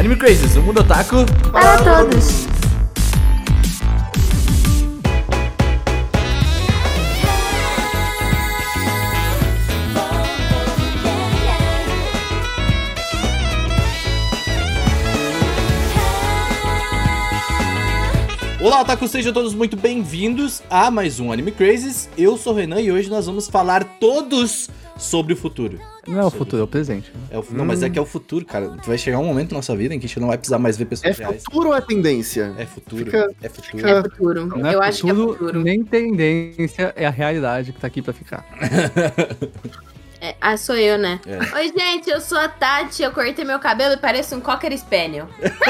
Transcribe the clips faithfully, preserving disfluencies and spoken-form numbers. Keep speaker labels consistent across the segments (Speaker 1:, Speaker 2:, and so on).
Speaker 1: Anime Crazes, o mundo otaku
Speaker 2: para todos.
Speaker 1: Olá, otaku, sejam todos muito bem-vindos a mais um Anime Crazes. Eu sou o Renan e hoje nós vamos falar todos sobre o futuro.
Speaker 3: Não é o
Speaker 1: sobre...
Speaker 3: futuro, é o presente.
Speaker 1: É o... Não, hum. mas é que é o futuro, cara. Vai chegar um momento na nossa vida em que a gente não vai precisar mais ver pessoas
Speaker 4: é
Speaker 1: reais.
Speaker 4: É futuro ou é tendência?
Speaker 1: É futuro.
Speaker 4: Fica...
Speaker 1: É futuro.
Speaker 2: É futuro.
Speaker 3: Não
Speaker 2: Eu
Speaker 3: é
Speaker 2: acho
Speaker 3: futuro,
Speaker 2: que é futuro.
Speaker 3: Nem tendência, é a realidade que tá aqui pra ficar.
Speaker 2: É, ah, sou eu, né?
Speaker 1: É.
Speaker 2: Oi, gente, eu sou a Tati, eu cortei meu cabelo e pareço um Cocker Spaniel.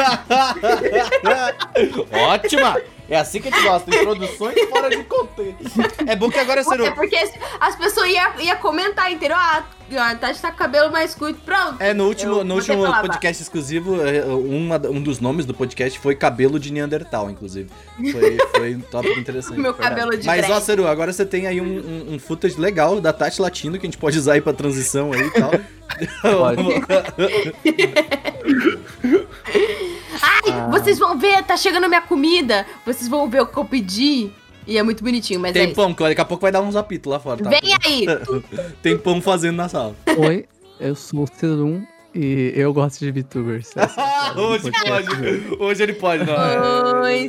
Speaker 1: Ótima! É assim que a gente gosta, introduções fora de contexto. É bom que agora você não...
Speaker 2: É porque as pessoas iam ia comentar, entendeu? Ah, a Tati tá com o cabelo mais curto, pronto.
Speaker 1: É, no último, no último podcast
Speaker 2: falar.
Speaker 1: exclusivo, uma, um dos nomes do podcast foi cabelo de Neandertal, inclusive. Foi, foi um tópico interessante.
Speaker 2: Meu cabelo de
Speaker 1: Mas,
Speaker 2: dread.
Speaker 1: ó, Seru, agora você tem aí um, um, um footage legal da Tati latindo que a gente pode usar aí pra transição aí e tal.
Speaker 2: Ai,
Speaker 3: ah.
Speaker 2: vocês vão ver, tá chegando minha comida. Vocês vão ver o que eu pedi. E é muito bonitinho, mas
Speaker 1: tem
Speaker 2: é
Speaker 1: pão, que daqui a pouco vai dar uns apitos lá fora, tá?
Speaker 2: Vem aí!
Speaker 1: Tem pão fazendo na sala.
Speaker 3: Oi, eu sou o Serum e eu gosto de VTubers.
Speaker 1: Hoje pode. Hoje ele pode, não é?
Speaker 2: Oi,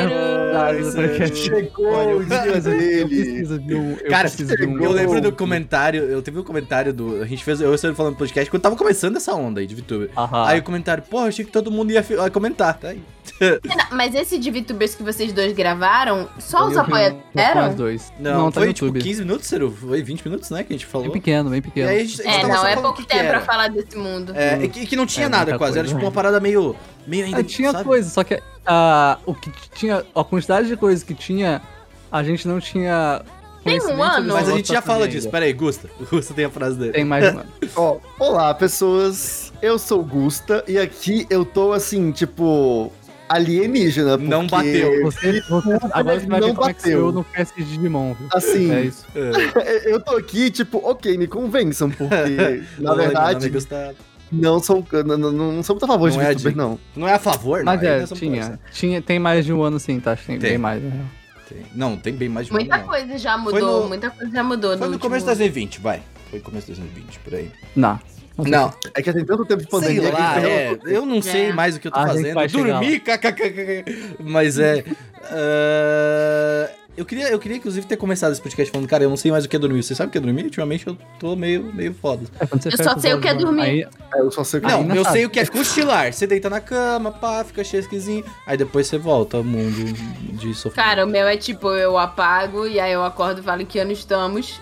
Speaker 2: Seru!
Speaker 4: Chegou o dia dele.
Speaker 1: Cara, eu lembro do comentário, eu teve um comentário do... A gente fez, eu e o Seru falando no podcast, quando tava começando essa onda aí de VTuber.
Speaker 3: Aham.
Speaker 1: Aí o comentário, pô, eu achei que todo mundo ia, ia comentar, tá aí.
Speaker 2: Não, mas esse de VTubers que vocês dois gravaram, só os
Speaker 3: Eu
Speaker 2: apoiadores
Speaker 3: vi um com
Speaker 2: eram?
Speaker 3: os dois.
Speaker 1: Não,
Speaker 3: Não, tá
Speaker 1: foi
Speaker 3: no
Speaker 1: tipo
Speaker 3: YouTube.
Speaker 1: quinze minutos, Seru? Foi vinte minutos, né, que a gente falou.
Speaker 3: Bem pequeno, bem pequeno.
Speaker 1: E aí a gente, a gente
Speaker 2: É,
Speaker 1: tava
Speaker 2: não,
Speaker 1: só
Speaker 2: é
Speaker 1: falando
Speaker 2: pouco
Speaker 1: o que
Speaker 2: tempo
Speaker 1: que
Speaker 2: pra
Speaker 1: era.
Speaker 2: falar desse mundo.
Speaker 1: É, e que, que não tinha
Speaker 3: É,
Speaker 1: nada
Speaker 3: muita
Speaker 1: quase,
Speaker 3: coisa.
Speaker 1: era tipo uma parada meio, meio ainda,
Speaker 3: É, tinha
Speaker 1: sabe?
Speaker 3: coisa, só que ah, o que tinha, a quantidade de coisas que tinha, a gente não tinha.
Speaker 2: Tem um
Speaker 3: conhecimento
Speaker 2: ano?
Speaker 3: sobre
Speaker 1: Mas a
Speaker 3: o
Speaker 1: gente já
Speaker 3: negócio
Speaker 1: fala
Speaker 3: ainda.
Speaker 1: disso, pera aí, Gusta. O Gusta tem a frase dele.
Speaker 3: Tem mais uma.
Speaker 4: Ó, olá, pessoas. Eu sou o Gusta e aqui eu tô assim, tipo, alienígena. Porque...
Speaker 1: Não bateu.
Speaker 3: Você, você, agora você vai
Speaker 4: Não
Speaker 3: ver como é que sou
Speaker 4: bateu.
Speaker 3: eu no cast de Digimon. Viu?
Speaker 4: Assim,
Speaker 3: É isso.
Speaker 1: É.
Speaker 4: eu tô aqui, tipo, ok, me convençam, porque, na
Speaker 1: Oi, meu
Speaker 4: verdade,
Speaker 1: nome é Gustavo.
Speaker 4: não sou, não, não, não sou muito a favor
Speaker 1: Não
Speaker 4: de
Speaker 1: é
Speaker 4: VTuber,
Speaker 1: de-
Speaker 4: não.
Speaker 1: Não é a favor,
Speaker 3: Mas
Speaker 1: não. aí
Speaker 3: é,
Speaker 1: nós vamos
Speaker 3: tinha,
Speaker 1: conversar.
Speaker 3: tinha. Tem mais de um ano sim, tá? Tem,
Speaker 1: Tem.
Speaker 3: bem mais, né?
Speaker 1: Tem. Não, tem bem mais de um
Speaker 2: Muita
Speaker 1: ano, não.
Speaker 2: coisa já
Speaker 1: Foi
Speaker 2: mudou,
Speaker 1: no-
Speaker 2: muita coisa já mudou.
Speaker 1: Foi no
Speaker 2: último-
Speaker 1: começo de dois mil e vinte, vai. Foi no começo de dois mil e vinte, por aí.
Speaker 3: Não. sei.
Speaker 1: Não,
Speaker 4: É que tem tanto tempo de
Speaker 1: sei
Speaker 4: pandemia
Speaker 1: lá,
Speaker 4: que
Speaker 1: é, eu não sei
Speaker 2: É.
Speaker 1: mais o que eu tô
Speaker 3: A gente
Speaker 1: fazendo.
Speaker 3: vai chegar
Speaker 1: Dormi, kkkk. Mas é... ah, eu, queria, eu queria, inclusive, ter começado esse podcast falando, cara, eu não sei mais o que é dormir. Você sabe o que é dormir? Ultimamente eu tô meio, meio foda.
Speaker 3: É, quando você
Speaker 2: Eu
Speaker 3: fecha
Speaker 2: só
Speaker 3: os
Speaker 2: sei o
Speaker 3: olhos,
Speaker 2: que é
Speaker 3: mano,
Speaker 2: dormir.
Speaker 3: Aí,
Speaker 4: É, eu só sei que
Speaker 1: Não,
Speaker 3: ainda
Speaker 1: eu
Speaker 3: sabe.
Speaker 1: sei o que é cochilar. Você deita na cama, pá, fica chesquezinho, aí depois você volta ao mundo de sofrimento.
Speaker 2: Cara, o meu é tipo, eu apago e aí eu acordo e falo em que ano estamos.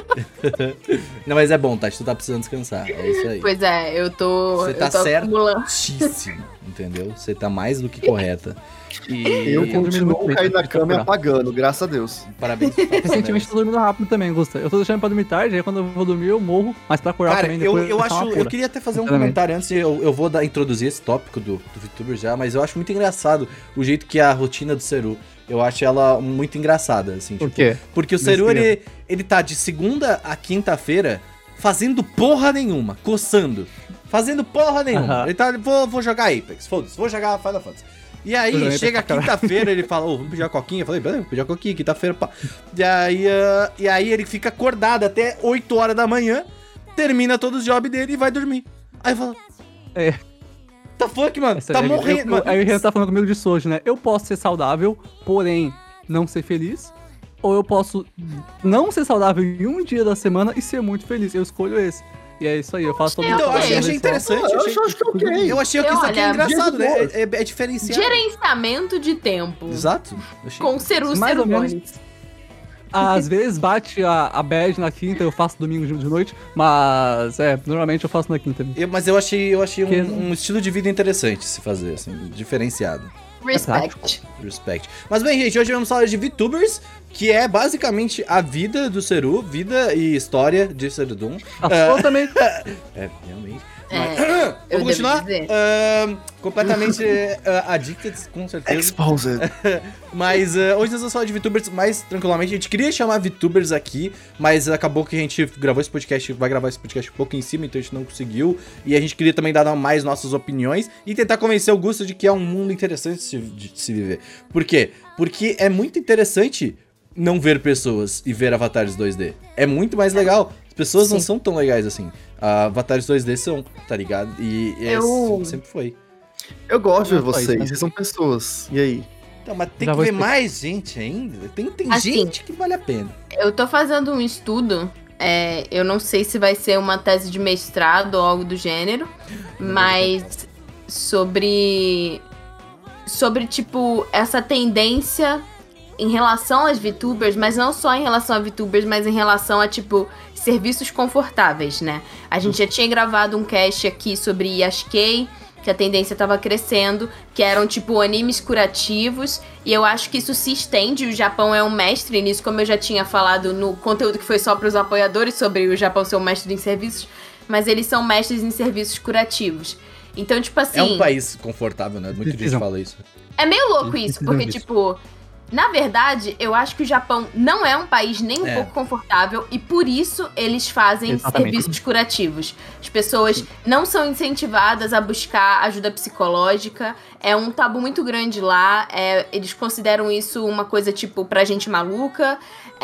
Speaker 1: Não, mas é bom, Tati, tu tá precisando descansar. É isso aí.
Speaker 2: Pois é, eu tô,
Speaker 1: Você
Speaker 2: eu
Speaker 1: tá
Speaker 2: tô acumulando.
Speaker 1: certíssimo, entendeu? Você tá mais do que correta. E
Speaker 4: eu
Speaker 3: Eu
Speaker 4: continuo
Speaker 3: dormi
Speaker 4: caindo na
Speaker 3: muito,
Speaker 4: cama e
Speaker 3: muito
Speaker 4: apagando, graças a Deus.
Speaker 1: parabéns.
Speaker 3: recentemente tô dormindo rápido também, Gusta. Eu tô deixando pra dormir tarde, aí quando eu vou dormir eu morro, mas pra acordar
Speaker 1: Cara,
Speaker 3: também
Speaker 1: eu,
Speaker 3: depois
Speaker 1: eu
Speaker 3: tá
Speaker 1: acho.
Speaker 3: uma
Speaker 1: Eu
Speaker 3: pura.
Speaker 1: queria até fazer um
Speaker 3: Sinceramente.
Speaker 1: comentário antes, eu, eu vou dar, introduzir esse tópico do, do VTuber já, mas eu acho muito engraçado o jeito que é a rotina do Seru. Eu acho ela muito engraçada, assim.
Speaker 3: Por
Speaker 1: tipo,
Speaker 3: quê?
Speaker 1: Porque o Seru,
Speaker 3: Descreva.
Speaker 1: ele, ele tá de segunda a quinta-feira fazendo porra nenhuma, coçando. Fazendo porra nenhuma.
Speaker 3: Aham.
Speaker 1: Ele tá, vou, vou jogar Apex, foda-se, vou jogar Final Fantasy. E
Speaker 3: Vou
Speaker 1: aí,
Speaker 3: jogar
Speaker 1: chega
Speaker 3: Apex pra
Speaker 1: quinta-feira, ele fala, ô, vamos pedir uma coquinha? Eu falei, beleza, vou pedir uma coquinha, quinta-feira, pá. E aí, ah, e aí ele fica acordado até oito horas da manhã, termina todos os jobs dele e vai dormir. Aí fala,
Speaker 3: É.
Speaker 1: tá fuck, mano,
Speaker 3: Essa
Speaker 1: tá
Speaker 3: é-
Speaker 1: morrendo,
Speaker 3: eu-
Speaker 1: mano.
Speaker 3: Aí o Renan tá falando comigo disso hoje, né? Eu posso ser saudável, porém não ser feliz. Ou eu posso não ser saudável em um dia da semana e ser muito feliz. Eu escolho esse. E é isso aí, eu faço todo
Speaker 2: Então,
Speaker 1: Então, eu achei,
Speaker 2: Ok.
Speaker 1: achei interessante.
Speaker 4: Eu
Speaker 1: achei-
Speaker 4: acho, acho que é ok.
Speaker 1: Eu achei que isso aqui é
Speaker 2: Olha,
Speaker 1: engraçado, né?
Speaker 4: dia de
Speaker 1: É, é, é diferenciado.
Speaker 2: Gerenciamento de tempo.
Speaker 1: Exato. Eu achei-
Speaker 2: Com Seru
Speaker 3: Mais ou
Speaker 2: Cerubones.
Speaker 3: menos. Às vezes bate a, a bad na quinta, eu faço domingo de, de noite, mas é, normalmente eu faço na quinta.
Speaker 1: Eu- mas eu achei, eu achei
Speaker 3: Que-
Speaker 1: um, um estilo de vida interessante se fazer, assim, diferenciado.
Speaker 2: Respect.
Speaker 1: Respect. Mas bem, gente, hoje vamos falar de VTubers, que é basicamente a vida do Seru, vida e história de Serudum.
Speaker 3: A sua também.
Speaker 1: É, realmente.
Speaker 2: É, Eu
Speaker 1: Vamos
Speaker 2: devo
Speaker 1: continuar?
Speaker 2: dizer.
Speaker 1: Ahn, completamente uh, addicted, com certeza.
Speaker 4: Exposed.
Speaker 1: Mas uh, hoje nós vamos falar de VTubers mais tranquilamente. A gente queria chamar VTubers aqui, mas acabou que a gente gravou esse podcast, vai gravar esse podcast um pouco em cima, então a gente não conseguiu. E a gente queria também dar mais nossas opiniões e tentar convencer o Gusto de que é um mundo interessante de se, de se viver. Por quê? Porque é muito interessante não ver pessoas e ver avatares dois D. É muito mais legal. As pessoas Sim. não são tão legais assim. Uh, avatares dois D são, tá ligado? E, e
Speaker 2: Eu...
Speaker 1: é, sempre foi.
Speaker 4: Eu gosto de
Speaker 3: Não,
Speaker 4: vocês,
Speaker 3: faz, né?
Speaker 4: vocês são pessoas. E aí?
Speaker 1: Então, mas tem
Speaker 3: Já
Speaker 1: que
Speaker 3: vou
Speaker 1: ver
Speaker 3: explicar.
Speaker 1: mais gente ainda. Tem, tem
Speaker 2: Assim,
Speaker 1: gente que vale a pena.
Speaker 2: Eu tô fazendo um estudo, é, eu não sei se vai ser uma tese de mestrado ou algo do gênero, mas sobre, sobre tipo, essa tendência em relação às VTubers, mas não só em relação a VTubers, mas em relação a, tipo, serviços confortáveis, né? A gente já tinha gravado um cast aqui sobre Yashikei, que a tendência tava crescendo, que eram, tipo, animes curativos, e eu acho que isso se estende, o Japão é um mestre nisso, como eu já tinha falado no conteúdo que foi só para os apoiadores, sobre o Japão ser um mestre em serviços, mas eles são mestres em serviços curativos. Então, tipo assim...
Speaker 1: É um país confortável, né? Muita gente fala isso.
Speaker 2: É meio louco isso, porque,
Speaker 3: disso.
Speaker 2: tipo... Na verdade, eu acho que o Japão não é um país nem um
Speaker 1: É.
Speaker 2: pouco confortável e por isso eles fazem
Speaker 3: Exatamente.
Speaker 2: serviços curativos. As pessoas não são incentivadas a buscar ajuda psicológica, é um tabu muito grande lá, é, eles consideram isso uma coisa tipo pra gente maluca.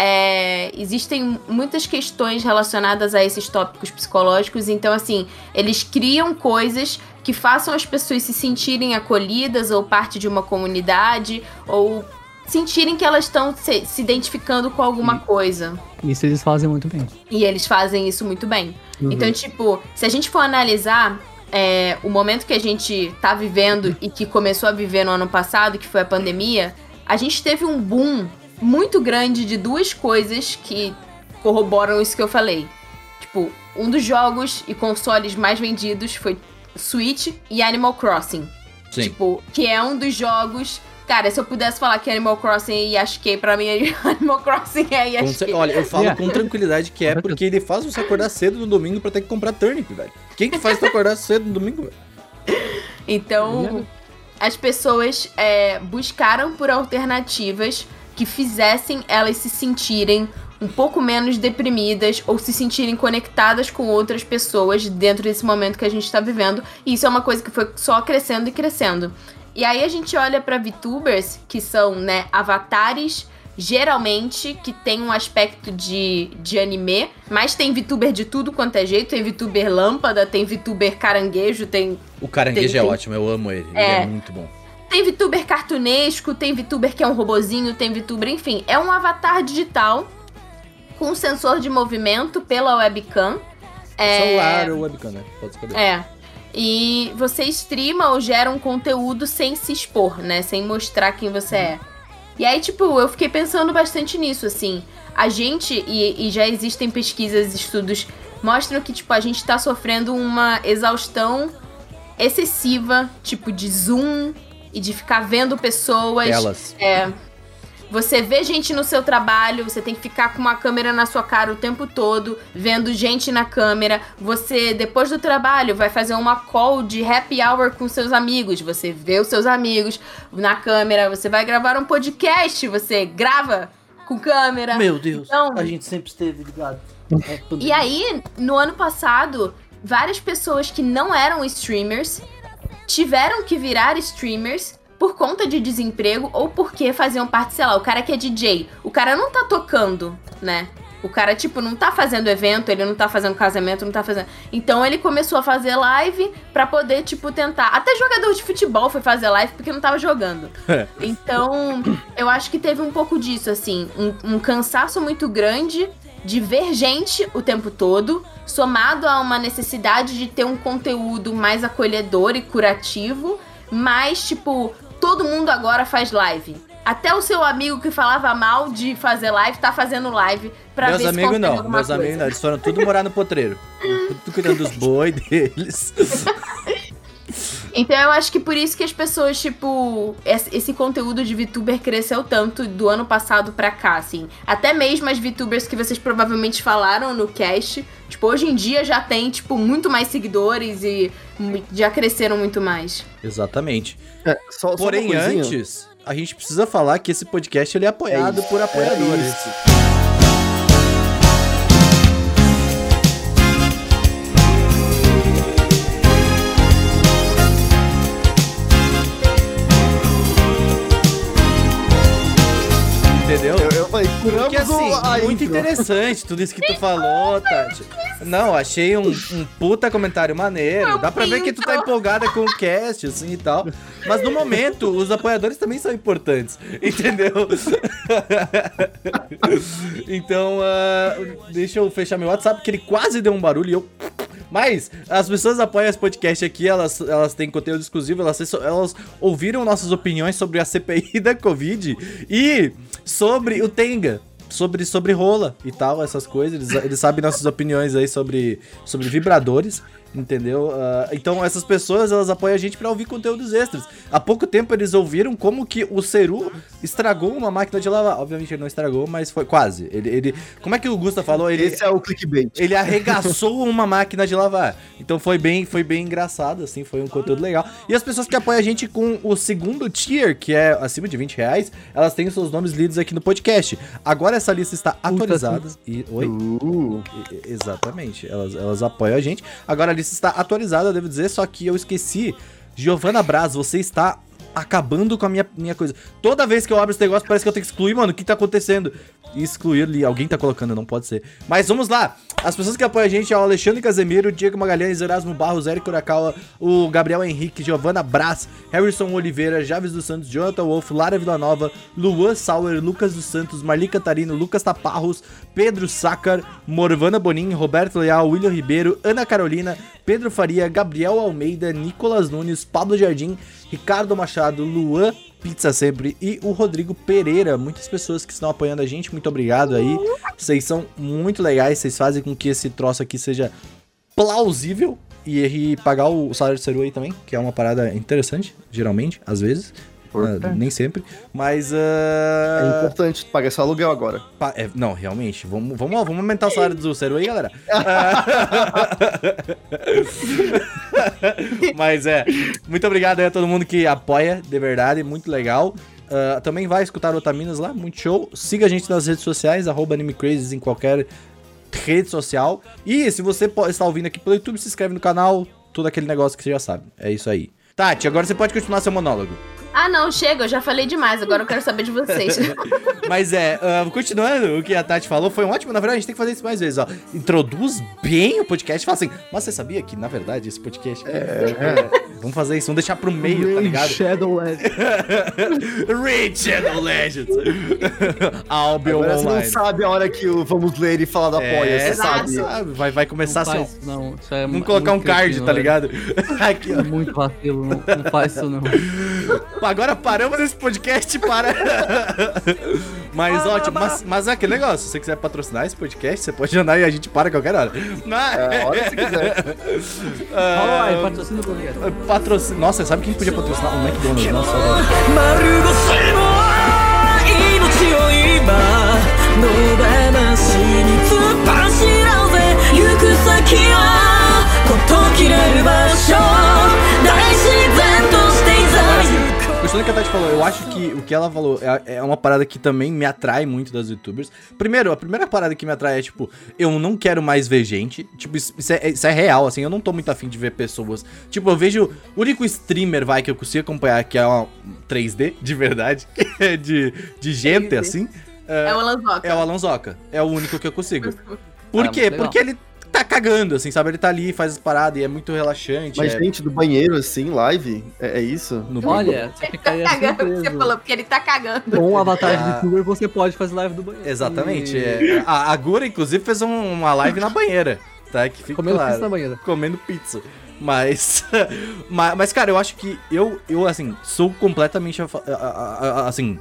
Speaker 2: É, existem muitas questões relacionadas a esses tópicos psicológicos, então assim, eles criam coisas que façam as pessoas se sentirem acolhidas ou parte de uma comunidade ou sentirem que elas estão se, se identificando com alguma coisa.
Speaker 3: Isso eles fazem muito bem.
Speaker 2: E eles fazem isso muito bem.
Speaker 3: Uhum.
Speaker 2: Então, tipo, se a gente for analisar é, o momento que a gente tá vivendo e que começou a viver no ano passado, que foi a pandemia, a gente teve um boom muito grande de duas coisas que corroboram isso que eu falei. Tipo, um dos jogos e consoles mais vendidos foi Switch e Animal Crossing.
Speaker 1: Sim.
Speaker 2: Tipo, que é um dos jogos... Cara, se eu pudesse falar que Animal Crossing é Yashikei, pra mim Animal Crossing é
Speaker 1: Com
Speaker 2: Yashikei.
Speaker 1: cer- Olha, eu falo
Speaker 3: Yeah.
Speaker 1: com tranquilidade que é porque ele faz você acordar cedo no domingo pra ter que comprar turnip, velho. Quem que faz tu acordar cedo no domingo, velho?
Speaker 2: Então, as pessoas é, buscaram por alternativas que fizessem elas se sentirem um pouco menos deprimidas ou se sentirem conectadas com outras pessoas dentro desse momento que a gente tá vivendo. E isso é uma coisa que foi só crescendo e crescendo. E aí a gente olha pra VTubers, que são, né, avatares, geralmente, que tem um aspecto de, de anime, mas tem VTuber de tudo quanto é jeito, tem VTuber lâmpada, tem VTuber caranguejo, tem,
Speaker 1: O caranguejo
Speaker 2: Tem-
Speaker 1: é
Speaker 2: tem-
Speaker 1: ótimo, eu amo ele. Ele
Speaker 2: É.
Speaker 1: é muito bom.
Speaker 2: tem VTuber cartunesco, tem VTuber que é um robozinho, tem VTuber, enfim, é um avatar digital com sensor de movimento pela webcam. É,
Speaker 1: Celular ou webcam, né? Pode escolher.
Speaker 2: É. E você streama ou gera um conteúdo sem se expor, né? Sem mostrar quem você é. E aí, tipo, eu fiquei pensando bastante nisso, assim. A gente, e, e já existem pesquisas, estudos, mostram que, tipo, a gente tá sofrendo uma exaustão excessiva, tipo, de zoom e de ficar vendo pessoas.
Speaker 1: Telas.
Speaker 2: É. Você vê gente no seu trabalho, você tem que ficar com uma câmera na sua cara o tempo todo, vendo gente na câmera. Você, depois do trabalho, vai fazer uma call de happy hour com seus amigos. Você vê os seus amigos na câmera. Você vai gravar um podcast, você grava com câmera.
Speaker 1: Meu Deus,
Speaker 2: Então-
Speaker 1: a gente sempre esteve ligado.
Speaker 2: E aí, no ano passado, várias pessoas que não eram streamers tiveram que virar streamers por conta de desemprego ou porque faziam parte, sei lá, o cara que é D J, o cara não tá tocando, né? O cara, tipo, não tá fazendo evento, ele não tá fazendo casamento, não tá fazendo... Então ele começou a fazer live pra poder, tipo, tentar... Até jogador de futebol foi fazer live porque não tava jogando. Então, eu acho que teve um pouco disso, assim, um, um cansaço muito grande de ver gente o tempo todo, somado a uma necessidade de ter um conteúdo mais acolhedor e curativo, mas, tipo, todo mundo agora faz live. Até o seu amigo que falava mal de fazer live, tá fazendo live pra
Speaker 1: Meus
Speaker 2: ver se
Speaker 1: amigos
Speaker 2: consegue
Speaker 1: não,
Speaker 2: alguma
Speaker 1: meus
Speaker 2: coisa.
Speaker 1: amigos não, eles foram tudo morar no potreiro. Tudo cuidando dos boi deles.
Speaker 2: Então eu acho que por isso que as pessoas, tipo, esse, esse conteúdo de VTuber cresceu tanto do ano passado pra cá, assim. Até mesmo as VTubers que vocês provavelmente falaram no cast, tipo, hoje em dia já tem, tipo, muito mais seguidores e já cresceram muito mais.
Speaker 1: Exatamente.
Speaker 4: É, só,
Speaker 1: Porém,
Speaker 4: só
Speaker 1: antes, a gente precisa falar que esse podcast ele é apoiado
Speaker 4: É
Speaker 1: por apoiadores.
Speaker 4: isso.
Speaker 1: Entendeu?
Speaker 4: Eu, eu falei,
Speaker 1: Porque assim,
Speaker 4: a
Speaker 1: muito
Speaker 4: intro.
Speaker 1: interessante tudo isso que tu falou, Tati. Não, achei um, um puta comentário maneiro. Dá pra ver que tu tá empolgada com o cast, assim, e tal. Mas no momento, os apoiadores também são importantes, entendeu? Então, uh, deixa eu fechar meu WhatsApp, porque ele quase deu um barulho e eu... Mas as pessoas apoiam esse podcast aqui, elas, elas têm conteúdo exclusivo, elas, elas ouviram nossas opiniões sobre a C P I da Covid e sobre o Tenga, sobre, sobre rola e tal, essas coisas. Eles, eles sabem nossas opiniões aí sobre, sobre vibradores, entendeu? Uh, então essas pessoas, elas apoiam a gente pra ouvir conteúdos extras. Há pouco tempo eles ouviram como que o Seru estragou uma máquina de lavar. Obviamente ele não estragou, mas foi quase. Ele, ele, como é que o Gusta falou? Ele,
Speaker 4: Esse é o clickbait.
Speaker 1: Ele arregaçou uma máquina de lavar. Então foi bem, foi bem engraçado, assim, foi um conteúdo legal. E as pessoas que apoiam a gente com o segundo tier, que é acima de vinte reais, elas têm os seus nomes lidos aqui no podcast. Agora essa lista está atualizada. E, oi?
Speaker 4: Uh.
Speaker 1: E- exatamente, elas, elas apoiam a gente. Agora a lista está atualizada, eu devo dizer, só que eu esqueci. Giovana Braz, você está acabando com a minha, minha coisa. Toda vez que eu abro esse negócio, parece que eu tenho que excluir, mano. O que tá acontecendo? Excluir ali. Alguém tá colocando, não pode ser. Mas vamos lá. As pessoas que apoiam a gente é o Alexandre Casemiro, o Diego Magalhães, Erasmo Barros, Érico Urakawa, o Gabriel Henrique, Giovana Braz, Harrison Oliveira, Javes dos Santos, Jonathan Wolf, Lara Villanova, Luan Sauer, Lucas dos Santos, Marli Catarino, Lucas Taparros, Pedro Sácar, Morvana Bonin, Roberto Leal, William Ribeiro, Ana Carolina, Pedro Faria, Gabriel Almeida, Nicolas Nunes, Pablo Jardim, Ricardo Machado, Luan Pizza Sempre e o Rodrigo Pereira. Muitas pessoas que estão apoiando a gente, muito obrigado aí. Vocês são muito legais, vocês fazem com que esse troço aqui seja plausível. E, e pagar o salário de Seru aí também, que é uma parada interessante, geralmente, às vezes. Uh, nem sempre, mas... Uh...
Speaker 4: É importante pagar esse aluguel agora.
Speaker 1: Pa- é, não, realmente, vamos, vamos, vamos aumentar o salário do Seru aí, galera. Mas é, muito obrigado aí a todo mundo que apoia, de verdade, muito legal. Uh, também vai escutar o Otaminas lá, muito show. Siga a gente nas redes sociais, arroba AnimeCrazes em qualquer rede social. E se você po- está ouvindo aqui pelo YouTube, se inscreve no canal, todo aquele negócio que você já sabe. É isso aí. Tati, agora você pode continuar seu monólogo.
Speaker 2: Ah, não, chega, eu já falei demais, agora eu quero saber de vocês.
Speaker 1: Mas é, uh, continuando o que a Tati falou, foi um ótimo. Na verdade, a gente tem que fazer isso mais vezes, ó. Introduz bem o podcast e fala assim, mas você sabia que, na verdade, esse podcast... É, é, vamos fazer isso, vamos deixar pro meio, tá ligado?
Speaker 3: Shadow Legends.
Speaker 1: Raid Shadow Legends. Albion
Speaker 4: Agora você não
Speaker 1: Online.
Speaker 4: sabe a hora que o vamos ler e falar do apoia,
Speaker 1: É,
Speaker 4: você sabe.
Speaker 1: sabe? Vai, vai começar
Speaker 3: Não
Speaker 1: assim, ó.
Speaker 3: faz, não. Isso é
Speaker 1: Vamos
Speaker 3: mu-
Speaker 1: colocar um
Speaker 3: muito
Speaker 1: card,
Speaker 3: cretino,
Speaker 1: tá
Speaker 3: velho.
Speaker 1: ligado? Aqui, ó.
Speaker 3: Muito vacilo, não, não faz isso não.
Speaker 1: Agora paramos esse podcast para. Mas ótimo, mas, mas é aquele negócio. Se você quiser patrocinar esse podcast, você pode andar e a gente para a qualquer hora. Mas...
Speaker 4: É, a hora que você quiser.
Speaker 3: Fala aí,
Speaker 1: Ah,
Speaker 3: patrocina o goleiro.
Speaker 1: patrocina. Nossa, sabe quem podia patrocinar? O McDonald's, nossa. velho.
Speaker 5: 丸腰の命を今野放しに突っ走ろうぜ行く先はこと切れる場所大自然としていざ行こう
Speaker 1: Continuando o que a Tati falou, eu acho que o que ela falou é, é uma parada que também me atrai muito das youtubers. Primeiro, a primeira parada que me atrai é, tipo, eu não quero mais ver gente. Tipo, isso, isso é, isso é real, assim, eu não tô muito afim de ver pessoas. Tipo, eu vejo o único streamer, vai, que eu consigo acompanhar, que é uma três D, de verdade, que é de, de gente,
Speaker 2: três D.
Speaker 1: assim.
Speaker 2: É o Alanzoca.
Speaker 1: É o Alonsoca. É o único que eu consigo. Por
Speaker 3: Ah,
Speaker 1: quê?
Speaker 3: muito legal.
Speaker 1: Porque ele tá cagando, assim, sabe? Ele tá ali, faz as paradas e é muito relaxante.
Speaker 4: Mas
Speaker 1: é...
Speaker 4: gente do banheiro, assim, live, é, é isso?
Speaker 1: no
Speaker 3: Olha, você
Speaker 2: Ele tá
Speaker 3: ficaria
Speaker 2: cagando, você
Speaker 3: surpreso.
Speaker 2: falou, porque ele tá cagando.
Speaker 3: Com um avatar
Speaker 1: Ah.
Speaker 3: de VTuber, você pode fazer live do banheiro.
Speaker 1: Exatamente.
Speaker 3: E-
Speaker 1: É. A, a Gura, inclusive, fez um- uma live na banheira, tá? Que fica
Speaker 3: Comendo
Speaker 1: claro.
Speaker 3: pizza na banheira.
Speaker 1: Comendo pizza. Mas, mas, mas, cara, eu acho que eu, eu assim, sou completamente, a fa- a- a- a- assim,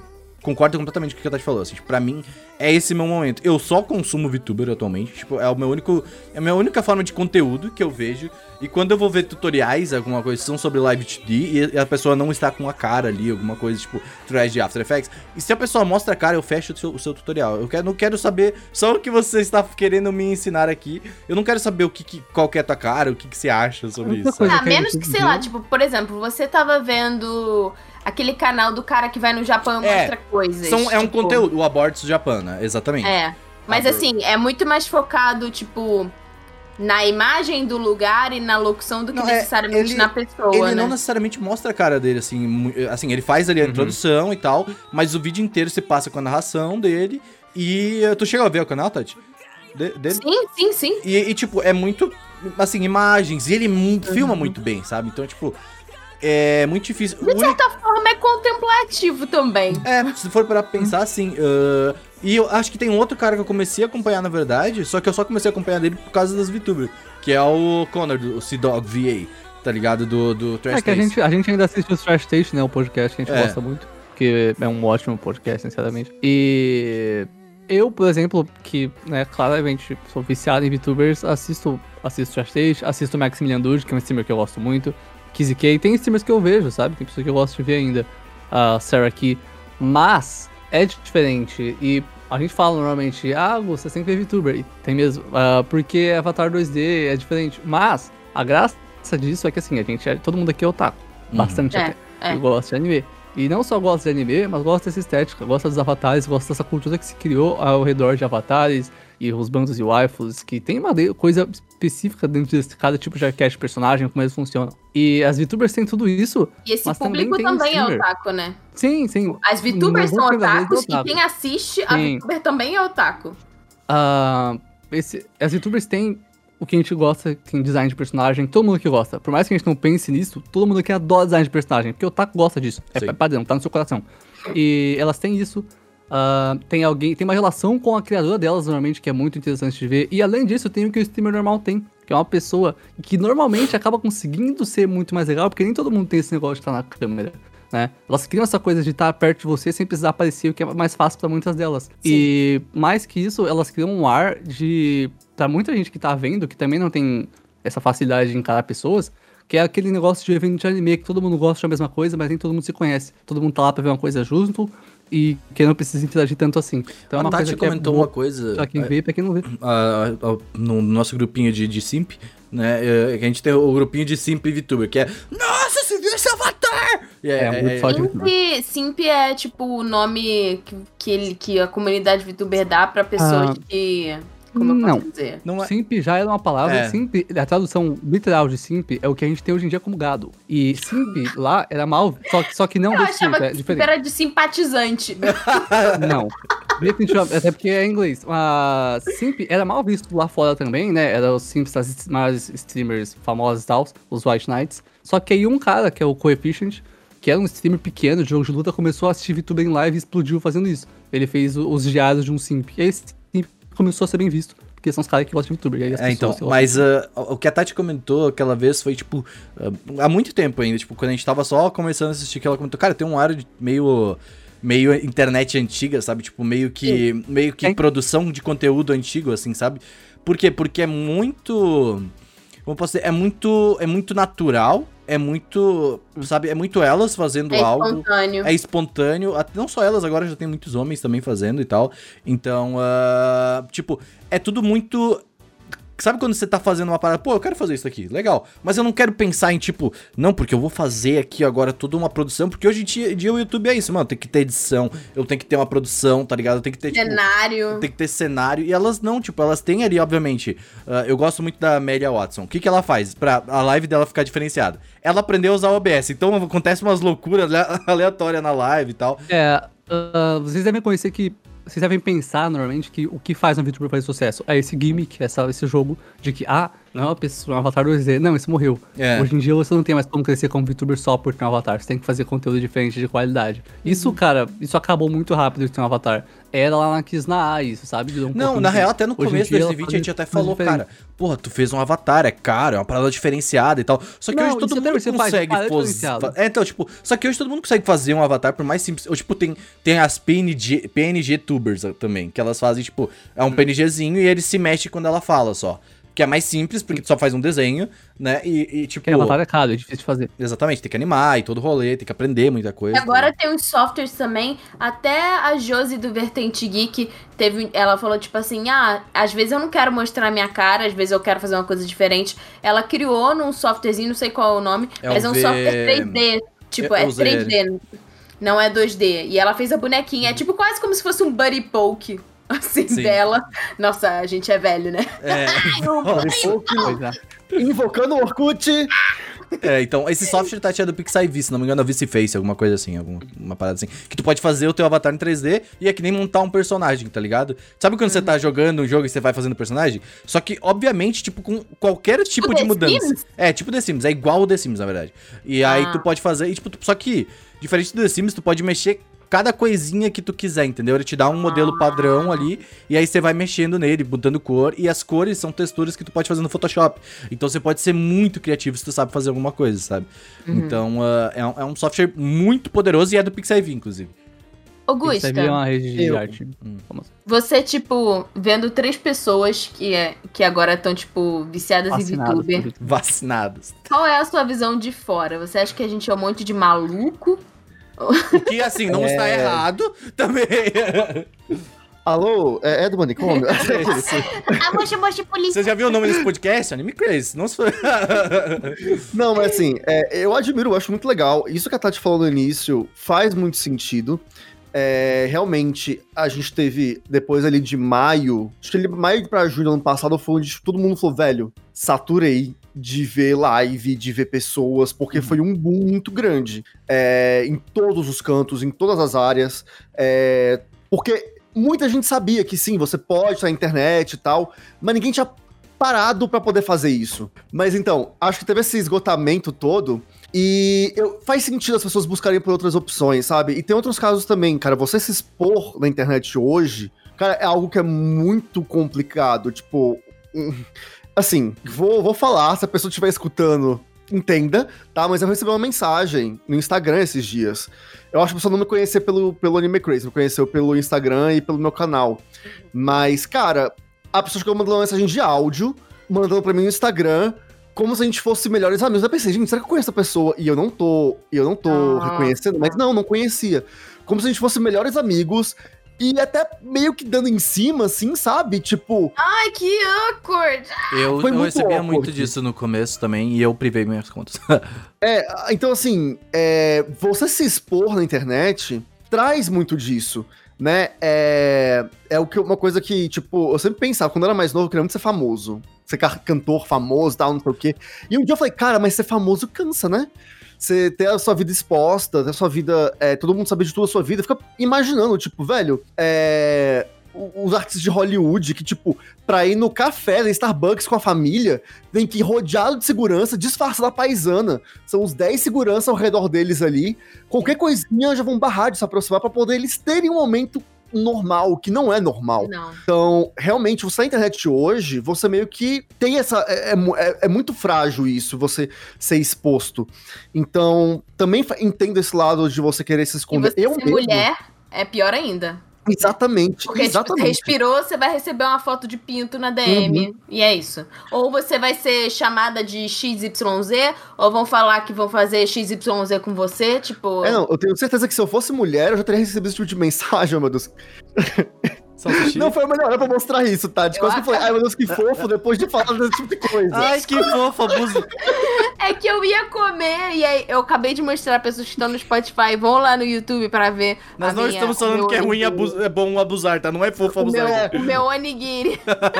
Speaker 1: concordo completamente com o que a Tati falou, assim, tipo, pra mim, é esse meu momento. Eu só consumo VTuber atualmente, tipo, é o meu único, é a minha única forma de conteúdo que eu vejo, e quando eu vou ver tutoriais, alguma coisa, são sobre Live dois D, e a pessoa não está com a cara ali, alguma coisa, tipo, tutoriais de After Effects, e se a pessoa mostra a cara, eu fecho o seu, o seu tutorial. Eu quero, não quero saber só o que você está querendo me ensinar aqui, eu não quero saber o que, que qual que é a tua cara, o que, que você acha sobre isso.
Speaker 3: Coisa
Speaker 2: Ah,
Speaker 3: que a
Speaker 2: menos
Speaker 3: gente
Speaker 2: que, sei
Speaker 3: viu.
Speaker 2: lá, tipo, por exemplo, você tava vendo aquele canal do cara que vai no Japão e
Speaker 1: É,
Speaker 2: mostra coisas.
Speaker 1: São, é um
Speaker 2: tipo,
Speaker 1: conteúdo, o Abortos Japan, né? Exatamente.
Speaker 2: É. Mas
Speaker 1: Ah,
Speaker 2: assim, é muito mais focado, tipo, na imagem do lugar e na locução do que
Speaker 1: Não, é,
Speaker 2: necessariamente
Speaker 1: ele-
Speaker 2: na pessoa,
Speaker 1: Ele
Speaker 2: né?
Speaker 1: não necessariamente mostra a cara dele, assim, mu- assim, ele faz ali a
Speaker 3: Uhum.
Speaker 1: introdução e tal, mas o vídeo inteiro se passa com a narração dele, e uh, tu chegou a ver o canal, Tati? De- dele?
Speaker 2: Sim, sim, sim.
Speaker 1: E, e, tipo, é muito, assim, imagens, e ele mu-
Speaker 2: Uhum.
Speaker 1: filma muito bem, sabe? Então, tipo, é muito difícil. O
Speaker 2: De
Speaker 1: único-
Speaker 2: certa forma é contemplativo também.
Speaker 1: É, se for pra pensar assim. uh, e eu acho que tem um outro cara que eu comecei a acompanhar, na verdade, só que eu só comecei a acompanhar dele por causa das VTubers, que é o Connor, do C-Dog V A, tá ligado? Do, do Trash
Speaker 3: É que a
Speaker 1: Taste.
Speaker 3: gente, a gente ainda assiste os Trash Taste, né? O podcast que a gente
Speaker 1: É.
Speaker 3: gosta muito. Que é um ótimo podcast, sinceramente. E eu, por exemplo, que, né, claramente sou viciado em VTubers, assisto, assisto Trash Taste, assisto o Maximilian Dude, que é um streamer que eu gosto muito. Kizzy K, tem streamers que eu vejo, sabe? Tem pessoas que eu gosto de ver ainda. A Sarah aqui. Mas é diferente. E a gente fala normalmente, ah, você tem que ver VTuber. E tem mesmo. ah, porque Avatar dois D é diferente. Mas a graça disso é que assim, a gente é, todo mundo aqui é otaku. Bastante
Speaker 2: É,
Speaker 3: até.
Speaker 2: é.
Speaker 3: Eu gosto de anime. E não só gosto de anime, mas gosto dessa estética, gosto dos avatares, gosto dessa cultura que se criou ao redor de avatares e os bandos e waifus, que tem uma de- coisa específica dentro de cada tipo de arquétipo de personagem, como eles funcionam. E as VTubers têm tudo isso.
Speaker 2: E esse
Speaker 3: Mas também
Speaker 2: público
Speaker 3: tem um
Speaker 2: também é
Speaker 3: streamer.
Speaker 2: otaku, né?
Speaker 3: Sim, sim.
Speaker 2: As VTubers
Speaker 3: Não
Speaker 2: são
Speaker 3: vou pegar
Speaker 2: otakus
Speaker 3: desde
Speaker 2: e quem assiste a
Speaker 3: Sim.
Speaker 2: VTuber também é otaku.
Speaker 3: Ah, esse, as VTubers têm o que a gente gosta, tem design de personagem, todo mundo que gosta. Por mais que a gente não pense nisso, todo mundo aqui adora design de personagem, porque o otaku gosta disso. É
Speaker 1: Sim.
Speaker 3: padrão, tá no seu coração. E elas têm isso. ah, tem alguém, tem uma relação com a criadora delas, normalmente, que é muito interessante de ver. E além disso, tem o que o streamer normal tem, que é uma pessoa que normalmente acaba conseguindo ser muito mais legal, porque nem todo mundo tem esse negócio de estar na câmera. Né? Elas criam essa coisa de estar perto de você sem precisar aparecer, o que é mais fácil pra muitas delas. E mais que isso, elas criam um ar de... Pra muita gente que tá vendo, que também não tem essa facilidade de encarar pessoas, que é aquele negócio de evento de anime, que todo mundo gosta da mesma coisa, mas nem todo mundo se conhece. Todo mundo tá lá pra ver uma coisa junto e que não precisa interagir tanto assim. Então é
Speaker 1: A
Speaker 3: uma
Speaker 1: Tati
Speaker 3: coisa que
Speaker 1: comentou
Speaker 3: é boa
Speaker 1: uma coisa
Speaker 3: pra quem vê e pra quem não vê.
Speaker 1: ah, ah, no nosso grupinho de, de simp, né? é, que a gente tem o grupinho de simp e VTuber, que é Nossa, você viu esse avatar? E
Speaker 3: É, um grupo só de
Speaker 2: Simp, Simp é tipo o nome que, que, ele, que a comunidade VTuber dá pra pessoas
Speaker 3: Ah,
Speaker 2: que... Como eu
Speaker 3: não.
Speaker 2: posso dizer?
Speaker 1: não é,
Speaker 3: Simp já era uma palavra,
Speaker 1: É.
Speaker 3: simp, a tradução literal de simp é o que a gente tem hoje em dia como gado. E simp lá era mal, só, que- só que não
Speaker 2: Eu
Speaker 3: desse
Speaker 2: achava
Speaker 3: jeito, é
Speaker 2: que Simp
Speaker 3: diferente.
Speaker 2: era de simpatizante.
Speaker 3: Não, definitivamente, até porque é em inglês. Mas simp era mal visto lá fora também, né? Era os simps das mais streamers famosos e tal, os White Knights. Só que aí um cara, que é o Coefficient, que era um streamer pequeno de jogo de luta, começou a assistir VTuber em live e explodiu fazendo isso. Ele fez o- os diários de um simp. E aí esse simp começou a ser bem visto. Porque são os caras que gostam de VTuber. E aí as
Speaker 1: É, então,
Speaker 3: pessoas-
Speaker 1: mas ah, o que a Tati comentou aquela vez foi, tipo, ah, há muito tempo ainda, tipo, quando a gente tava só começando a assistir, que ela comentou, cara, tem um ar de meio, meio internet antiga, sabe? Tipo, meio que, meio que
Speaker 3: Sim.
Speaker 1: produção de conteúdo antigo, assim, sabe? Por quê? Porque é muito, como eu posso dizer, é muito, é muito natural, é muito, sabe? É muito elas fazendo
Speaker 2: É
Speaker 1: algo...
Speaker 2: espontâneo.
Speaker 1: É espontâneo, até- não só elas, agora já tem muitos homens também fazendo e tal. Então, ah, tipo, é tudo muito... Sabe quando você tá fazendo uma parada, pô, eu quero fazer isso aqui, legal. Mas eu não quero pensar em, tipo, não, porque eu vou fazer aqui agora toda uma produção, porque hoje em dia, dia o YouTube é isso, mano, tem que ter edição, eu tenho que ter uma produção, tá ligado? Eu tenho que ter, tipo...
Speaker 2: Cenário.
Speaker 1: Tem que ter cenário. E elas não, tipo, elas têm ali, obviamente. ah, eu gosto muito da Amelia Watson. O que, que ela faz pra a live dela ficar diferenciada? Ela aprendeu a usar o O B S. Então acontece umas loucuras ale- aleatórias na live e tal.
Speaker 3: É, ah, vocês devem conhecer que. Vocês devem pensar normalmente que o que faz um VTuber fazer sucesso é esse gimmick, essa, esse jogo de que, ah, Não é uma pessoa, um avatar dois D. Não, isso morreu.
Speaker 1: É.
Speaker 3: Hoje em dia você não tem mais como crescer como VTuber só por ter um avatar. Você tem que fazer conteúdo diferente de qualidade. Isso,
Speaker 2: Uhum.
Speaker 3: cara, isso acabou muito rápido de ter um avatar. Era lá na Kisna isso, sabe? De um
Speaker 1: Não,
Speaker 3: pouco
Speaker 1: na
Speaker 3: de-
Speaker 1: real, até no
Speaker 3: Hoje em
Speaker 1: começo
Speaker 3: dia
Speaker 1: do
Speaker 3: ela
Speaker 1: dois mil e vinte a gente
Speaker 3: faz
Speaker 1: até
Speaker 3: coisas
Speaker 1: falou,
Speaker 3: diferentes.
Speaker 1: cara, porra, tu fez um avatar, é caro, é uma parada diferenciada e tal. Só que
Speaker 3: Não,
Speaker 1: hoje todo
Speaker 3: isso
Speaker 1: mundo
Speaker 3: até você faz,
Speaker 1: consegue
Speaker 3: parada
Speaker 1: fazer.
Speaker 3: diferenciada.
Speaker 1: É, então, tipo, só que hoje todo mundo consegue fazer um avatar por mais simples. Ou, tipo, tem, tem as P N G, P N G tubers também, que elas fazem, tipo, é um PNGzinho e ele se mexe quando ela fala só. Que é mais simples, porque tu só faz um desenho, né? E, e tipo.
Speaker 3: Porque avatar é caro, é difícil de fazer.
Speaker 1: Exatamente, tem que animar e todo rolê, tem que aprender muita coisa.
Speaker 2: E agora tem uns softwares também, até a Josi do Vertente Geek teve, ela falou tipo assim, ah, às vezes eu não quero mostrar minha cara, às vezes eu quero fazer uma coisa diferente. Ela criou num softwarezinho, não sei qual é o nome,
Speaker 1: É
Speaker 2: mas
Speaker 1: o
Speaker 2: é um
Speaker 1: V-
Speaker 2: software três D, tipo,
Speaker 1: Eu- eu
Speaker 2: é
Speaker 1: usei
Speaker 2: três D, não é dois D. E ela fez a bonequinha, é tipo quase como se fosse um buddy poke, assim,
Speaker 1: Sim.
Speaker 2: dela. Nossa, a gente é velho, né?
Speaker 1: É.
Speaker 3: Pois é.
Speaker 4: Invocando o Orkut.
Speaker 1: É, então, esse software tá tirando do PixIV, se não me engano, é o ViciFace, alguma coisa assim, alguma uma parada assim. Que tu pode fazer o teu avatar em três D e é que nem montar um personagem, tá ligado? Sabe quando você tá jogando um jogo e você vai fazendo personagem? Só que, obviamente, tipo, com qualquer tipo
Speaker 2: Tipo
Speaker 1: de
Speaker 2: The
Speaker 1: mudança.
Speaker 2: Sims?
Speaker 1: É, tipo The Sims, é igual o The Sims, na verdade. E aí
Speaker 2: Ah.
Speaker 1: tu pode fazer, e, tipo, tu- só que, diferente do The Sims, tu pode mexer cada coisinha que tu quiser, entendeu? Ele te dá um modelo padrão ali, e aí você vai mexendo nele, botando cor, e as cores são texturas que tu pode fazer no Photoshop. Então você pode ser muito criativo se tu sabe fazer alguma coisa, sabe? Então ah, é, um, é um software muito poderoso e é do PixIV, inclusive.
Speaker 2: Augusta,
Speaker 3: Isso aí é uma rede de
Speaker 4: Eu.
Speaker 3: arte. famosa.
Speaker 2: você, tipo, vendo três pessoas que, é, que agora estão, tipo, viciadas
Speaker 3: Fascinado
Speaker 2: em
Speaker 3: por
Speaker 2: VTuber,
Speaker 3: isso.
Speaker 1: Vacinados.
Speaker 2: qual é a sua visão de fora? Você acha que a gente é um monte de maluco?
Speaker 1: O que, assim, não está errado também.
Speaker 4: Alô, é, é do manicômio?
Speaker 2: Ah, mocha, mocha, polícia.
Speaker 1: Você já viu o nome desse podcast? Anime Crazy. Não se for...
Speaker 4: Não, mas assim, é, eu admiro, eu acho muito legal. Isso que a Tati falou no início faz muito sentido. É, realmente, a gente teve, depois ali de maio, acho que ali, maio pra junho do ano passado, foi onde todo mundo falou, velho, saturei de ver live, de ver pessoas, porque foi um boom muito grande. É, em todos os cantos, em todas as áreas. É, porque muita gente sabia que sim, você pode estar na internet e tal, mas ninguém tinha parado pra poder fazer isso. Mas então, acho que teve esse esgotamento todo e eu, faz sentido as pessoas buscarem por outras opções, sabe? E tem outros casos também, cara, você se expor na internet hoje, cara, é algo que é muito complicado, tipo... hum, assim, vou, vou falar, se a pessoa estiver escutando, entenda, tá? Mas eu recebi uma mensagem no Instagram esses dias. Eu acho que a pessoa não me conhecer pelo, pelo Anime Crazy, me conheceu pelo Instagram e pelo meu canal. Mas, cara, a pessoa chegou mandando uma mensagem de áudio, mandando pra mim no Instagram, como se a gente fosse melhores amigos. Eu pensei, gente, será que eu conheço a pessoa? E eu não tô, eu não tô
Speaker 2: Ah.
Speaker 4: reconhecendo, mas não, não conhecia. Como se a gente fosse melhores amigos, e até meio que dando em cima, assim, sabe? Tipo,
Speaker 2: Ai, que awkward.
Speaker 1: Eu,
Speaker 4: Foi
Speaker 1: eu
Speaker 4: muito
Speaker 1: recebia
Speaker 4: awkward.
Speaker 1: muito disso no começo também e eu privei minhas contas.
Speaker 4: é, então assim, é, você se expor na internet traz muito disso, né? É, é o que, uma coisa que, tipo, eu sempre pensava, quando eu era mais novo, eu queria muito ser famoso. Ser ca- cantor famoso e tal, não sei o quê. E um dia eu falei, cara, mas ser famoso cansa, né? Você ter a sua vida exposta, ter a sua vida. É, todo mundo saber de toda a sua vida. Fica imaginando, tipo, velho, é, o- os artistas de Hollywood que, tipo, pra ir no café, na Starbucks com a família, tem que ir rodeado de segurança, disfarçado da paisana. São os dez seguranças ao redor deles ali. Qualquer coisinha já vão barrar de se aproximar pra poder eles terem um momento normal, que não é normal.
Speaker 2: Não.
Speaker 4: Então, realmente, você na internet hoje, você meio que tem essa. É, é mu- é- é muito frágil isso, você ser exposto. Então, também fa- entendo esse lado de você querer se
Speaker 2: E
Speaker 4: esconder.
Speaker 2: você
Speaker 4: Eu
Speaker 2: ser
Speaker 4: mesmo-
Speaker 2: mulher é pior ainda.
Speaker 4: Exatamente.
Speaker 2: Porque tipo, você
Speaker 4: exatamente.
Speaker 2: respirou, você vai receber uma foto de pinto na D M.
Speaker 4: Uhum.
Speaker 2: E é isso. Ou você vai ser chamada de X Y Z, ou vão falar que vão fazer X Y Z com você, tipo...
Speaker 4: É, não, eu tenho certeza que se eu fosse mulher, eu já teria recebido esse tipo de mensagem, oh, meu Deus.
Speaker 1: Salsichi?
Speaker 4: Não foi a melhor hora pra mostrar isso, tá? De
Speaker 2: Eu
Speaker 4: quase que eu falei,
Speaker 2: acho-
Speaker 4: ai meu Deus, que fofo, depois de falar desse tipo de coisa.
Speaker 1: Ai, que fofo, abuso.
Speaker 2: É que eu ia comer, e aí eu acabei de mostrar pessoas que estão no Spotify, vão lá no YouTube pra ver.
Speaker 1: Nós
Speaker 2: a
Speaker 1: não
Speaker 2: minha-
Speaker 1: estamos
Speaker 2: o
Speaker 1: falando
Speaker 2: meu
Speaker 1: que é ruim,
Speaker 2: onigiri.
Speaker 1: abus- é bom abusar, tá? Não é fofo
Speaker 2: O meu,
Speaker 1: abusar.
Speaker 2: o meu onigiri.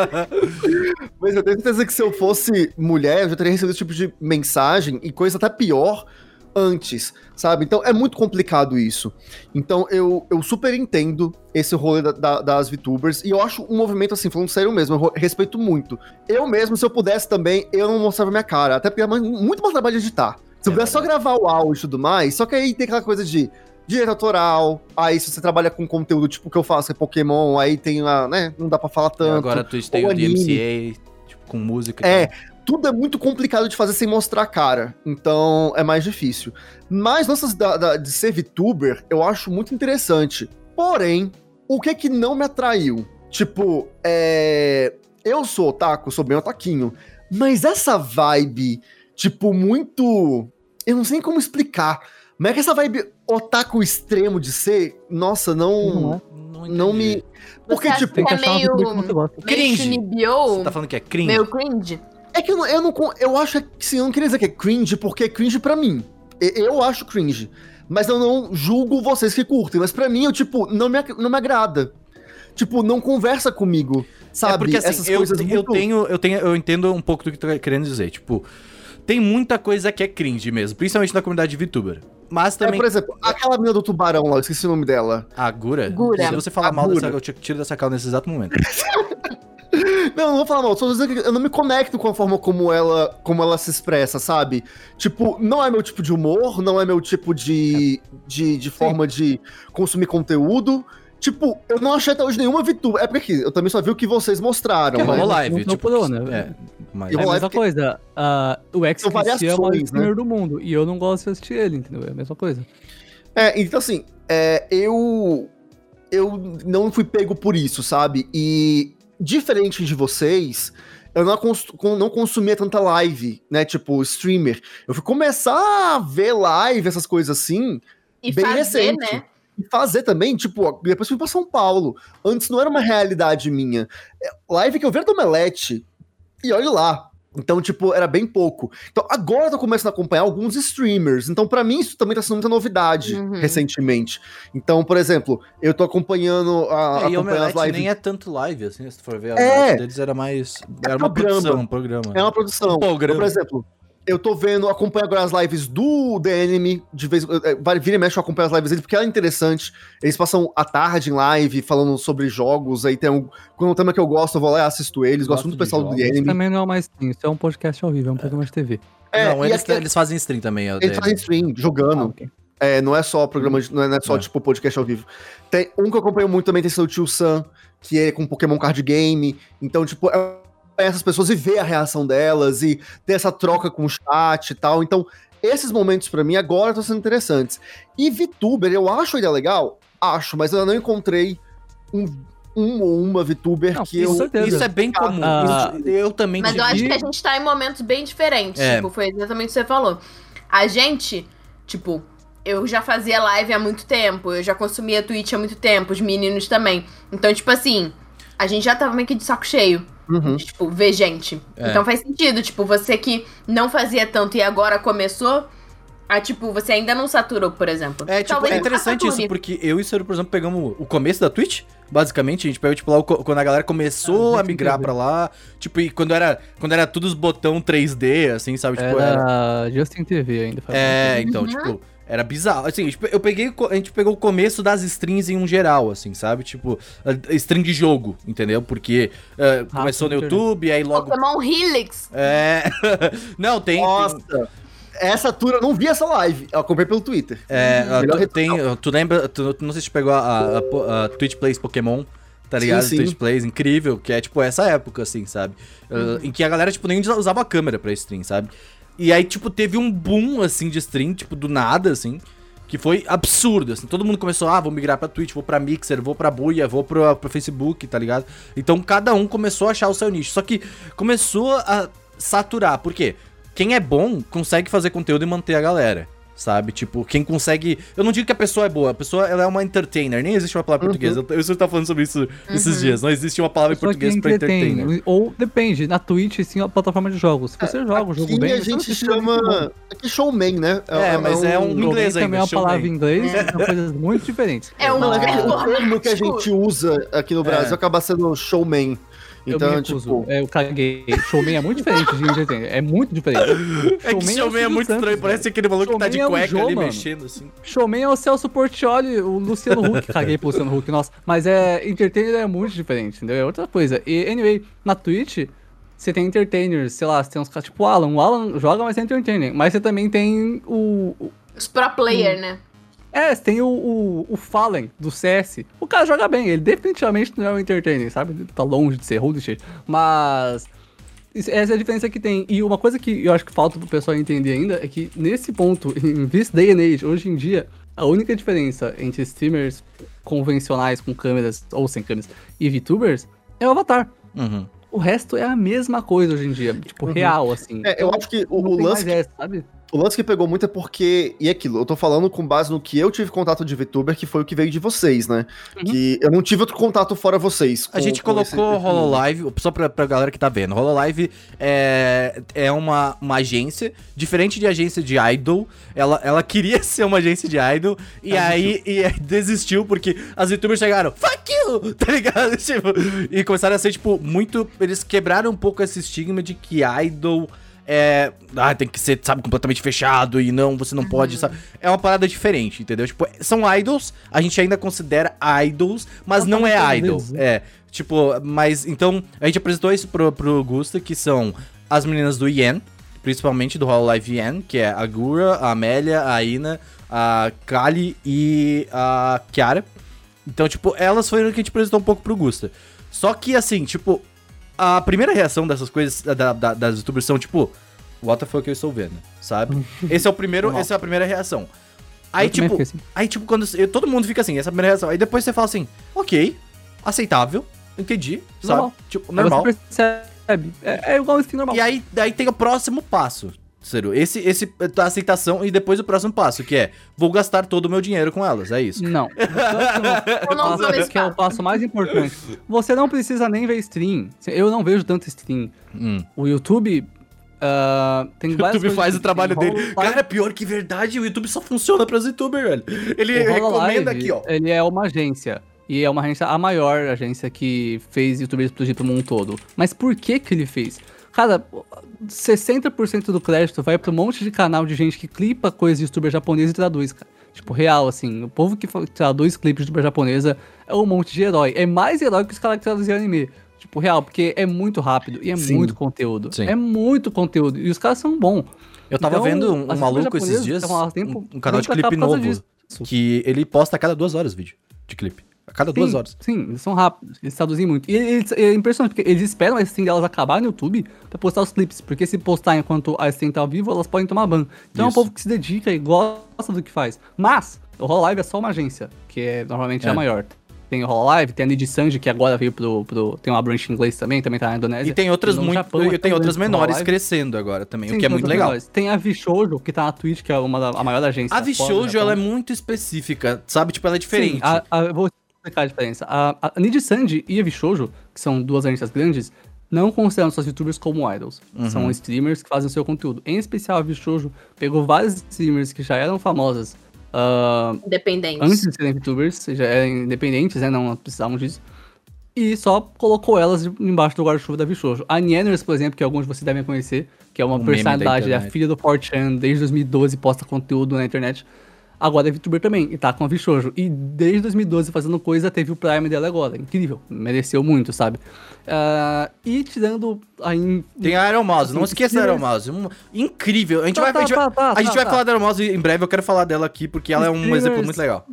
Speaker 4: Mas eu tenho certeza que se eu fosse mulher, eu já teria recebido esse tipo de mensagem e coisa até pior, antes, sabe? Então é muito complicado isso. Então eu, eu super entendo esse rolê da, da, das VTubers, e eu acho um movimento, assim, falando sério mesmo, eu respeito muito. Eu mesmo, se eu pudesse também, eu não mostrava minha cara, até porque é muito mais trabalho de editar. Se eu
Speaker 1: É
Speaker 4: pudesse só gravar o áudio e tudo mais, só que aí tem aquela coisa de direito autoral, aí se você trabalha com conteúdo tipo o que eu faço, é Pokémon, aí tem a, né, não dá pra falar tanto.
Speaker 1: E agora a Twitch tem
Speaker 4: ou
Speaker 1: o D M
Speaker 4: anime.
Speaker 1: C A, tipo, com música.
Speaker 4: É, tudo é muito complicado de fazer sem mostrar a cara, então é mais difícil. Mas nossas da, da, de ser VTuber, eu acho muito interessante. Porém, o que é que não me atraiu? Tipo, é... eu sou otaku, sou bem otaquinho, mas essa vibe, tipo, muito... eu não sei nem como explicar, mas é que essa vibe otaku extremo de ser, nossa, não...
Speaker 3: Não é.
Speaker 1: Não,
Speaker 4: não me...
Speaker 1: entendi.
Speaker 4: Porque,
Speaker 2: Você acha
Speaker 4: tipo...
Speaker 3: Tem que
Speaker 2: É
Speaker 3: achar uma
Speaker 2: meio-
Speaker 3: VTuber que você gosta.
Speaker 2: Meio
Speaker 1: Cringe.
Speaker 2: Shunibyo,
Speaker 1: Você tá falando que é cringe?
Speaker 2: meio cringe.
Speaker 4: É que eu não, eu não. con- Eu acho que sim, eu não queria dizer que é cringe, porque é cringe pra mim. E- Eu acho cringe. Mas eu não julgo vocês que curtem. Mas pra mim, eu, tipo, não me, ag- não me agrada. Tipo, não conversa comigo. Sabe?
Speaker 1: É porque assim,
Speaker 4: Essas
Speaker 1: eu,
Speaker 4: coisas
Speaker 1: eu
Speaker 4: muito...
Speaker 1: tenho, eu tenho, eu entendo um pouco do que tu tá querendo dizer. Tipo, tem muita coisa que é cringe mesmo, principalmente na comunidade VTuber. Mas
Speaker 4: É,
Speaker 1: também.
Speaker 4: por exemplo, aquela menina do tubarão lá, eu esqueci o nome dela.
Speaker 1: A Gura?
Speaker 2: Gura.
Speaker 1: Se você falar
Speaker 4: A
Speaker 1: mal
Speaker 4: Gura.
Speaker 1: dessa, eu te tiro dessa calma nesse exato momento.
Speaker 4: Não, não vou falar mal, só vou dizer que eu não me conecto com a forma como ela, como ela se expressa, sabe? Tipo, não é meu tipo de humor, não é meu tipo de, de, de forma de consumir conteúdo. Tipo, eu não achei até hoje nenhuma VTuber. É porque eu também só vi o que vocês mostraram.
Speaker 1: Que
Speaker 4: mas-
Speaker 1: rolou live,
Speaker 3: não- não
Speaker 1: tipo.
Speaker 3: pulou, né?
Speaker 1: É, mas.
Speaker 4: Eu
Speaker 3: É a
Speaker 4: vou lá
Speaker 3: mesma
Speaker 4: porque-
Speaker 3: coisa. ah, o X
Speaker 4: São
Speaker 3: Christian é o maior
Speaker 4: variações,
Speaker 3: streamer
Speaker 4: né?
Speaker 3: do mundo. E eu não gosto de assistir ele, entendeu? É a mesma coisa.
Speaker 4: É, então assim, é, eu eu não fui pego por isso, sabe? E diferente de vocês, eu não, cons con- não consumia tanta live, né? Tipo, streamer. Eu fui começar a ver live, essas coisas assim,
Speaker 2: E
Speaker 4: bem
Speaker 2: fazer,
Speaker 4: recente.
Speaker 2: né?
Speaker 4: E fazer também, tipo, depois fui pra São Paulo. Antes não era uma realidade minha. É, live que eu vi era do Omelete. E olha lá. Então, tipo, era bem pouco. Então, agora eu tô começando a acompanhar alguns streamers. Então, pra mim, isso também tá sendo muita novidade,
Speaker 2: Uhum.
Speaker 4: recentemente. Então, por exemplo, eu tô acompanhando, a,
Speaker 1: É, e o
Speaker 4: acompanhando as
Speaker 1: Omelete
Speaker 4: lives.
Speaker 1: nem é tanto live, assim, se tu for ver. A
Speaker 4: É.
Speaker 1: live deles era mais. Era uma
Speaker 4: programa.
Speaker 1: produção, um programa.
Speaker 4: É uma produção.
Speaker 1: Um programa.
Speaker 4: Então, por exemplo, eu tô vendo, acompanho agora as lives do D N, de vez eh, vai- vira e mexe eu acompanho as lives deles, porque é interessante. Eles passam a tarde em live falando sobre jogos, aí tem um, quando é um tema que eu gosto, eu vou lá e assisto eles, gosto
Speaker 1: Gosto
Speaker 4: muito do
Speaker 1: de
Speaker 4: pessoal do
Speaker 1: jogos.
Speaker 4: D
Speaker 3: Isso
Speaker 4: N.
Speaker 3: também não é mais stream, isso é um podcast ao vivo, é um programa de T V.
Speaker 4: É,
Speaker 1: Não,
Speaker 4: e
Speaker 1: eles,
Speaker 4: aqui-
Speaker 1: eles fazem stream também. eu
Speaker 4: Eles
Speaker 1: tenho.
Speaker 4: fazem stream, jogando.
Speaker 3: Ah, ok.
Speaker 4: É, não é só programa, de- não é, não é só,
Speaker 1: É.
Speaker 4: tipo, podcast ao vivo. Tem um que eu acompanho muito também, tem seu tio Sam, que é com Pokémon Card Game. Então, tipo, é essas pessoas e ver a reação delas e ter essa troca com o chat e tal. Então, esses momentos pra mim agora estão sendo interessantes. E VTuber, eu acho a ideia legal? Acho, mas eu ainda não encontrei um, um ou uma VTuber
Speaker 3: Não,
Speaker 4: que
Speaker 3: com
Speaker 4: eu...
Speaker 3: certeza.
Speaker 1: Isso é bem comum.
Speaker 3: Ah,
Speaker 1: Isso- eu também
Speaker 2: Mas eu
Speaker 1: tive-
Speaker 2: acho que a gente tá em momentos bem diferentes.
Speaker 1: É.
Speaker 2: Tipo, foi exatamente o que você falou. A gente, tipo, eu já fazia live há muito tempo, eu já consumia Twitch há muito tempo, os meninos também. Então, tipo assim, a gente já tava meio que de saco cheio.
Speaker 4: Uhum.
Speaker 2: De, tipo, ver gente.
Speaker 1: É.
Speaker 2: Então faz sentido, tipo, você que não fazia tanto e agora começou, a, tipo, você ainda não saturou, por exemplo.
Speaker 1: É, tipo,
Speaker 2: Talvez
Speaker 1: é
Speaker 2: não
Speaker 1: interessante
Speaker 2: sature.
Speaker 1: isso, porque eu e o Ciro, por exemplo, pegamos o começo da Twitch, basicamente, a gente pegou, tipo, lá o co- quando a galera começou
Speaker 3: Ah,
Speaker 1: a migrar
Speaker 3: Justin
Speaker 1: pra lá, tipo, e quando era, quando era tudo os botão três D, assim, sabe, tipo, era...
Speaker 3: Era Justin T V ainda. faz
Speaker 1: É,
Speaker 3: tempo.
Speaker 1: então,
Speaker 2: Uhum.
Speaker 1: tipo, era bizarro. Assim, tipo, eu peguei, o co- a gente pegou o começo das strings em um geral, assim, sabe? Tipo, a- string de jogo, entendeu? Porque eh, começou no
Speaker 3: internet.
Speaker 1: YouTube, aí logo...
Speaker 2: Pokémon Helix.
Speaker 1: É... Não, tem... tem
Speaker 4: Nossa! Essa tour, eu não vi essa live, eu acompanhei pelo Twitter.
Speaker 1: é,
Speaker 4: Melhor
Speaker 1: tu,
Speaker 4: rede
Speaker 1: tem, tu lembra... Tu, tu não sei se tu pegou a, a, po- a Twitch Plays Pokémon, tá
Speaker 4: Sim,
Speaker 1: ligado?
Speaker 4: sim.
Speaker 1: Twitch Plays, incrível, que é, tipo, essa época, assim, sabe? Uh, em que a galera, tipo, nem usava a câmera pra stream, sabe? E aí, tipo, teve um boom, assim, de stream, tipo, do nada, assim... Que foi absurdo, assim, todo mundo começou, ah, vou migrar pra Twitch, vou pra Mixer, vou pra Buia, vou pro, pro Facebook, tá ligado? Então cada um começou a achar o seu nicho, só que começou a saturar, por quê? Quem é bom consegue fazer conteúdo e manter a galera, sabe? Tipo, quem consegue... Eu não digo que a pessoa é boa, a pessoa ela é uma entertainer, nem existe uma palavra em
Speaker 4: Uhum.
Speaker 1: português, eu, eu só tava falando sobre isso esses dias, não existe uma palavra em
Speaker 3: Só que
Speaker 1: português pra
Speaker 3: entretém.
Speaker 1: entertainer.
Speaker 3: Ou depende, na Twitch sim é uma plataforma de jogos. Se você joga o jogo
Speaker 4: Aqui
Speaker 3: bem,
Speaker 4: a
Speaker 3: você
Speaker 4: gente
Speaker 3: precisa muito bom.
Speaker 4: chama... Aqui showman, né?
Speaker 1: É, mas é um
Speaker 3: Jogo
Speaker 1: inglês
Speaker 3: também
Speaker 1: ainda,
Speaker 3: é uma
Speaker 1: showman.
Speaker 3: palavra em inglês, são coisas muito diferentes.
Speaker 2: É um
Speaker 4: Não, é que o termo que a
Speaker 2: performático.
Speaker 4: gente usa aqui no Brasil
Speaker 1: É.
Speaker 4: acaba sendo showman. Então,
Speaker 3: eu me recuso.
Speaker 4: tipo...
Speaker 3: É, eu caguei. Showman é muito diferente de entertainer. É muito diferente.
Speaker 1: É que Showman é, é muito estranho, parece aquele maluco que tá de
Speaker 3: é um
Speaker 1: cueca
Speaker 3: jogo,
Speaker 1: ali
Speaker 3: mano.
Speaker 1: mexendo assim.
Speaker 3: Showman é o Celso Portiolli, o Luciano Huck. Caguei pro Luciano Huck, nossa. Mas é, entertainer é muito diferente, entendeu? É outra coisa. E, anyway, na Twitch, você tem entertainers, sei lá, você tem uns caras tipo o Alan. O Alan joga, mas é entertainer. Mas você também tem o... o
Speaker 2: Os pro player,
Speaker 3: o,
Speaker 2: né?
Speaker 3: É, você tem o, o, o Fallen, do C S. O cara joga bem, ele definitivamente não é um entertainer, sabe? Ele tá longe de ser rude shit. Mas... essa é a diferença que tem. E uma coisa que eu acho que falta pro pessoal entender ainda é que nesse ponto, em this day and age, hoje em dia, a única diferença entre streamers convencionais com câmeras ou sem câmeras e VTubers é o avatar.
Speaker 1: Uhum.
Speaker 3: O resto é a mesma coisa hoje em dia, tipo, uhum. real, assim.
Speaker 4: É, eu acho que o, o lance...
Speaker 3: essa, sabe?
Speaker 4: O lance que pegou muito é porque, e aquilo, eu tô falando com base no que eu tive contato de VTuber, que foi o que veio de vocês, né? Uhum. Que eu não tive outro contato fora vocês. Com,
Speaker 1: a gente colocou esse... Hololive, só pra, pra galera que tá vendo, Hololive é, é uma, uma agência, diferente de agência de idol, ela, ela queria ser uma agência de idol, e ah, aí e, desistiu, porque as VTubers chegaram, fuck you, tá ligado? Tipo, e começaram a ser, tipo, muito, eles quebraram um pouco esse estigma de que idol... É, ah, tem que ser, sabe, completamente fechado e não, você não uhum. pode, sabe? É uma parada diferente, entendeu? Tipo, são idols, a gente ainda considera idols, mas não, não é idol. Vezes, né? É, tipo, mas então a gente apresentou isso pro, pro Gusta, que são as meninas do Yen, principalmente do Hololive Yen, que é a Gura, a Amélia, a Ina, a Kali e a Kiara. Então, tipo, elas foram o que a gente apresentou um pouco pro Gusta. Só que, assim, tipo, a primeira reação dessas coisas, da, da, das youtubers são tipo, what the fuck eu estou vendo, sabe? Esse é o primeiro, essa é a primeira reação. Aí, eu tipo, assim. aí, tipo, quando eu, todo mundo fica assim, essa é a primeira reação. Aí depois você fala assim, ok, aceitável, entendi, sabe?
Speaker 3: Normal.
Speaker 1: Tipo, normal.
Speaker 3: Você percebe, é, é igual assim, normal.
Speaker 1: E aí, daí tem o próximo passo, Ciro. Esse, esse, a aceitação e depois o próximo passo, que é, vou gastar todo o meu dinheiro com elas, é isso.
Speaker 3: Não. Eu não passo, que é o passo mais importante. Você não precisa nem ver stream. Eu não vejo tanto stream. Hum. O YouTube... Uh, tem
Speaker 1: o YouTube faz o trabalho dele. Live. Cara, pior que verdade, o YouTube só funciona para os youtubers, velho. Ele recomenda aqui, ó.
Speaker 3: Ele é uma agência. E é uma agência, a maior agência que fez youtubers explodir pro mundo todo. Mas por que que ele fez? Cara, sessenta por cento do crédito vai pra um monte de canal de gente que clipa coisas de youtuber japonês e traduz, cara. Tipo, real, assim. O povo que traduz clipes de youtuber japonesa é um monte de herói. É mais herói que os caras que traduzem anime. Tipo, real, porque é muito rápido e é Sim. muito conteúdo. Sim. É muito conteúdo. E os caras são bons.
Speaker 1: Eu tava então, vendo um, um maluco esses dias, um, um canal de clipe novo, que ele posta a cada duas horas vídeo de clipe. A cada
Speaker 3: sim,
Speaker 1: duas horas.
Speaker 3: Sim, eles são rápidos, eles traduzem muito. E eles, é impressionante, porque eles esperam a stream delas acabar no YouTube pra postar os clipes. Porque se postar enquanto a stream tá ao vivo, elas podem tomar ban. Então Isso. é um povo que se dedica e gosta do que faz. Mas, o Hololive é só uma agência, que é normalmente é. a maior. Tem o Hololive, tem a Nid Sanji, que agora veio pro, pro... Tem uma branch em inglês também, também tá na Indonésia.
Speaker 1: E tem outras, muito, Japão, e tem outras menores crescendo agora também, Sim, o que é muito legal. Menores.
Speaker 3: Tem a VShoujo, que tá na Twitch, que é uma da, a maior agência.
Speaker 1: A VShoujo, ela é muito específica, sabe? Tipo, ela é diferente. Sim,
Speaker 3: a, a, eu vou explicar a diferença. A, a Nid Sanji e a VShoujo, que são duas agências grandes, não consideram suas youtubers como idols. Uhum. São streamers que fazem o seu conteúdo. Em especial, a VShoujo pegou vários streamers que já eram famosas Uh,
Speaker 2: independentes.
Speaker 3: Antes de serem VTubers, já eram independentes, né? Não precisavam disso. E só colocou elas embaixo do guarda-chuva da VShoujo. A Nieners, por exemplo, que alguns de vocês devem conhecer, que é uma um personalidade, é a filha do four chan, desde dois mil e doze posta conteúdo na internet. Agora é VTuber também, e tá com a VShoujo. E desde dois mil e doze fazendo coisa, teve o Prime dela agora. Incrível, mereceu muito, sabe? Uh, e tirando aí...
Speaker 1: Tem a Iron Mouse, assim, não esqueça da Iron Mouse. Um, incrível. A gente, tá, vai, tá, a gente, tá, vai, tá, a gente tá, vai tá. falar da Iron Mouse em breve, eu quero falar dela aqui, porque ela Streamers, é um exemplo muito legal.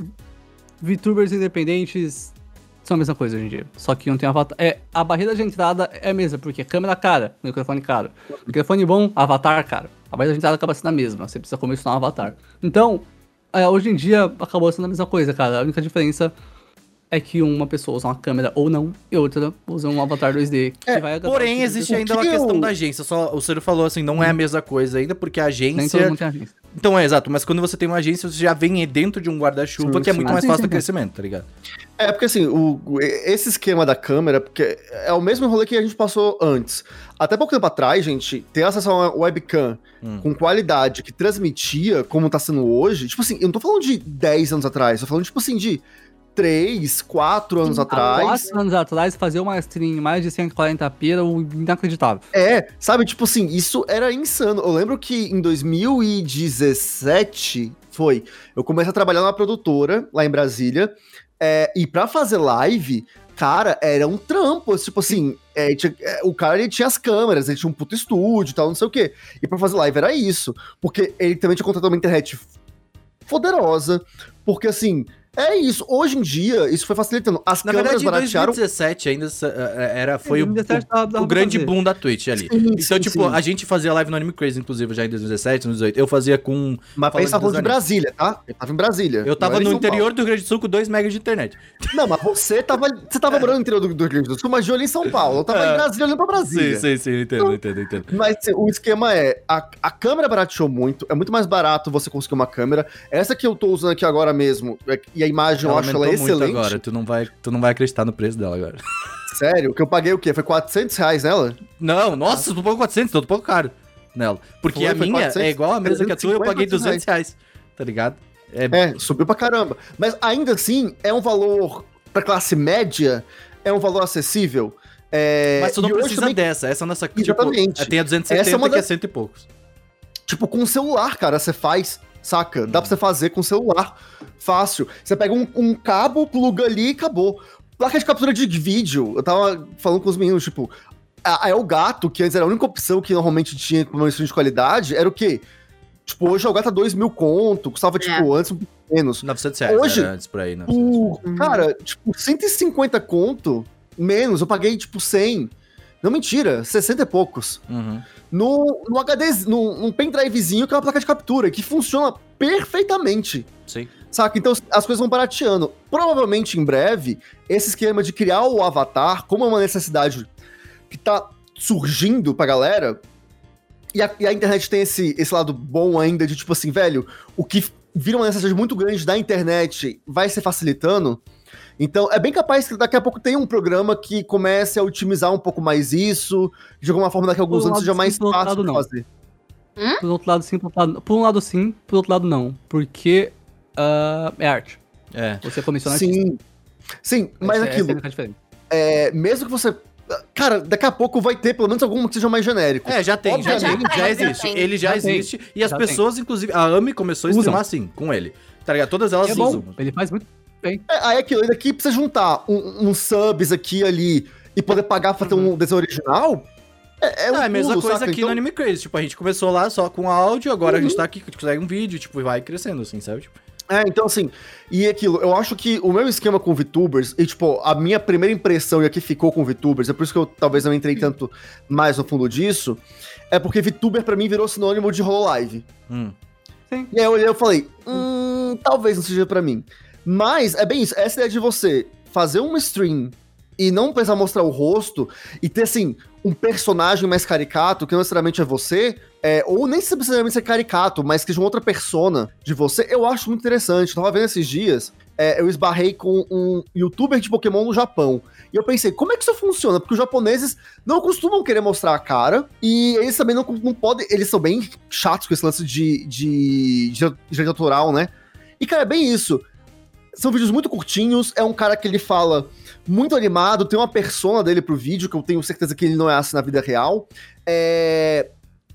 Speaker 3: VTubers independentes são a mesma coisa hoje em dia. Só que não tem avatar. É, a barreira de entrada é a mesma, porque câmera cara, microfone caro. Microfone bom, avatar caro. A barreira de entrada acaba sendo a mesma, você precisa começar um avatar. Então... É, hoje em dia acabou sendo a mesma coisa, cara. A única diferença é que uma pessoa usa uma câmera ou não, e outra usa um avatar dois D. Que
Speaker 1: é,
Speaker 3: vai
Speaker 1: porém, existe ainda uma questão eu... da agência. Só, o Ciro falou assim, não é a mesma coisa ainda, porque a agência...
Speaker 3: Nem todo mundo tem agência.
Speaker 1: Então é, exato. Mas quando você tem uma agência, você já vem dentro de um guarda-chuva, que é muito ah, mais sim, fácil sim, do crescimento, tá ligado?
Speaker 4: É, porque assim, o, esse esquema da câmera, porque é o mesmo rolê que a gente passou antes. Até pouco tempo atrás, gente, ter acesso a uma webcam hum. com qualidade que transmitia como tá sendo hoje, tipo assim, eu não tô falando de dez anos atrás, tô falando, tipo assim, de três, quatro anos
Speaker 3: Há
Speaker 4: atrás.
Speaker 3: quatro anos atrás, fazer uma stream em mais de cento e quarenta p era um inacreditável.
Speaker 4: É, sabe, tipo assim, isso era insano. Eu lembro que em dois mil e dezessete, foi, eu comecei a trabalhar numa produtora lá em Brasília, é, e pra fazer live, cara, era um trampo, tipo assim, é, tinha, é, o cara ele tinha as câmeras, ele tinha um puto estúdio e tal, não sei o quê. E pra fazer live era isso, porque ele também tinha contratado uma internet poderosa, porque assim... É isso, hoje em dia, isso foi facilitando. As
Speaker 1: Na
Speaker 4: câmeras
Speaker 1: verdade, em dois mil
Speaker 4: baratearam...
Speaker 1: e dezessete ainda era, foi
Speaker 3: Em
Speaker 1: o,
Speaker 3: dois mil e dezessete dava-
Speaker 1: o,
Speaker 3: dava
Speaker 1: o
Speaker 3: pra
Speaker 1: grande
Speaker 3: fazer.
Speaker 1: boom da Twitch ali.
Speaker 4: Sim,
Speaker 1: Então,
Speaker 4: sim,
Speaker 1: tipo,
Speaker 4: sim.
Speaker 1: a gente fazia live no Anime Crazy, inclusive, já em dois mil e dezessete, dois mil e dezoito. Eu fazia com...
Speaker 4: Mas
Speaker 1: falando
Speaker 4: pensa falando de
Speaker 1: dos animes.
Speaker 4: Brasília, tá? Eu tava em Brasília.
Speaker 1: Eu tava
Speaker 4: não era
Speaker 1: no
Speaker 4: em São
Speaker 1: interior
Speaker 4: Paulo.
Speaker 1: do Rio Grande do Sul com dois megas de internet.
Speaker 4: Não, mas você tava, você tava morando no interior do, do Rio Grande do Sul, mas eu ali em São Paulo. Eu tava
Speaker 1: É.
Speaker 4: em Brasília olhando pra Brasília.
Speaker 1: Sim, sim, sim, entendo, entendo, entendo.
Speaker 4: Mas assim, o esquema é, a, a câmera barateou muito, é muito mais barato você conseguir uma câmera. Essa que eu tô usando aqui agora mesmo, é- e a imagem eu acho ela
Speaker 1: aumentou muito
Speaker 4: excelente.
Speaker 1: agora, tu não, vai, tu não vai acreditar no preço dela agora.
Speaker 4: Sério, que eu paguei o quê? Foi quatrocentos reais nela?
Speaker 1: Não, nossa, tu pagou quatrocentos, tô um pouco caro nela. Porque
Speaker 4: Foi,
Speaker 1: a
Speaker 4: foi
Speaker 1: minha
Speaker 4: quatrocentos,
Speaker 1: é igual a mesa que a tua, eu paguei
Speaker 4: trezentos e cinquenta
Speaker 1: duzentos reais, tá ligado? É,
Speaker 4: É, subiu pra caramba. Mas ainda assim, é um valor pra classe média, é um valor acessível. É,
Speaker 1: mas tu não
Speaker 4: e hoje
Speaker 1: precisa
Speaker 4: também,
Speaker 1: dessa, essa é a nossa...
Speaker 4: Exatamente.
Speaker 1: Tipo, tem a duzentos e
Speaker 4: Essa é
Speaker 1: setenta
Speaker 4: uma
Speaker 1: que é
Speaker 4: das-
Speaker 1: cento e poucos.
Speaker 4: Tipo, com o celular, cara, você faz, saca? Dá pra você fazer com o celular. Fácil. Você pega um, um cabo, pluga ali e acabou. Placa de captura de vídeo. Eu tava falando com os meninos, tipo, a, a Elgato, que antes era a única opção que normalmente tinha com uma stream de qualidade, era o quê? Tipo, hoje a Elgato é dois mil conto, custava, tipo, antes um pouco menos.
Speaker 1: novecentos reais
Speaker 4: Hoje,
Speaker 1: era antes por aí, novecentos.
Speaker 4: Por, cara, tipo, cento e cinquenta conto, menos, eu paguei, tipo, cem. Não, mentira, sessenta e poucos.
Speaker 1: Uhum.
Speaker 4: No, no H D, num, num pendrivezinho que é uma placa de captura, que funciona perfeitamente.
Speaker 1: Sim.
Speaker 4: Saca? Então as coisas vão barateando. Provavelmente em breve, esse esquema de criar o avatar, como é uma necessidade que tá surgindo pra galera, e a, e a internet tem esse, esse lado bom ainda de tipo assim, velho, o que vira uma necessidade muito grande da internet vai se facilitando. Então, é bem capaz que daqui a pouco tenha um programa que comece a otimizar um pouco mais isso, de alguma forma daqui a alguns
Speaker 3: Por um
Speaker 4: anos
Speaker 3: lado
Speaker 4: seja
Speaker 3: sim,
Speaker 4: mais
Speaker 3: por outro
Speaker 4: fácil
Speaker 3: lado
Speaker 4: de
Speaker 3: não.
Speaker 4: fazer.
Speaker 3: Por outro lado, sim, por outro lado, por um lado sim, por outro lado não. Porque ah, é arte.
Speaker 1: É.
Speaker 3: Você comissões artista.
Speaker 4: Sim, sim, mas
Speaker 3: Essa- essa
Speaker 4: aquilo,
Speaker 3: é a única diferença.
Speaker 4: é, mesmo que você... Cara, daqui a pouco vai ter pelo menos algum que seja mais genérico.
Speaker 1: É, já tem, já,
Speaker 4: Obviamente.
Speaker 1: tem, já
Speaker 2: Já tem,
Speaker 1: existe.
Speaker 2: já tem.
Speaker 1: Ele já,
Speaker 3: Já tem,
Speaker 1: existe. E as
Speaker 3: já
Speaker 1: pessoas, inclusive, a Ami começou a
Speaker 3: Usam.
Speaker 1: streamar assim, com ele. Tá ligado? Todas elas
Speaker 3: É bom,
Speaker 1: usam.
Speaker 3: ele faz muito bem.
Speaker 4: É, aí aquilo, ainda aqui precisa juntar uns um, um subs aqui ali e poder pagar pra ter um desenho original. É, é,
Speaker 1: Não,
Speaker 4: um
Speaker 1: é a mesma
Speaker 4: pulo,
Speaker 1: coisa
Speaker 4: saca?
Speaker 1: aqui
Speaker 4: Então,
Speaker 1: no Anime Crazy. Tipo, a gente começou lá só com áudio, agora a gente tá aqui, consegue um vídeo, tipo, e vai crescendo, assim, sabe? Tipo,
Speaker 4: É, então assim, e aquilo, eu acho que o meu esquema com VTubers, e tipo, a minha primeira impressão e a que ficou com VTubers, é por isso que eu talvez não entrei tanto mais no fundo disso, é porque VTuber pra mim virou sinônimo de Hololive.
Speaker 1: hum.
Speaker 4: E aí eu olhei e falei, hum, talvez não seja pra mim. Mas é bem isso, essa ideia de você fazer uma stream e não precisar mostrar o rosto e ter, assim, um personagem mais caricato, que não necessariamente é você, é, ou nem necessariamente ser caricato, mas que de uma outra persona de você, eu acho muito interessante. Eu tava vendo esses dias, é, eu esbarrei com um youtuber de Pokémon no Japão. E eu pensei, como é que isso funciona? Porque os japoneses não costumam querer mostrar a cara, e eles também não, não podem, eles são bem chatos com esse lance de, de, de direito autoral, né? E, cara, é bem isso. São vídeos muito curtinhos, é um cara que ele fala muito animado, tem uma persona dele pro vídeo, que eu tenho certeza que ele não é assim na vida real. É...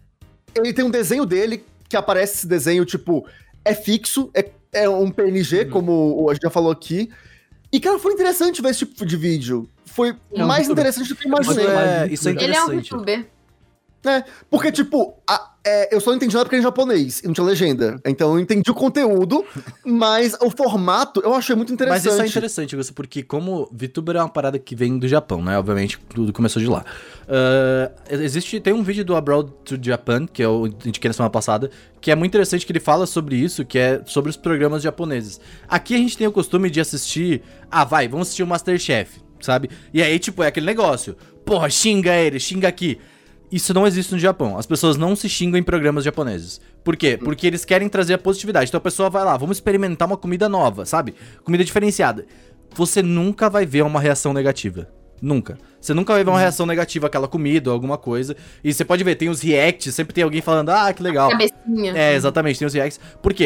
Speaker 4: Ele tem um desenho dele, que aparece esse desenho, tipo, é fixo, é, é um P N G,
Speaker 1: Uhum.
Speaker 4: como a gente já falou aqui. E, cara, foi interessante ver esse tipo de vídeo. Foi
Speaker 3: É um
Speaker 4: mais
Speaker 3: VTuber.
Speaker 4: interessante do que eu
Speaker 1: Isso
Speaker 4: imaginei.
Speaker 1: é, isso é
Speaker 2: Ele é um
Speaker 1: interessante.
Speaker 2: VTuber.
Speaker 4: É, porque, tipo, a- é, eu só não entendi nada porque era em japonês e não tinha legenda. Então eu entendi o conteúdo, mas o formato eu achei muito interessante.
Speaker 1: Mas isso é interessante, Augusto, porque como VTuber é uma parada que vem do Japão, né? Obviamente, tudo começou de lá. Ah, existe, tem um vídeo do Abroad to Japan, que eu indiquei na semana passada, que é muito interessante, que ele fala sobre isso, que é sobre os programas japoneses. Aqui a gente tem o costume de assistir, ah, vai, vamos assistir o Masterchef, sabe? E aí, tipo, é aquele negócio, porra, xinga ele, xinga aqui. Isso não existe no Japão. As pessoas não se xingam em programas japoneses. Por quê? Porque eles querem trazer a positividade. Então a pessoa vai lá, vamos experimentar uma comida nova, sabe? Comida diferenciada. Você nunca vai ver uma reação negativa. Nunca. Você nunca vai ver uma reação negativa àquela comida ou alguma coisa. E você pode ver, tem os reacts, sempre tem alguém falando, ah, que legal.
Speaker 2: Cabecinha.
Speaker 1: É, exatamente, tem os reacts. Por quê?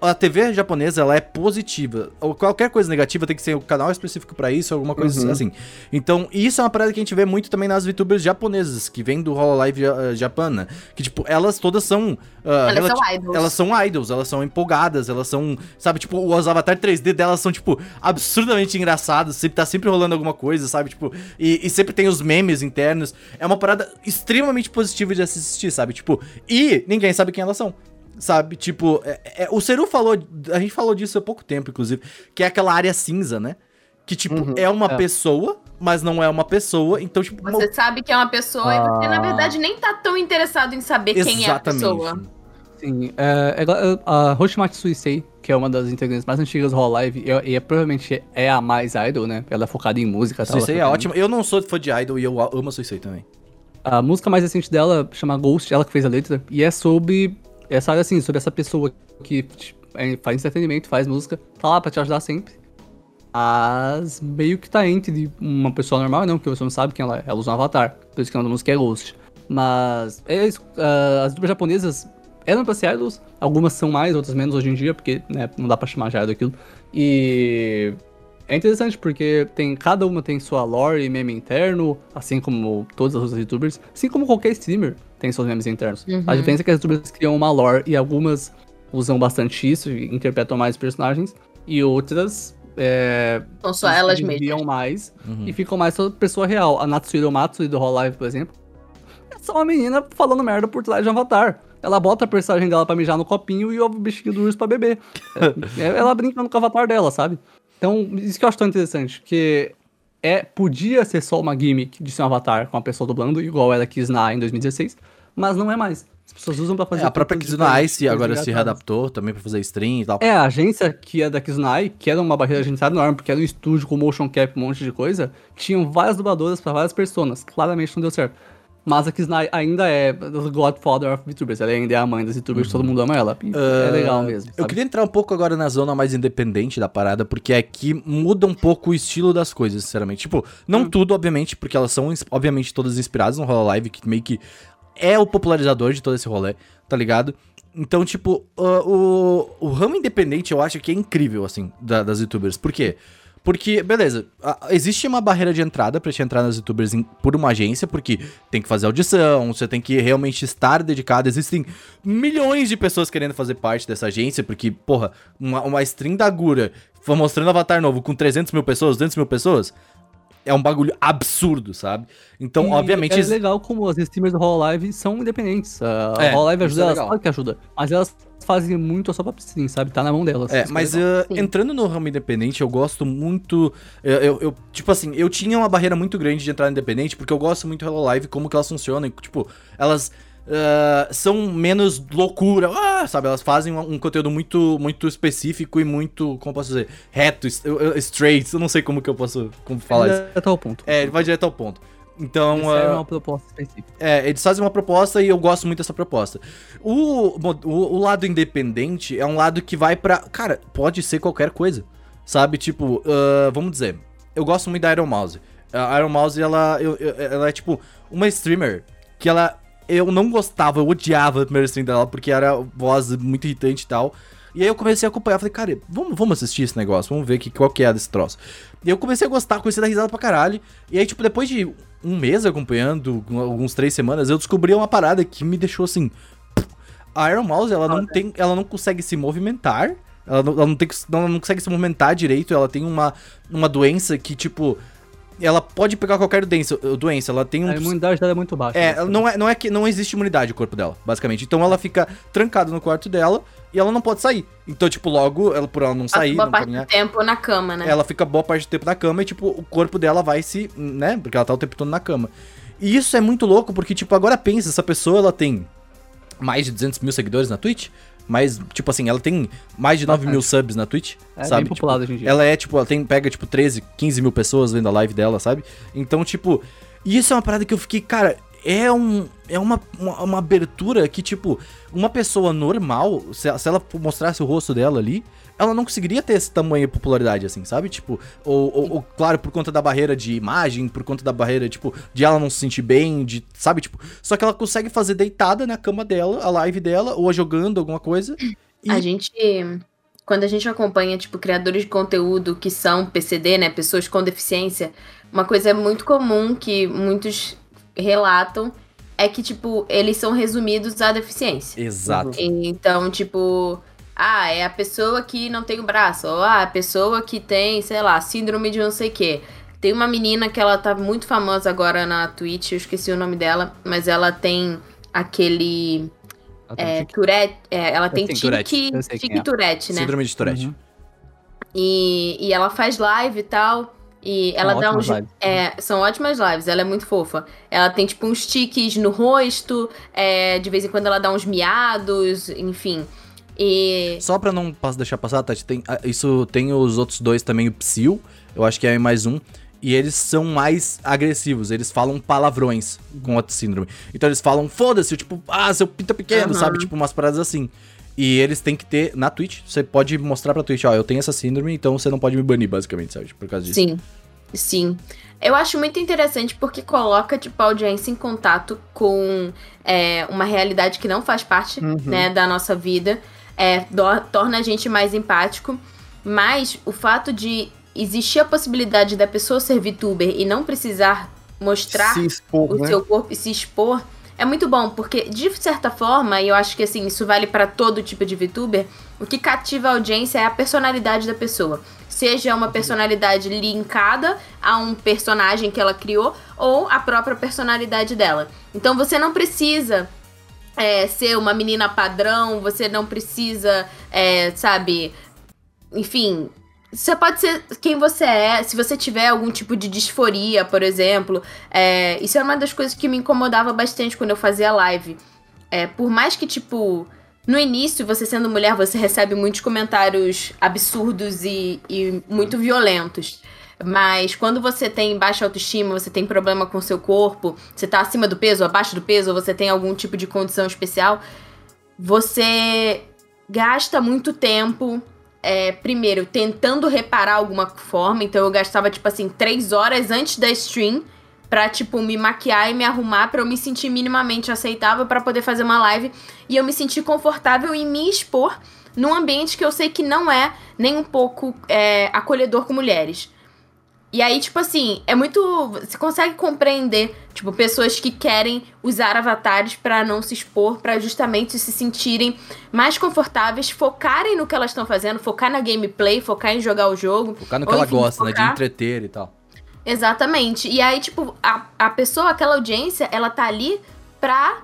Speaker 1: a T V japonesa, ela é positiva. Ou qualquer coisa negativa tem que ser um canal específico pra isso, alguma coisa
Speaker 4: Uhum.
Speaker 1: assim. Então, isso é uma parada que a gente vê muito também nas VTubers japonesas, que vem do Hololive ja- Japana. Que, tipo, elas todas são... ah,
Speaker 2: Elas são
Speaker 1: relati-
Speaker 2: idols.
Speaker 1: Elas são idols, elas são empolgadas, elas são... Sabe, tipo, os avatar três D delas são, tipo, absurdamente engraçados. Sempre, tá sempre rolando alguma coisa, sabe? Tipo, e, e sempre tem os memes internos. É uma parada extremamente positiva de assistir, sabe? Tipo, e ninguém sabe quem elas são. Sabe, tipo, é- é- o Seru falou, a gente falou disso há pouco tempo, inclusive, que é aquela área cinza, né? Que, tipo,
Speaker 4: Uhum.
Speaker 1: é uma
Speaker 3: É.
Speaker 1: pessoa, mas não é uma pessoa, então, tipo...
Speaker 2: Você sabe que é uma pessoa e você, na
Speaker 3: Ah.
Speaker 2: verdade, nem tá tão interessado em saber quem é a pessoa.
Speaker 3: Sim, é, é igual- é, a Hoshimatsu Suisei, que é uma das integrantes mais antigas do Hololive, e, e é, provavelmente é a mais idol, né? Ela é focada em música e tal.
Speaker 1: Suicei é
Speaker 3: ela foca em-
Speaker 1: ótimo. Eu não sou fã de Idol e eu amo a Suicei também.
Speaker 3: A música mais recente dela chama Ghost, ela que fez a letra, e é sobre essa área assim, sobre essa pessoa que tipo, é, faz entretenimento, faz música, tá lá pra te ajudar sempre. Mas meio que tá entre uma pessoa normal, não, porque você não sabe quem ela é. Ela usa um avatar, por isso que o nome da música é Ghost. Mas é isso, ah, as duplas japonesas eram pra ser idols, algumas são mais, outras menos hoje em dia, porque né, não dá pra chamar já daquilo. E é interessante porque tem, cada uma tem sua lore e meme interno, assim como todas as outras youtubers, assim como qualquer streamer tem seus memes internos.
Speaker 2: Uhum.
Speaker 3: A diferença é que as youtubers criam uma lore e algumas usam bastante isso e interpretam mais personagens, e outras é,
Speaker 2: São só elas
Speaker 3: se
Speaker 2: mesmas.
Speaker 3: desviam mais
Speaker 1: Uhum.
Speaker 3: e ficam mais sobre pessoa real. A Natsuhiro Matsui do Hololive, por exemplo, é só uma menina falando merda por trás de um avatar. Ela bota a personagem dela pra mijar no copinho e o bichinho do urso pra beber. É, ela brincando com o avatar dela, sabe? Então, isso que eu acho tão interessante, porque é, podia ser só uma gimmick de ser um avatar com a pessoa dublando, igual era Kizuna em dois mil e dezesseis, mas não é mais. As pessoas usam pra fazer...
Speaker 1: É, a própria
Speaker 3: outras
Speaker 1: Kizuna
Speaker 3: diferentes,
Speaker 1: Ice agora
Speaker 3: coisas
Speaker 1: se
Speaker 3: engraçadas.
Speaker 1: readaptou também pra fazer stream e tal.
Speaker 3: É, a agência que é da Kizunai, que era uma barreira agenciada enorme, porque era um estúdio com motion cap, um monte de coisa, tinham várias dubladoras pra várias personas. Claramente não deu certo. Mas a Kizunai ainda é o Godfather of VTubers, ela ainda é a mãe das VTubers, todo mundo ama ela. E é legal mesmo,
Speaker 1: Eu
Speaker 3: sabe?
Speaker 1: queria entrar um pouco agora na zona mais independente da parada, porque aqui muda um pouco o estilo das coisas, sinceramente. Tipo, não
Speaker 3: Hum.
Speaker 1: tudo, obviamente, porque elas são, ins- obviamente, todas inspiradas no Hololive, que meio que é o popularizador de todo esse rolê, tá ligado? Então, tipo, uh, o, o ramo independente eu acho que é incrível, assim, da- das youtubers. Por quê? Porque, beleza, a- existe uma barreira de entrada pra te entrar nas youtubers em- por uma agência, porque tem que fazer audição, você tem que realmente estar dedicado. Existem milhões de pessoas querendo fazer parte dessa agência, porque, porra, uma, uma stream da Gura foi mostrando Avatar novo com trezentas mil pessoas, duzentas mil pessoas, é um bagulho absurdo, sabe? Então,
Speaker 3: E
Speaker 1: obviamente...
Speaker 3: é
Speaker 1: ex-
Speaker 3: legal como as streamers do Hololive são independentes. A
Speaker 1: É,
Speaker 3: Hololive
Speaker 1: isso
Speaker 3: ajuda,
Speaker 1: é
Speaker 3: elas
Speaker 1: legal.
Speaker 3: claro que ajuda. Mas elas fazem muito a sua própria stream, sabe? Tá na mão delas.
Speaker 1: É,
Speaker 3: Isso
Speaker 1: mas
Speaker 3: legal.
Speaker 1: uh,
Speaker 2: Sim.
Speaker 1: entrando no ramo independente, eu gosto muito. Eu, eu- eu- tipo assim, eu tinha uma barreira muito grande de entrar no independente, porque eu gosto muito do Hololive, como que elas funcionam. e, Tipo, elas uh, são menos loucura, ah, sabe? Elas fazem um, um conteúdo muito, muito específico e muito, como eu posso dizer, reto, est- eu- eu- straight. Eu não sei como que eu posso como falar isso.
Speaker 3: É tal ponto.
Speaker 1: É, ele vai direto ao ponto. Então,
Speaker 3: Eles servem
Speaker 1: uh,
Speaker 3: uma proposta específica.
Speaker 1: é, eles fazem uma proposta e eu gosto muito dessa proposta. O, mo- o, o lado independente é um lado que vai pra... Cara, pode ser qualquer coisa, sabe? Tipo, ah, vamos dizer, eu gosto muito da Iron Mouse. A Iron Mouse, ela, eu- eu- ela é tipo uma streamer que ela... Eu não gostava, eu odiava a primeira stream dela porque era voz muito irritante e tal. E aí eu comecei a acompanhar, falei, cara, vamos, vamos assistir esse negócio, vamos ver que, qual que é desse troço. E eu comecei a gostar, comecei a dar risada pra caralho. E aí, tipo, depois de um mês acompanhando, alguns três semanas, eu descobri uma parada que me deixou assim... A Iron Mouse, ela não tem, ela não consegue se movimentar, ela não, ela não, tem, ela não consegue se movimentar direito, ela tem uma, uma doença que, tipo... Ela pode pegar qualquer doença, doença ela tem um...
Speaker 3: A imunidade dela é muito baixa.
Speaker 1: É,
Speaker 3: né?
Speaker 1: não é, não é que não existe imunidade no corpo dela, basicamente. Então ela fica trancada no quarto dela e ela não pode sair. Então, tipo, logo, ela, por ela não
Speaker 2: Passa
Speaker 1: sair,
Speaker 2: boa
Speaker 1: não
Speaker 2: parte
Speaker 1: caminhar,
Speaker 2: do tempo na cama, né?
Speaker 1: ela fica boa parte do tempo na cama e, tipo, o corpo dela vai se, né? Porque ela tá o tempo todo na cama. E isso é muito louco, porque, tipo, agora pensa, essa pessoa, ela tem mais de duzentos mil seguidores na Twitch, mas, tipo assim, ela tem mais de nove mil subs na Twitch,
Speaker 3: É
Speaker 1: sabe?
Speaker 3: bem popular hoje em dia.
Speaker 1: Ela é, tipo, ela tem, pega, tipo, treze, quinze mil pessoas vendo a live dela, sabe? Então, tipo, isso é uma parada que eu fiquei, cara, é, um, é uma, uma, uma abertura que, tipo, uma pessoa normal, se, se ela mostrasse o rosto dela ali, ela não conseguiria ter esse tamanho de popularidade, assim, sabe? Tipo, ou, ou, ou, claro, por conta da barreira de imagem, por conta da barreira, tipo, de ela não se sentir bem, de, sabe? Tipo, só que ela consegue fazer deitada na cama dela, a live dela, ou jogando alguma coisa. E,
Speaker 2: A gente quando a gente acompanha, tipo, criadores de conteúdo que são P C D, né, pessoas com deficiência, uma coisa muito comum que muitos relatam é que, tipo, eles são resumidos à deficiência.
Speaker 1: Exato.
Speaker 2: Então, tipo, ah, é a pessoa que não tem o braço, ou ah, a pessoa que tem, sei lá, síndrome de não sei o quê. Tem uma menina que ela tá muito famosa agora na Twitch, eu esqueci o nome dela, mas ela tem aquele...
Speaker 3: Ela tem
Speaker 2: É,
Speaker 3: tique.
Speaker 2: Tourette, é, ela tem
Speaker 1: tenho
Speaker 2: tique,
Speaker 1: Tourette.
Speaker 3: Eu sei quem
Speaker 2: tique
Speaker 3: é.
Speaker 2: Tourette, né?
Speaker 1: Síndrome de Tourette.
Speaker 3: Uhum.
Speaker 2: E, e ela faz live e tal. E ela
Speaker 3: São
Speaker 2: dá
Speaker 3: ótimas
Speaker 2: uns.
Speaker 3: lives.
Speaker 2: É, são ótimas lives, ela é muito fofa. Ela tem, tipo, uns tiques no rosto. É, de vez em quando ela dá uns miados, enfim. E.
Speaker 1: Só pra não pass- deixar passar, Tati, tem, ah, isso tem os outros dois também, o Psyll, eu acho que é mais um. E eles são mais agressivos, eles falam palavrões com outra síndrome. Então eles falam, foda-se, tipo, ah, seu pinto é pequeno,
Speaker 2: Aham.
Speaker 1: sabe? Tipo, umas paradas assim. E eles têm que ter, na Twitch, você pode mostrar pra Twitch, ó, eu tenho essa síndrome, então você não pode me banir, basicamente, sabe? Por causa disso.
Speaker 2: Sim, sim. Eu acho muito interessante porque coloca, tipo, a audiência em contato com é, uma realidade que não faz parte,
Speaker 4: Uhum.
Speaker 2: né, da nossa vida. É, do- torna a gente mais empático. Mas o fato de existir a possibilidade da pessoa ser VTuber e não precisar mostrar
Speaker 4: Se expor,
Speaker 2: o
Speaker 4: né?
Speaker 2: seu corpo e se expor é muito bom, porque de certa forma, e eu acho que assim, isso vale pra todo tipo de VTuber, o que cativa a audiência é a personalidade da pessoa. Seja uma personalidade linkada a um personagem que ela criou, ou a própria personalidade dela. Então você não precisa é, ser uma menina padrão, você não precisa, é, sabe, enfim... Você pode ser quem você é, se você tiver algum tipo de disforia, por exemplo. É, isso é uma das coisas que me incomodava bastante quando eu fazia live. É, por mais que, tipo, no início, você sendo mulher, você recebe muitos comentários absurdos e, e muito violentos. Mas quando você tem baixa autoestima, você tem problema com o seu corpo, você tá acima do peso, abaixo do peso, ou você tem algum tipo de condição especial, você gasta muito tempo... É, primeiro, tentando reparar alguma forma. Então eu gastava, tipo assim, três horas antes da stream pra, tipo, me maquiar e me arrumar pra eu me sentir minimamente aceitável pra poder fazer uma live. E eu me sentir confortável em me expor num ambiente que eu sei que não é nem um pouco é, acolhedor com mulheres. E aí, tipo assim, é muito... Você consegue compreender, tipo, pessoas que querem usar avatares pra não se expor, pra justamente se sentirem mais confortáveis, focarem no que elas estão fazendo, focar na gameplay, focar em jogar o jogo.
Speaker 1: Focar no que
Speaker 2: ou,
Speaker 1: ela
Speaker 2: enfim,
Speaker 1: gosta, né?
Speaker 2: focar-
Speaker 1: De entreter e tal.
Speaker 2: Exatamente. E aí, tipo, a, a pessoa, aquela audiência, ela tá ali pra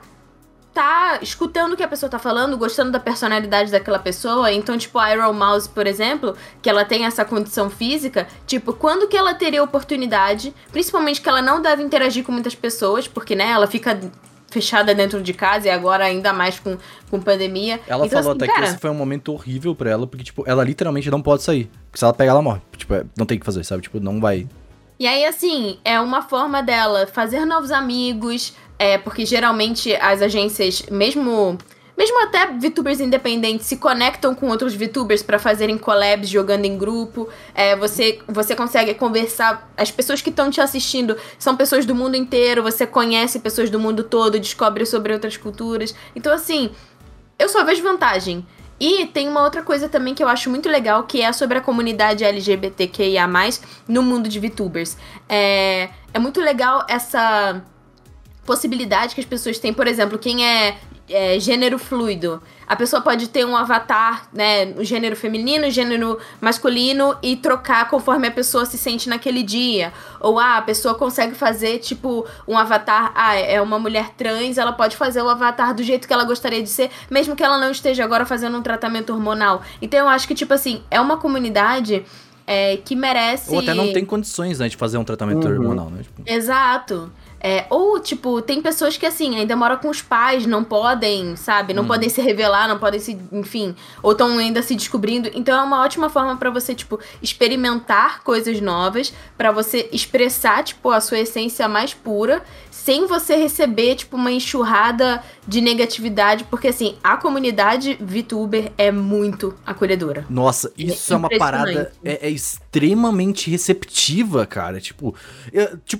Speaker 2: tá escutando o que a pessoa tá falando, gostando da personalidade daquela pessoa. Então, tipo, a Iron Mouse, por exemplo, que ela tem essa condição física, tipo, quando que ela teria oportunidade, principalmente que ela não deve interagir com muitas pessoas, porque, né, ela fica fechada dentro de casa e agora ainda mais com, com pandemia.
Speaker 1: Ela
Speaker 2: então,
Speaker 1: falou
Speaker 2: assim,
Speaker 1: até
Speaker 2: cara,
Speaker 1: que esse foi um momento horrível pra ela, porque, tipo, ela literalmente não pode sair. Porque se ela pegar, ela morre. Tipo, é, não tem o que fazer, sabe? Tipo, não vai...
Speaker 2: E aí, assim, é uma forma dela fazer novos amigos, é, porque geralmente as agências, mesmo, mesmo até VTubers independentes, se conectam com outros VTubers pra fazerem collabs jogando em grupo. É, você, você consegue conversar, as pessoas que estão te assistindo são pessoas do mundo inteiro, você conhece pessoas do mundo todo, descobre sobre outras culturas. Então, assim, eu só vejo vantagem. E tem uma outra coisa também que eu acho muito legal, que é sobre a comunidade L G B T Q I A mais, no mundo de VTubers. É, é muito legal essa possibilidade que as pessoas têm. Por exemplo, quem é, é gênero fluido, a pessoa pode ter um avatar, né, o gênero feminino, o gênero masculino, e trocar conforme a pessoa se sente naquele dia. Ou, ah, a pessoa consegue fazer, tipo, um avatar, ah, é uma mulher trans, ela pode fazer o avatar do jeito que ela gostaria de ser, mesmo que ela não esteja agora fazendo um tratamento hormonal. Então eu acho que, tipo assim, é uma comunidade é, que merece...
Speaker 1: Ou até não tem condições, né, de fazer um tratamento
Speaker 4: Uhum.
Speaker 1: hormonal, né? Tipo,
Speaker 2: Exato. É, ou, tipo, tem pessoas que, assim, ainda moram com os pais, não podem, sabe? Não
Speaker 1: Hum.
Speaker 2: podem se revelar, não podem se... Enfim, ou estão ainda se descobrindo. Então é uma ótima forma pra você, tipo, experimentar coisas novas, pra você expressar, tipo, a sua essência mais pura, sem você receber, tipo, uma enxurrada de negatividade. Porque, assim, a comunidade VTuber é muito acolhedora.
Speaker 1: nossa, isso é, uma parada...
Speaker 2: impressionante.
Speaker 1: É, é extremamente receptiva, cara. Tipo, eu- tipo...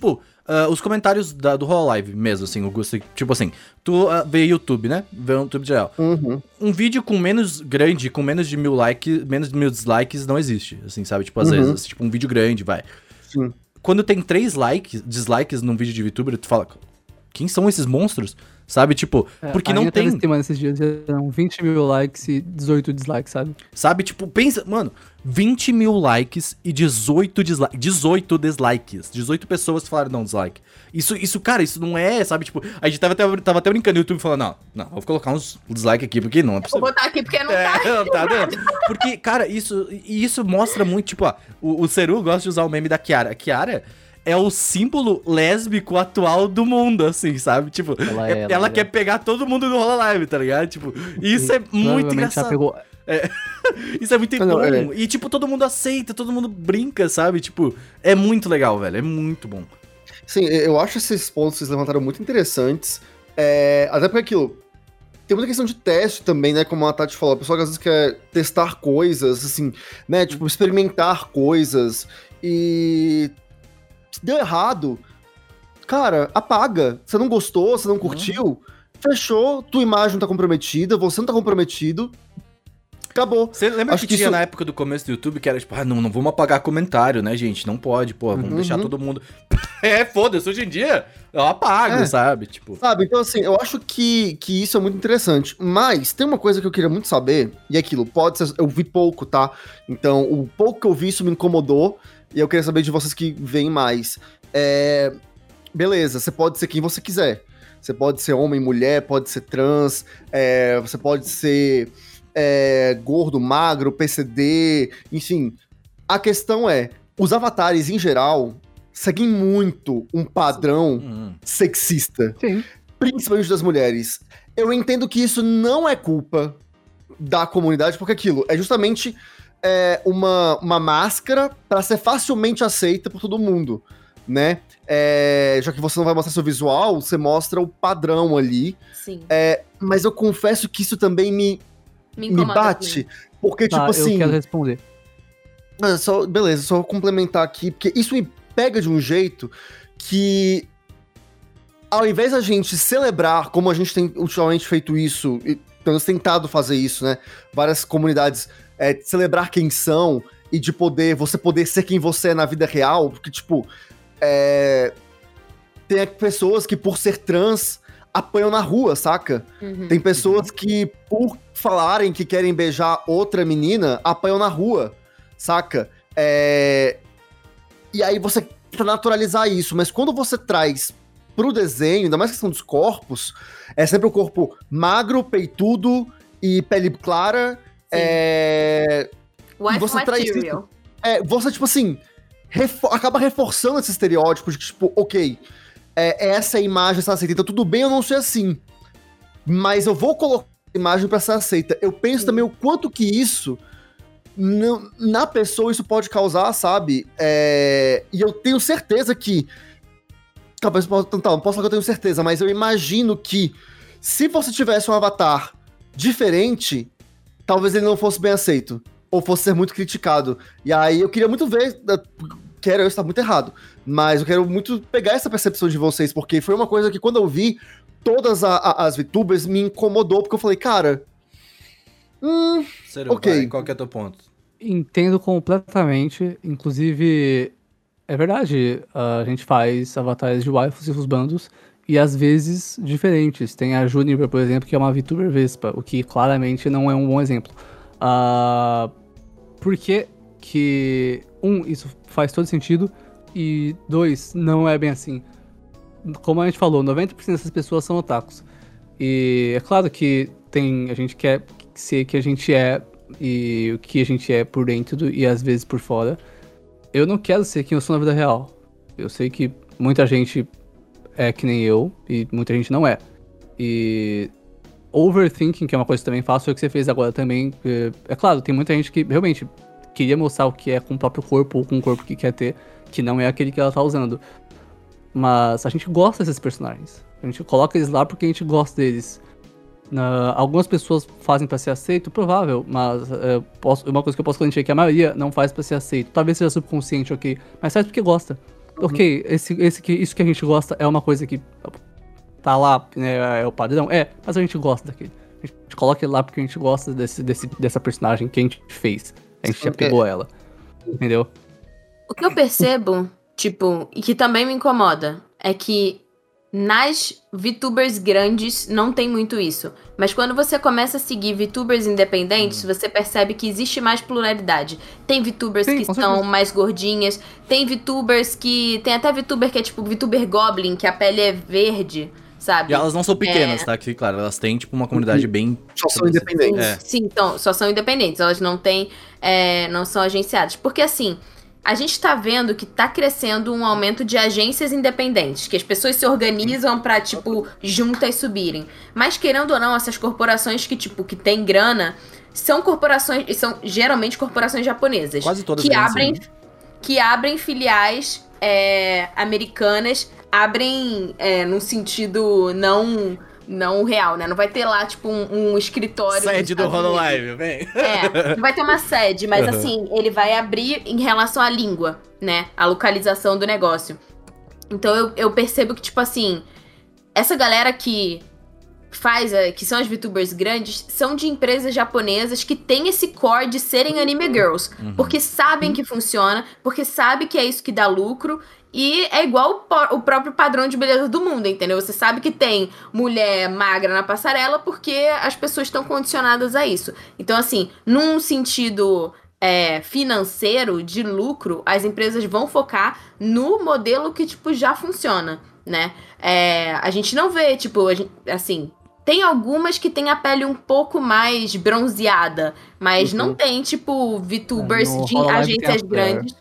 Speaker 1: ah, os comentários da- do Hololive mesmo, assim, o Gusto, tipo assim, tu ah, vê YouTube, né? Vê o YouTube geral.
Speaker 4: Uhum.
Speaker 1: Um vídeo com menos grande, com menos de mil likes, menos de mil dislikes, não existe, assim, sabe? Tipo, às
Speaker 4: Uhum.
Speaker 1: vezes, tipo, um vídeo grande, vai.
Speaker 4: Sim.
Speaker 1: Quando tem três likes, dislikes num vídeo de VTuber, tu fala, quem são esses monstros? Sabe, tipo,
Speaker 3: É,
Speaker 1: porque
Speaker 3: a
Speaker 1: não
Speaker 3: minha tava
Speaker 1: tem,
Speaker 3: estimando esses dias, eram vinte mil likes e dezoito dislikes, sabe?
Speaker 1: sabe? Tipo, pensa, mano, vinte mil likes e dezoito dislikes, dezoito dislikes, dezoito pessoas falaram não, dislike. Isso, isso, cara, isso não é, sabe, tipo, a gente tava até, tava até brincando no YouTube falando, não, não, vou colocar uns dislike aqui, porque não é
Speaker 2: Vou
Speaker 1: possível.
Speaker 2: botar aqui porque não
Speaker 1: É,
Speaker 2: tá.
Speaker 1: não tá dando. Porque, cara, isso, e isso mostra muito, tipo, ó, o, o Seru gosta de usar o meme da Kiara. A Kiara é o símbolo lésbico atual do mundo, assim, sabe? Tipo,
Speaker 3: Ela
Speaker 1: é-
Speaker 3: é,
Speaker 1: ela,
Speaker 3: ela é.
Speaker 1: quer pegar todo mundo do Hololive, tá ligado? Tipo, isso é muito
Speaker 3: Provavelmente já
Speaker 1: engraçado.
Speaker 3: pegou.
Speaker 1: Isso é muito
Speaker 4: Não,
Speaker 1: bom.
Speaker 4: é.
Speaker 1: E, tipo, todo mundo aceita, todo mundo brinca, sabe? Tipo, é muito legal, velho. É muito bom.
Speaker 4: Sim, eu acho esses pontos que vocês levantaram muito interessantes. É, até porque aquilo. Tem muita questão de teste também, né? Como a Tati falou, a pessoa às vezes quer testar coisas, assim, né? Tipo, experimentar coisas. E. Se deu errado, cara, apaga. Você não gostou, você não curtiu, fechou, tua imagem não tá comprometida, você não tá comprometido. Acabou.
Speaker 1: Você lembra
Speaker 4: Acho
Speaker 1: que,
Speaker 4: que
Speaker 1: tinha
Speaker 4: isso-
Speaker 1: na época do começo do YouTube que era tipo, ah, não, não vamos apagar comentário, né, gente? Não pode, pô, vamos
Speaker 4: Uhum.
Speaker 1: deixar todo mundo. É, foda-se, hoje em dia eu apago,
Speaker 4: É.
Speaker 1: sabe? Tipo.
Speaker 4: Sabe, então assim, eu acho que, que isso é muito interessante. Mas tem uma coisa que eu queria muito saber, e é aquilo, pode ser, eu vi pouco, tá? Então, o pouco que eu vi, isso me incomodou, e eu queria saber de vocês que veem mais. É, beleza, você pode ser quem você quiser. Você pode ser homem, mulher, pode ser trans, é, você pode ser é, gordo, magro, P C D, enfim. A questão é, os avatares em geral seguem muito um padrão
Speaker 1: Hum.
Speaker 4: sexista,
Speaker 3: Sim.
Speaker 4: principalmente das mulheres. Eu entendo que isso não é culpa da comunidade, porque aquilo é justamente é, uma, uma máscara para ser facilmente aceita por todo mundo, né? É, já que você não vai mostrar seu visual, você mostra o padrão ali.
Speaker 2: Sim.
Speaker 4: Mas eu confesso que isso também me,
Speaker 2: Me
Speaker 4: me
Speaker 2: incomoda.
Speaker 4: bate, porque,
Speaker 3: Tá,
Speaker 4: tipo
Speaker 3: eu
Speaker 4: assim...
Speaker 3: quero responder.
Speaker 4: Ah, só, beleza, só vou complementar aqui, porque isso me pega de um jeito que, ao invés da gente celebrar, como a gente tem ultimamente feito isso, e temos tentado fazer isso, né? Várias comunidades, é, celebrar quem são e de poder, você poder ser quem você é na vida real, porque, tipo, é, tem pessoas que, por ser trans, apanham na rua, saca?
Speaker 2: Uhum.
Speaker 4: Tem pessoas que, por falarem que querem beijar outra menina, apanham na rua, saca? É... E aí você tenta naturalizar isso, mas quando você traz pro desenho, ainda mais questão dos corpos, é sempre o corpo magro, peitudo e pele clara. É...
Speaker 2: Wife
Speaker 4: você traz
Speaker 2: material.
Speaker 4: é, você, tipo assim, refo- acaba reforçando esse estereótipo de que, tipo, ok, é, essa é a imagem está aceita, então tudo bem eu não ser assim, mas eu vou colocar a imagem pra ser aceita. Eu penso
Speaker 2: Sim.
Speaker 4: também o quanto que isso, não- na pessoa, isso pode causar, sabe? É, e eu tenho certeza que, talvez, não posso falar que eu tenho certeza, mas eu imagino que se você tivesse um avatar diferente, talvez ele não fosse bem aceito. Ou fosse ser muito criticado. E aí eu queria muito ver. Quero eu estar muito errado. Mas eu quero muito pegar essa percepção de vocês, porque foi uma coisa que quando eu vi todas a- a- as VTubers me incomodou, porque eu falei, cara. Hum.
Speaker 1: Seru,
Speaker 4: Ok.
Speaker 1: vai, qual que é o teu ponto?
Speaker 3: Entendo completamente. Inclusive, é verdade, a gente faz avatares de waifus e bandos e às vezes diferentes. Tem a Juniper, por exemplo, que é uma VTuber Vespa, o que claramente não é um bom exemplo. Ah, por que que, um, isso faz todo sentido, e dois, não é bem assim. Como a gente falou, noventa por cento dessas pessoas são otakus. E é claro que tem, a gente quer ser que a gente é, e o que a gente é por dentro do- e às vezes por fora. Eu não quero ser quem eu sou na vida real. Eu sei que muita gente é que nem eu, e muita gente não é. E overthinking, que é uma coisa que eu também faço, foi o que você fez agora também. É, é claro, tem muita gente que realmente queria mostrar o que é com o próprio corpo ou com o corpo que quer ter, que não é aquele que ela tá usando. Mas a gente gosta desses personagens. A gente coloca eles lá porque a gente gosta deles. Na- algumas pessoas fazem pra ser aceito, provável, mas é, posso- uma coisa que eu posso garantir é que a maioria não faz pra ser aceito. Talvez seja subconsciente, ok, mas faz porque gosta. ok, esse, esse que, isso que a gente gosta é uma coisa que tá lá, né, é o padrão, é, mas a gente gosta daquele. A gente coloca ele lá porque a gente gosta desse, desse, dessa personagem que a gente fez. A gente já pegou ela. Entendeu?
Speaker 2: O que eu percebo, tipo, e que também me incomoda, é que nas VTubers grandes não tem muito isso. Mas quando você começa a seguir VTubers independentes, hum. você percebe que existe mais pluralidade. Tem VTubers Sim, que são certeza. mais gordinhas, tem VTubers que... Tem até VTuber que é tipo VTuber Goblin, que a pele é verde, sabe?
Speaker 1: E elas não são pequenas, é... tá? Que, claro, elas têm tipo uma comunidade bem...
Speaker 4: Só são independentes.
Speaker 2: É. Sim, então, só são independentes. Elas não têm... É, não são agenciadas. Porque assim... A gente tá vendo que tá crescendo um aumento de agências independentes, que as pessoas se organizam pra, tipo, juntas subirem. Mas, querendo ou não, essas corporações que, tipo, que tem grana, são corporações, são geralmente corporações japonesas.
Speaker 1: Quase todas
Speaker 2: que abrem,
Speaker 1: né?
Speaker 2: que abrem filiais é, americanas, abrem é, num sentido não... Não real, né? Não vai ter lá, tipo, um, um escritório...
Speaker 1: Sede do Hololive, vem.
Speaker 2: É, não vai ter uma sede, mas uhum. assim, ele vai abrir em relação à língua, né? A localização do negócio. Então eu, eu percebo que, tipo assim, essa galera que faz, que são as VTubers grandes, são de empresas japonesas que tem esse core de serem anime girls. Uhum. Porque sabem que funciona, porque sabem que é isso que dá lucro... E é igual o próprio padrão de beleza do mundo, entendeu? Você sabe que tem mulher magra na passarela porque as pessoas estão condicionadas a isso. Então, assim, num sentido é, financeiro, de lucro, as empresas vão focar no modelo que, tipo, já funciona, né? É, a gente não vê, tipo, a gente, assim... Tem algumas que tem a pele um pouco mais bronzeada, mas uhum. não tem, tipo, VTubers é, de agências grandes...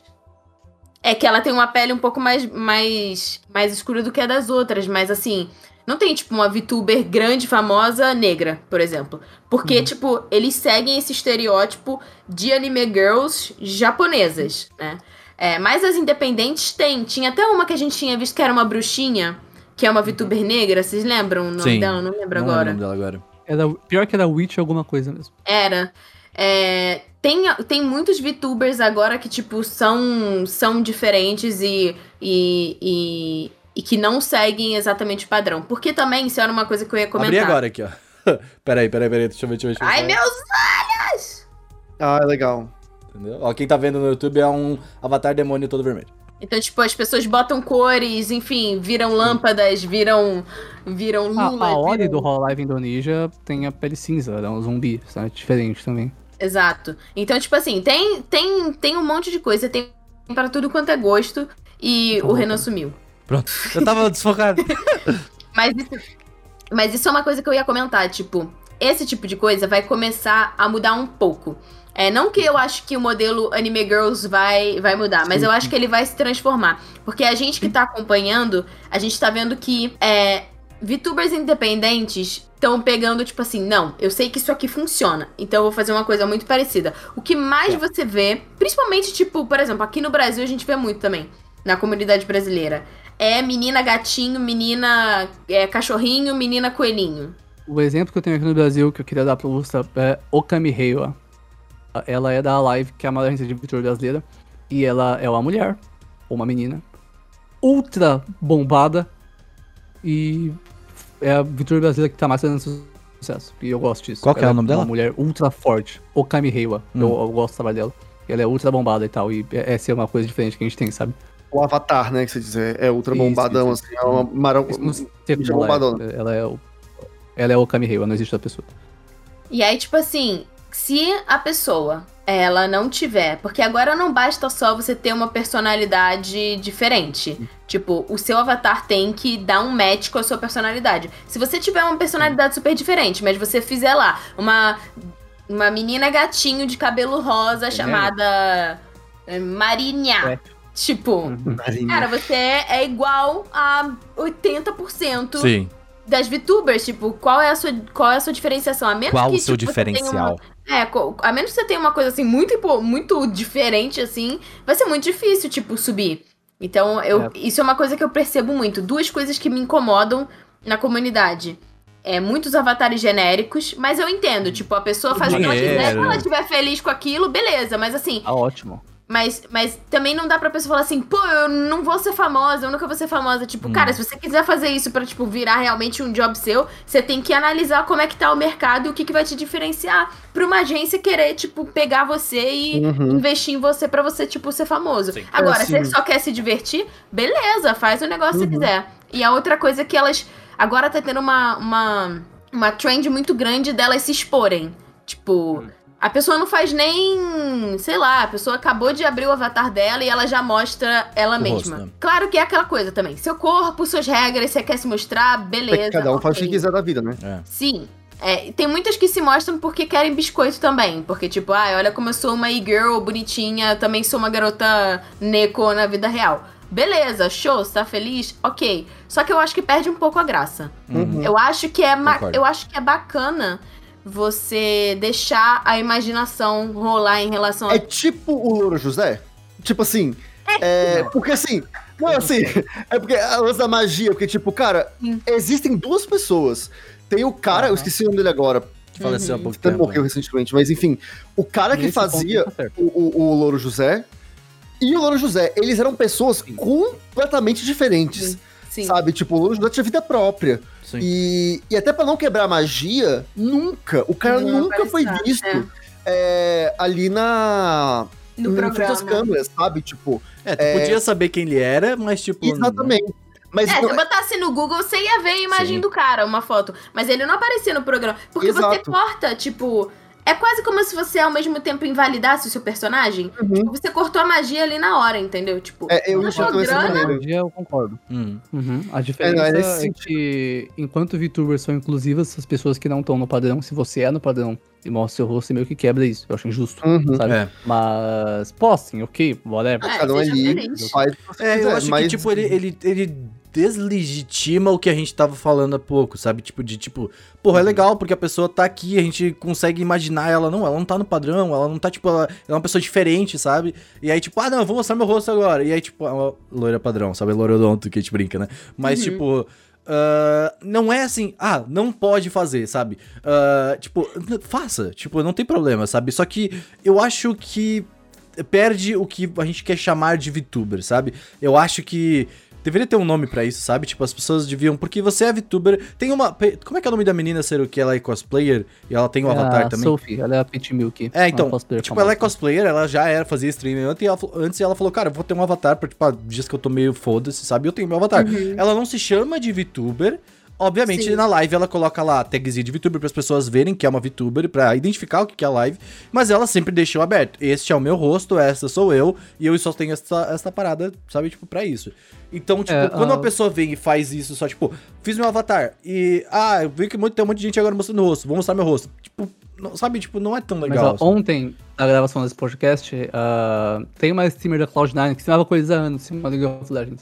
Speaker 2: É que ela tem uma pele um pouco mais, mais, mais escura do que a das outras, mas assim, não tem, tipo, uma VTuber grande, famosa, negra, por exemplo. Porque, uhum. tipo, eles seguem esse estereótipo de anime girls japonesas, né? É, mas as independentes tem. Tinha até uma que a gente tinha visto que era uma bruxinha, que é uma VTuber negra, vocês lembram o nome
Speaker 1: Sim.
Speaker 2: dela? Não lembro
Speaker 1: não
Speaker 2: agora.
Speaker 1: Não lembro dela agora.
Speaker 3: Era, pior que era Witch alguma coisa mesmo.
Speaker 2: Era. É... Tem, tem muitos VTubers agora que, tipo, são, são diferentes e, e, e, e que não seguem exatamente o padrão. Porque também, isso era uma coisa que eu ia comentar.
Speaker 1: Abri agora aqui, ó. Peraí, peraí, peraí, deixa eu ver, deixa eu ver. Deixa eu ver.
Speaker 2: Ai, meus olhos!
Speaker 4: Ah, legal.
Speaker 1: Entendeu? Ó, quem tá vendo no YouTube é um avatar demônio todo vermelho.
Speaker 2: Então, tipo, as pessoas botam cores, enfim, viram lâmpadas, viram, viram lula.
Speaker 3: A, a Ori
Speaker 2: viram...
Speaker 3: do Hololive Indonesia tem a pele cinza, ela é um zumbi, sabe? Diferente também.
Speaker 2: Exato. Então, tipo assim, tem, tem, tem um monte de coisa, tem para tudo quanto é gosto, e o Renan sumiu.
Speaker 1: Pronto, eu tava desfocado.
Speaker 2: mas, isso, mas isso é uma coisa que eu ia comentar, tipo, esse tipo de coisa vai começar a mudar um pouco. É, não que eu acho que o modelo Anime Girls vai, vai mudar, mas eu acho que ele vai se transformar. Porque a gente que tá acompanhando, a gente tá vendo que é, VTubers independentes estão pegando, tipo assim, não, eu sei que isso aqui funciona, então eu vou fazer uma coisa muito parecida. O que mais é. você vê, principalmente, tipo, por exemplo, aqui no Brasil a gente vê muito também, na comunidade brasileira, é menina gatinho, menina é, cachorrinho, menina coelhinho.
Speaker 3: O exemplo que eu tenho aqui no Brasil, que eu queria dar pro Lusta, é Okami Heiwa. Ela é da Live, que é a maior agência de VTuber brasileira, e ela é uma mulher, ou uma menina, ultra bombada, e... é a VTuber brasileira que tá mais fazendo sucesso. E eu gosto disso.
Speaker 1: Qual que é o nome dela?
Speaker 3: Uma mulher ultra forte. Okami Heiwa. Hum. Eu, eu gosto do trabalho dela. Ela é ultra bombada e tal. E essa é uma coisa diferente que a gente tem, sabe?
Speaker 4: O Avatar, né? Que você dizer. É ultra bombadão, isso, isso. assim. É uma marão.
Speaker 3: Ela, bombadona. É, ela, é, ela é Okami Heiwa, não existe outra pessoa.
Speaker 2: E aí, tipo assim, se a pessoa... ela não tiver, porque agora não basta só você ter uma personalidade diferente. Tipo, o seu avatar tem que dar um match com a sua personalidade. Se você tiver uma personalidade super diferente, mas você fizer lá uma, uma menina gatinho de cabelo rosa é chamada é. Marinha. É. Tipo, Marinha. Cara, você é igual a oitenta por cento Sim. das VTubers. Tipo, qual é a sua, qual é a sua diferenciação? A menos
Speaker 1: qual
Speaker 2: que,
Speaker 1: o seu
Speaker 2: tipo,
Speaker 1: diferencial?
Speaker 2: É, a menos que você tenha uma coisa assim muito, muito diferente, assim, vai ser muito difícil, tipo, subir. Então, eu, é. isso é uma coisa que eu percebo muito. Duas coisas que me incomodam na comunidade. É, muitos avatares genéricos, mas eu entendo, tipo, a pessoa faz o que ela quiser, se ela estiver feliz com aquilo, beleza, mas assim...
Speaker 3: Tá ótimo.
Speaker 2: Mas, mas também não dá pra pessoa falar assim, pô, eu não vou ser famosa, eu nunca vou ser famosa. Tipo, hum. cara, se você quiser fazer isso pra, tipo, virar realmente um job seu, você tem que analisar como é que tá o mercado e o que, que vai te diferenciar pra uma agência querer, tipo, pegar você e uhum. investir em você pra você, tipo, ser famoso. Sim. Agora, é assim. Se você só quer se divertir, beleza, faz o negócio uhum. que você quiser. E a outra coisa é que elas... Agora tá tendo uma, uma, uma trend muito grande delas se exporem. Tipo... Hum. A pessoa não faz nem, sei lá, a pessoa acabou de abrir o avatar dela e ela já mostra ela o mesma. Rosto, né? Claro que é aquela coisa também. Seu corpo, suas regras, você quer se mostrar, beleza. É,
Speaker 4: cada um
Speaker 2: okay.
Speaker 4: faz o que quiser da vida, né?
Speaker 1: É.
Speaker 2: Sim. É, tem muitas que se mostram porque querem biscoito também. Porque, tipo, ah, olha como eu sou uma e-girl bonitinha, também sou uma garota neko na vida real. Beleza, show, você tá feliz? Ok. Só que eu acho que perde um pouco a graça. Uhum. Eu acho que é ma- eu acho que é bacana você deixar a imaginação rolar em relação a...
Speaker 4: É tipo o Louro José? Tipo assim, é, porque assim, não, assim, é porque a lance da magia, porque tipo, cara, Sim. existem duas pessoas. Tem o cara, uhum. eu esqueci o nome dele agora.
Speaker 1: Que faleceu
Speaker 2: uhum.
Speaker 1: há pouco tempo.
Speaker 4: morreu recentemente, mas enfim, o cara que fazia o, o, o Louro José e o Louro José, eles eram pessoas Sim. completamente diferentes. Sim. Sim. Sabe? Tipo, o Louro José tinha vida própria. Sim. E, e até pra não quebrar a magia, nunca, o cara não nunca foi visto é. É, ali na...
Speaker 2: No programa.
Speaker 4: Frente às câmeras, sabe? Tipo...
Speaker 1: É, tu é... podia saber quem ele era, mas tipo...
Speaker 4: Exatamente. Mas
Speaker 2: é,
Speaker 4: não...
Speaker 2: se eu botasse no Google, você ia ver a imagem Sim. do cara, uma foto. Mas ele não aparecia no programa. Porque Exato. Você corta, tipo... É quase como se você, ao mesmo tempo, invalidasse o seu personagem. Uhum. Tipo, você cortou a magia ali na hora, entendeu? Tipo,
Speaker 4: é, eu enxergo dessa maneira.
Speaker 3: Eu concordo. Uhum. Uhum. A diferença é, é, é que, enquanto VTubers são inclusivas, as pessoas que não estão no padrão, se você é no padrão e mostra seu rosto, você meio que quebra isso. Eu acho injusto, uhum. sabe? É. Mas postem, ok, whatever.
Speaker 2: É,
Speaker 4: Cada um ali faz
Speaker 1: É, eu acho mas... que, tipo, ele... ele, ele... deslegitima o que a gente tava falando há pouco, sabe? Tipo, de tipo, porra, é legal porque a pessoa tá aqui, a gente consegue imaginar ela, não, ela não tá no padrão, ela não tá, tipo, ela, ela é uma pessoa diferente, sabe? E aí, tipo, ah, não, eu vou mostrar meu rosto agora. E aí, tipo, a loira padrão, sabe? Loirodonto que a gente brinca, né? Mas, uhum. tipo, uh, não é assim, ah, não pode fazer, sabe? Uh, tipo, faça, tipo, não tem problema, sabe? Só que eu acho que perde o que a gente quer chamar de VTuber, sabe? Eu acho que deveria ter um nome pra isso, sabe? Tipo, as pessoas deviam... Porque você é VTuber... Tem uma... Como é que é o nome da menina, ser o que ela é cosplayer? E ela tem um
Speaker 3: é
Speaker 1: avatar
Speaker 3: a
Speaker 1: também?
Speaker 3: Sophie, ela é a Pit Milk.
Speaker 1: É, então... É tipo, ela é cosplayer, ela já era, fazia streaming antes e ela, antes ela falou, cara, eu vou ter um avatar pra, tipo, dias que eu tô meio foda-se, sabe? Eu tenho meu avatar. Uhum. Ela não se chama de VTuber... Obviamente, Sim. na live ela coloca lá a tagzinha de VTuber para as pessoas verem que é uma VTuber, pra identificar o que é a live, mas ela sempre deixou aberto. Este é o meu rosto, essa sou eu, e eu só tenho essa, essa parada, sabe, tipo, pra isso. Então, tipo, é, quando uh... uma pessoa vem e faz isso, só, tipo, fiz meu avatar, e, ah, eu vi que muito, tem um monte de gente agora mostrando o rosto, vou mostrar meu rosto. Tipo, não, sabe, tipo, não é tão legal.
Speaker 3: Mas, ó, assim. Ontem, na gravação desse podcast, uh, tem uma streamer da Cloud nine que streamava coisa há anos, em cima League of Legends.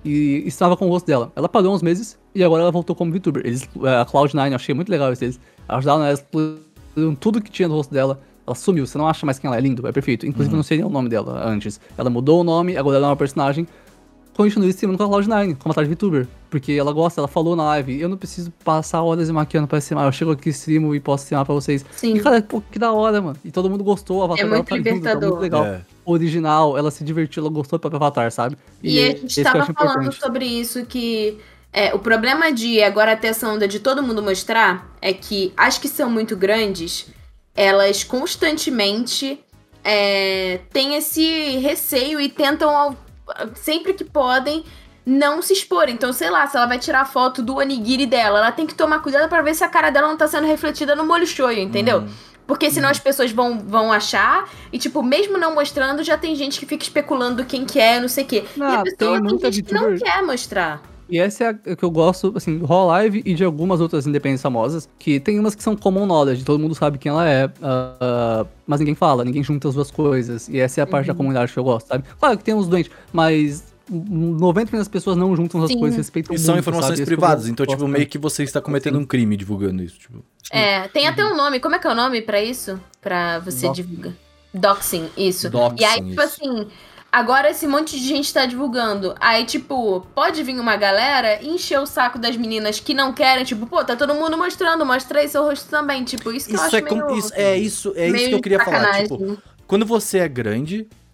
Speaker 3: E estava com o rosto dela. Ela parou uns meses e agora ela voltou como VTuber. Eles, a Cloud nine, eu achei muito legal isso. Eles ajudaram ela, exploraram tudo que tinha no rosto dela. Ela sumiu, você não acha mais quem ela é, lindo, é perfeito. Inclusive, uhum. eu não sei nem o nome dela antes. Ela mudou o nome, agora ela é uma personagem. Continua streamando com a Cloud nine, como a VTuber. Porque ela gosta, ela falou na live, eu não preciso passar horas maquiando pra streamar. Eu chego aqui, streamo e posso streamar pra vocês.
Speaker 2: Sim.
Speaker 3: E cara, pô, que da hora, mano. E todo mundo gostou, a avatar
Speaker 2: é
Speaker 3: dela
Speaker 2: muito
Speaker 3: tá
Speaker 2: libertador.
Speaker 3: Lindo, tá muito legal. É. Original, ela se divertiu, ela gostou do próprio avatar, sabe?
Speaker 2: E, e a gente tava falando importante. sobre isso, que é, o problema de agora ter essa onda de todo mundo mostrar é que as que são muito grandes, elas constantemente é, têm esse receio e tentam, ao, sempre que podem, não se expor. Então, sei lá, se ela vai tirar foto do onigiri dela, ela tem que tomar cuidado pra ver se a cara dela não tá sendo refletida no molho shoyu, entendeu? Hum. Porque senão as pessoas vão, vão achar, e tipo, mesmo não mostrando, já tem gente que fica especulando quem que é, não sei o quê.
Speaker 3: Não,
Speaker 2: e a pessoa
Speaker 3: tem,
Speaker 2: tem gente que não quer mostrar.
Speaker 3: E essa é a que eu gosto, assim, do Hololive e de algumas outras independentes famosas, que tem umas que são common knowledge, todo mundo sabe quem ela é, uh, uh, mas ninguém fala, ninguém junta as duas coisas, e essa é a parte uhum. da comunidade que eu gosto, sabe? Claro que tem uns doentes, mas noventa por cento das pessoas não juntam as Sim. coisas, respeitam
Speaker 1: e
Speaker 3: muito,
Speaker 1: são informações
Speaker 3: sabe?
Speaker 1: privadas, então, tipo, meio que você está cometendo Sim. um crime divulgando isso, tipo.
Speaker 2: É, tem até um nome, como é que é o nome pra isso? Pra você Doxing. divulgar. Doxing, isso.
Speaker 1: Doxing,
Speaker 2: e aí, tipo
Speaker 1: isso.
Speaker 2: assim, agora esse monte de gente tá divulgando. Aí, tipo, pode vir uma galera e encher o saco das meninas que não querem, tipo, pô, tá todo mundo mostrando, mostra aí seu rosto também. Tipo, isso que
Speaker 1: isso
Speaker 2: eu acho
Speaker 1: é
Speaker 2: meio...
Speaker 1: com, isso, É isso, é isso que eu queria falar. Tipo, quando você é grande,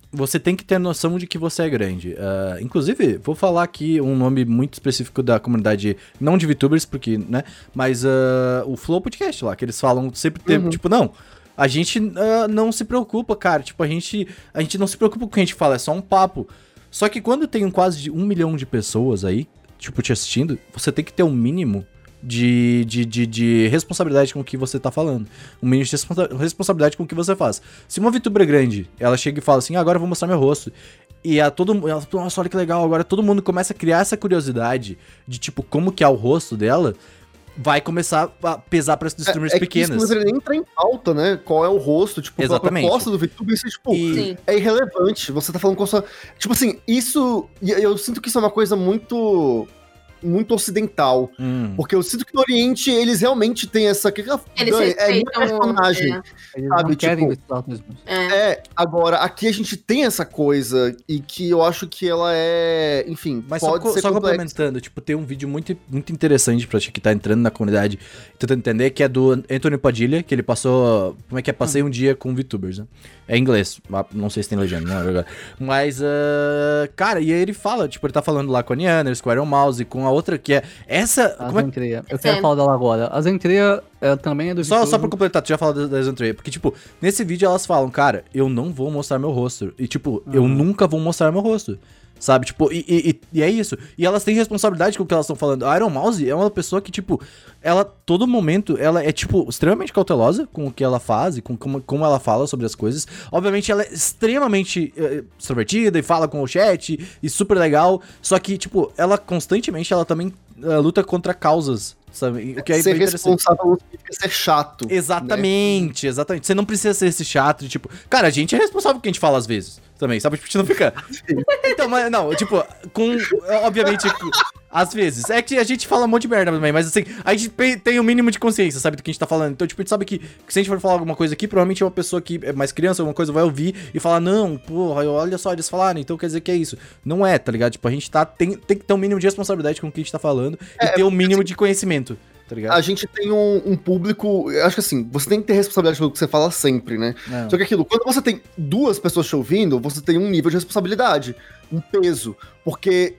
Speaker 1: você tem que ter noção de que você é grande. Uh, inclusive, vou falar aqui um nome muito específico da comunidade, não de VTubers, porque, né? Mas uh, o Flow Podcast lá, que eles falam sempre tempo,
Speaker 4: Uhum.
Speaker 1: tipo, não. A gente uh, não se preocupa, cara. Tipo, a gente, a gente não se preocupa com o que a gente fala, é só um papo. Só que quando tem quase de um milhão de pessoas aí, tipo, te assistindo, você tem que ter um mínimo de, de, de, de responsabilidade com o que você tá falando. Um mínimo de responsa- responsabilidade com o que você faz. Se uma VTuber grande, ela chega e fala assim, ah, agora eu vou mostrar meu rosto. E a todo mundo, nossa, olha que legal, agora todo mundo começa a criar essa curiosidade de, tipo, como que é o rosto dela, vai começar a pesar para as streamers
Speaker 4: é, é
Speaker 1: pequenas.
Speaker 4: Que isso não nem entra em pauta, né? Qual é o rosto, tipo,
Speaker 1: Exatamente.
Speaker 4: a proposta do VTuber, isso, tipo,
Speaker 1: E-
Speaker 2: Sim.
Speaker 4: é irrelevante. Você tá falando com a sua... Tipo assim, isso... e Eu sinto que isso é uma coisa muito... muito ocidental.
Speaker 1: Hum.
Speaker 4: Porque eu sinto que no Oriente eles realmente têm essa... Que,
Speaker 2: Eles
Speaker 4: Dani, é minha
Speaker 2: respeitam o-
Speaker 4: personagem.
Speaker 2: é.
Speaker 3: Eles
Speaker 4: Sabe,
Speaker 3: não querem
Speaker 4: tipo,
Speaker 3: investigar mesmo.
Speaker 2: É.
Speaker 4: É, agora, aqui a gente tem essa coisa e que eu acho que ela é... Enfim,
Speaker 1: Mas só,
Speaker 4: pode
Speaker 1: co-
Speaker 4: ser
Speaker 1: só
Speaker 4: complexa.
Speaker 1: complementando, tipo, tem um vídeo muito, muito interessante pra ti que tá entrando na comunidade, tentando entender, que é do Anthony Padilha, que ele passou, como é que é, passei um dia com VTubers, né? É em inglês, ah, não sei se tem legenda, né? agora. Mas, ah, cara, e aí ele fala, tipo, ele tá falando lá com a Niana, com a Iron Mouse, com a outra que é, essa,
Speaker 3: A
Speaker 1: como é que...
Speaker 3: Zentreia. Eu
Speaker 2: Sim.
Speaker 3: quero falar dela agora. A Zentreia ela também é do
Speaker 1: Só, só
Speaker 3: VTuber.
Speaker 1: pra completar, tu já falou da Zentreia, porque, tipo, nesse vídeo elas falam, cara, eu não vou mostrar meu rosto, e, tipo, eu nunca vou mostrar meu rosto. Sabe, tipo, e, e, e é isso. E elas têm responsabilidade com o que elas estão falando. A Iron Mouse é uma pessoa que, tipo, ela, todo momento, ela é, tipo, extremamente cautelosa com o que ela faz e com como, como ela fala sobre as coisas. Obviamente, ela é extremamente eh, extrovertida e fala com o chat e super legal. Só que, tipo, ela constantemente, ela também eh, luta contra causas, sabe? O que é
Speaker 4: ser
Speaker 1: bem interessante.
Speaker 4: responsável não significa ser chato. né?
Speaker 1: Exatamente, exatamente. Você não precisa ser esse chato de, tipo, cara, a gente é responsável por que a gente fala às vezes. Também, sabe? Tipo, a gente não fica. Então, mas não, tipo, com. Obviamente, com- às vezes. É que a gente fala um monte de merda também, mas assim, a gente pe- tem o mínimo de consciência, sabe, do que a gente tá falando. Então, tipo, a gente sabe que, que se a gente for falar alguma coisa aqui, provavelmente uma pessoa que é mais criança, alguma coisa, vai ouvir e falar, não, porra, olha só, eles falaram, então quer dizer que é isso. Não é, tá ligado? Tipo, a gente tá. Tem, tem que ter um mínimo de responsabilidade com o que a gente tá falando e ter um mínimo de conhecimento, tá ligado?
Speaker 4: A gente tem um, um público. Eu acho que assim, você tem que ter responsabilidade pelo que você fala sempre, né?
Speaker 1: Não.
Speaker 4: Só que aquilo, quando você tem duas pessoas te ouvindo, você tem um nível de responsabilidade, um peso. Porque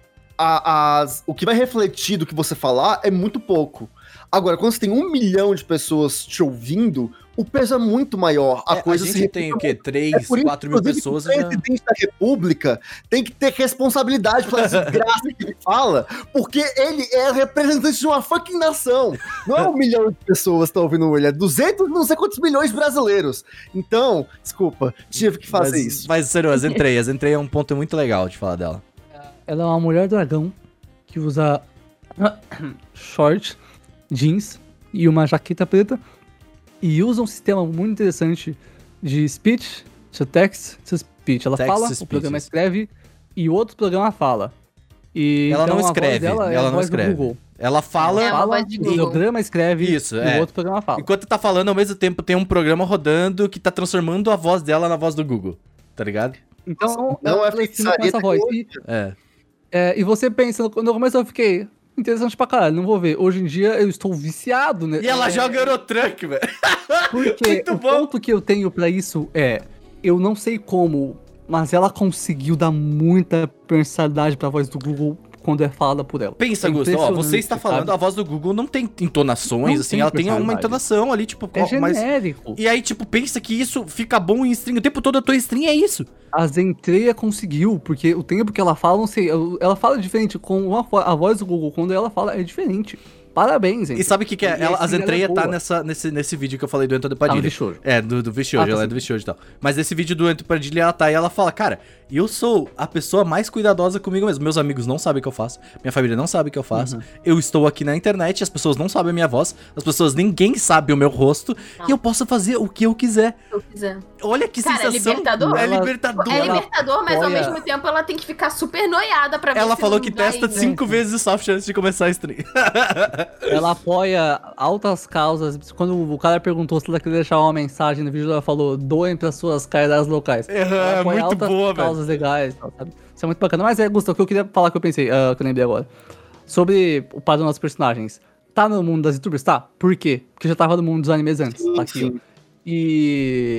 Speaker 4: a- as, o que vai refletir do que você falar é muito pouco. Agora, quando você tem um milhão de pessoas te ouvindo, o peso é muito maior. A
Speaker 1: É,
Speaker 4: coisa
Speaker 1: a
Speaker 4: se
Speaker 1: gente tem o quê?
Speaker 4: É
Speaker 1: três,
Speaker 4: por isso,
Speaker 1: quatro mil
Speaker 4: inclusive,
Speaker 1: pessoas
Speaker 4: que o
Speaker 1: já.
Speaker 4: presidente da república tem que ter responsabilidade pela desgraça que ele fala, porque ele é representante de uma fucking nação. Não é um milhão de pessoas que estão ouvindo ele, é duzentos não sei quantos milhões de brasileiros. Então, desculpa, tive que fazer
Speaker 1: mas,
Speaker 4: isso.
Speaker 1: Mas, sério, as entreias. As entreias é um ponto muito legal de falar dela.
Speaker 3: Ela é uma mulher dragão que usa short, jeans e uma jaqueta preta e usa um sistema muito interessante de speech to text to speech. Ela
Speaker 1: Text
Speaker 3: fala,
Speaker 1: to
Speaker 3: o
Speaker 1: speech,
Speaker 3: programa
Speaker 1: isso.
Speaker 3: escreve e o outro programa fala. E
Speaker 1: Ela
Speaker 3: então,
Speaker 1: não
Speaker 3: a voz
Speaker 1: escreve,
Speaker 3: dela é
Speaker 1: ela
Speaker 3: a
Speaker 1: não
Speaker 3: voz do
Speaker 1: escreve.
Speaker 3: Google.
Speaker 1: Ela fala.
Speaker 2: É uma
Speaker 3: Fala,
Speaker 2: voz de
Speaker 3: o
Speaker 2: Google.
Speaker 3: programa escreve
Speaker 1: Isso,
Speaker 3: e
Speaker 1: é.
Speaker 3: o outro programa fala.
Speaker 1: Enquanto tá falando, ao mesmo tempo tem um programa rodando que tá transformando a voz dela na voz do Google. Tá ligado?
Speaker 3: Então,
Speaker 4: Não é
Speaker 3: ela ensina com
Speaker 4: feitiçaria
Speaker 3: essa voz. E,
Speaker 1: É.
Speaker 3: é, e você pensa, no- no começo eu fiquei interessante pra caralho, não vou ver. Hoje em dia eu estou viciado, né?
Speaker 1: E ela
Speaker 3: É,
Speaker 1: joga Eurotruck, velho.
Speaker 3: Porque
Speaker 1: Muito
Speaker 3: o
Speaker 1: bom.
Speaker 3: ponto que eu tenho pra isso é, eu não sei como, mas ela conseguiu dar muita personalidade pra voz do Google quando é falada por ela.
Speaker 1: Pensa,
Speaker 3: É
Speaker 1: Augusto, ó, você
Speaker 3: impressionante,
Speaker 1: está falando,
Speaker 3: sabe?
Speaker 1: a voz do Google não tem entonações,
Speaker 3: Não
Speaker 1: assim,
Speaker 3: tem
Speaker 1: ela tem uma
Speaker 3: personalidade.
Speaker 1: entonação ali, tipo,
Speaker 3: É
Speaker 1: ó, mas...
Speaker 3: genérico.
Speaker 1: E aí, tipo, pensa que isso fica bom em stream. O tempo todo a tua stream é isso.
Speaker 3: A Zentreia conseguiu, porque o tempo que ela fala, não sei, eu- ela fala diferente, com uma, vo- a voz do Google, quando ela fala, é diferente. Parabéns, gente.
Speaker 1: E sabe o que, que é?
Speaker 3: E
Speaker 1: Ela,
Speaker 3: a
Speaker 1: a
Speaker 3: stream
Speaker 1: Zentreia
Speaker 3: dela é
Speaker 1: tá
Speaker 3: boa.
Speaker 1: nessa, nesse, nesse vídeo que eu falei do Antônio
Speaker 3: Tá no
Speaker 1: Padilha.
Speaker 3: Vishojo.
Speaker 1: É, do, do Vishojo,
Speaker 3: Ah, tá
Speaker 1: ela é
Speaker 3: sim.
Speaker 1: do Vishojo e tal. Mas nesse vídeo do Antônio Padilha, ela tá e ela fala, cara, eu sou a pessoa mais cuidadosa comigo mesmo. Meus amigos não sabem o que eu faço, minha família não sabe o que eu faço.
Speaker 3: Uhum.
Speaker 1: Eu estou aqui na internet, as pessoas não sabem a minha voz, as pessoas, ninguém sabe o meu rosto,
Speaker 2: Não.
Speaker 1: e eu posso fazer o que eu quiser.
Speaker 2: Se eu quiser.
Speaker 1: Olha que
Speaker 2: Cara, é
Speaker 1: sensação.
Speaker 2: libertador.
Speaker 1: É
Speaker 3: Ela-
Speaker 1: libertador.
Speaker 2: É
Speaker 3: ela
Speaker 2: libertador, mas ao
Speaker 3: apoia-
Speaker 2: mesmo tempo ela tem que ficar super noiada pra ver
Speaker 1: Ela
Speaker 2: se
Speaker 1: falou
Speaker 2: não
Speaker 1: que
Speaker 2: vai,
Speaker 1: testa
Speaker 2: né?
Speaker 1: cinco vezes o software antes de começar a stream.
Speaker 3: Ela apoia altas causas. Quando o cara perguntou se ela queria deixar uma mensagem no vídeo, ela falou, doem para suas caridades locais.
Speaker 1: É,
Speaker 3: Ela apoia
Speaker 1: muito
Speaker 3: altas
Speaker 1: boa, velho.
Speaker 3: causas legais, e tal, sabe? Isso é muito bacana. Mas é, Gustavo, o que eu queria falar que eu pensei, ah, que eu lembrei agora. Sobre o padrão das personagens. Tá no mundo das youtubers? Tá. Por quê? Porque já tava no mundo dos animes antes.
Speaker 4: Sim,
Speaker 3: Tá aqui,
Speaker 4: sim.
Speaker 3: ó. E...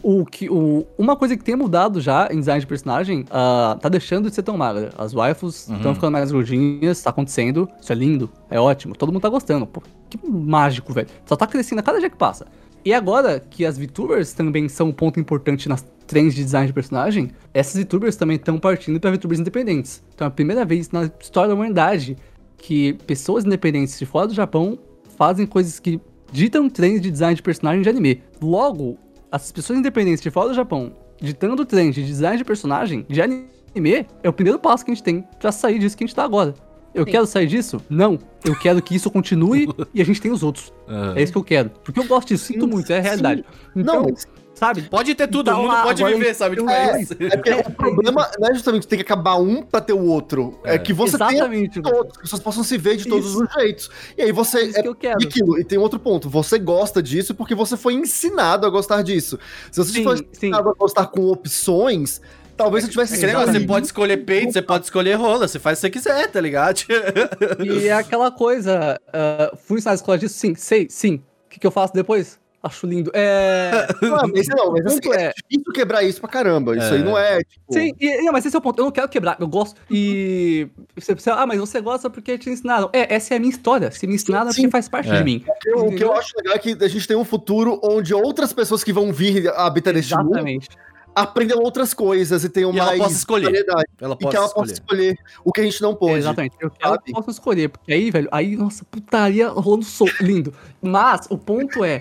Speaker 3: O que, o, uma coisa que tem mudado já em design de personagem, uh, tá deixando de ser tão magra. As waifus estão
Speaker 1: Uhum.
Speaker 3: ficando mais gordinhas, tá acontecendo. Isso é lindo, é ótimo. Todo mundo tá gostando. Pô, que mágico, velho. Só tá crescendo a cada dia que passa. E agora que as VTubers também são um ponto importante nas trends de design de personagem, essas VTubers também estão partindo pra VTubers independentes. Então é a primeira vez na história da humanidade que pessoas independentes de fora do Japão fazem coisas que ditam trends de design de personagem de anime. Logo, as pessoas independentes de fora do Japão ditando trends de design de personagem de anime é o primeiro passo que a gente tem pra sair disso que a gente tá agora. Eu
Speaker 2: Sim.
Speaker 3: quero sair disso? Não. Eu quero que isso continue e a gente tenha os outros.
Speaker 1: Uhum.
Speaker 3: É isso que eu quero. Porque eu gosto disso, sinto muito, é a realidade. Então,
Speaker 4: Não, mas
Speaker 3: sabe?
Speaker 1: Pode ter tudo,
Speaker 3: Então,
Speaker 1: o mundo pode
Speaker 3: agora
Speaker 1: viver,
Speaker 3: eu-
Speaker 1: sabe? Tipo,
Speaker 4: É,
Speaker 1: é isso.
Speaker 4: é porque o problema não é justamente ter que acabar um pra ter o outro. É,
Speaker 1: É.
Speaker 4: que você tenha
Speaker 3: Exatamente.
Speaker 4: todos, as pessoas possam se ver de todos
Speaker 3: Isso.
Speaker 4: os jeitos. E aí você.
Speaker 3: É isso que eu quero.
Speaker 4: E aquilo, e tem outro ponto. Você gosta disso porque você foi ensinado a gostar disso. Se você
Speaker 3: Sim,
Speaker 4: for
Speaker 3: sim.
Speaker 4: ensinado a gostar com opções, talvez você tivesse
Speaker 1: É que negócio, você
Speaker 3: Exatamente.
Speaker 1: pode escolher peito, você pode escolher rola, você faz o que você quiser, tá ligado?
Speaker 3: E é aquela coisa, uh, fui ensinar na escola disso? Sim, sei, sim. O que, que eu faço depois? Acho lindo. É...
Speaker 4: Não, mas não, mas assim,
Speaker 3: ponto
Speaker 4: é
Speaker 3: é-
Speaker 4: difícil quebrar isso pra caramba. Isso
Speaker 1: É.
Speaker 4: aí não é, tipo.
Speaker 3: Sim, e, não, mas esse é o ponto. Eu não quero quebrar, eu gosto. E você pensa, ah, mas você gosta porque te ensinaram. É, essa é a minha história. Se me ensinaram é
Speaker 4: Sim.
Speaker 3: porque faz parte
Speaker 1: É.
Speaker 3: de mim.
Speaker 4: O que eu- o que eu acho legal é que a gente tem um futuro onde outras pessoas que vão vir habitar neste mundo
Speaker 3: Exatamente.
Speaker 4: aprendam outras coisas e tenham
Speaker 1: E ela
Speaker 4: mais
Speaker 1: possa escolher.
Speaker 4: variedade.
Speaker 1: Ela
Speaker 4: E
Speaker 1: pode
Speaker 4: que ela
Speaker 1: escolher.
Speaker 4: possa escolher o que a gente não pode.
Speaker 3: É, exatamente. Eu quero
Speaker 4: sabe?
Speaker 3: que posso escolher. Porque aí, velho, aí, nossa, putaria rolando sol. Lindo. Mas o ponto é.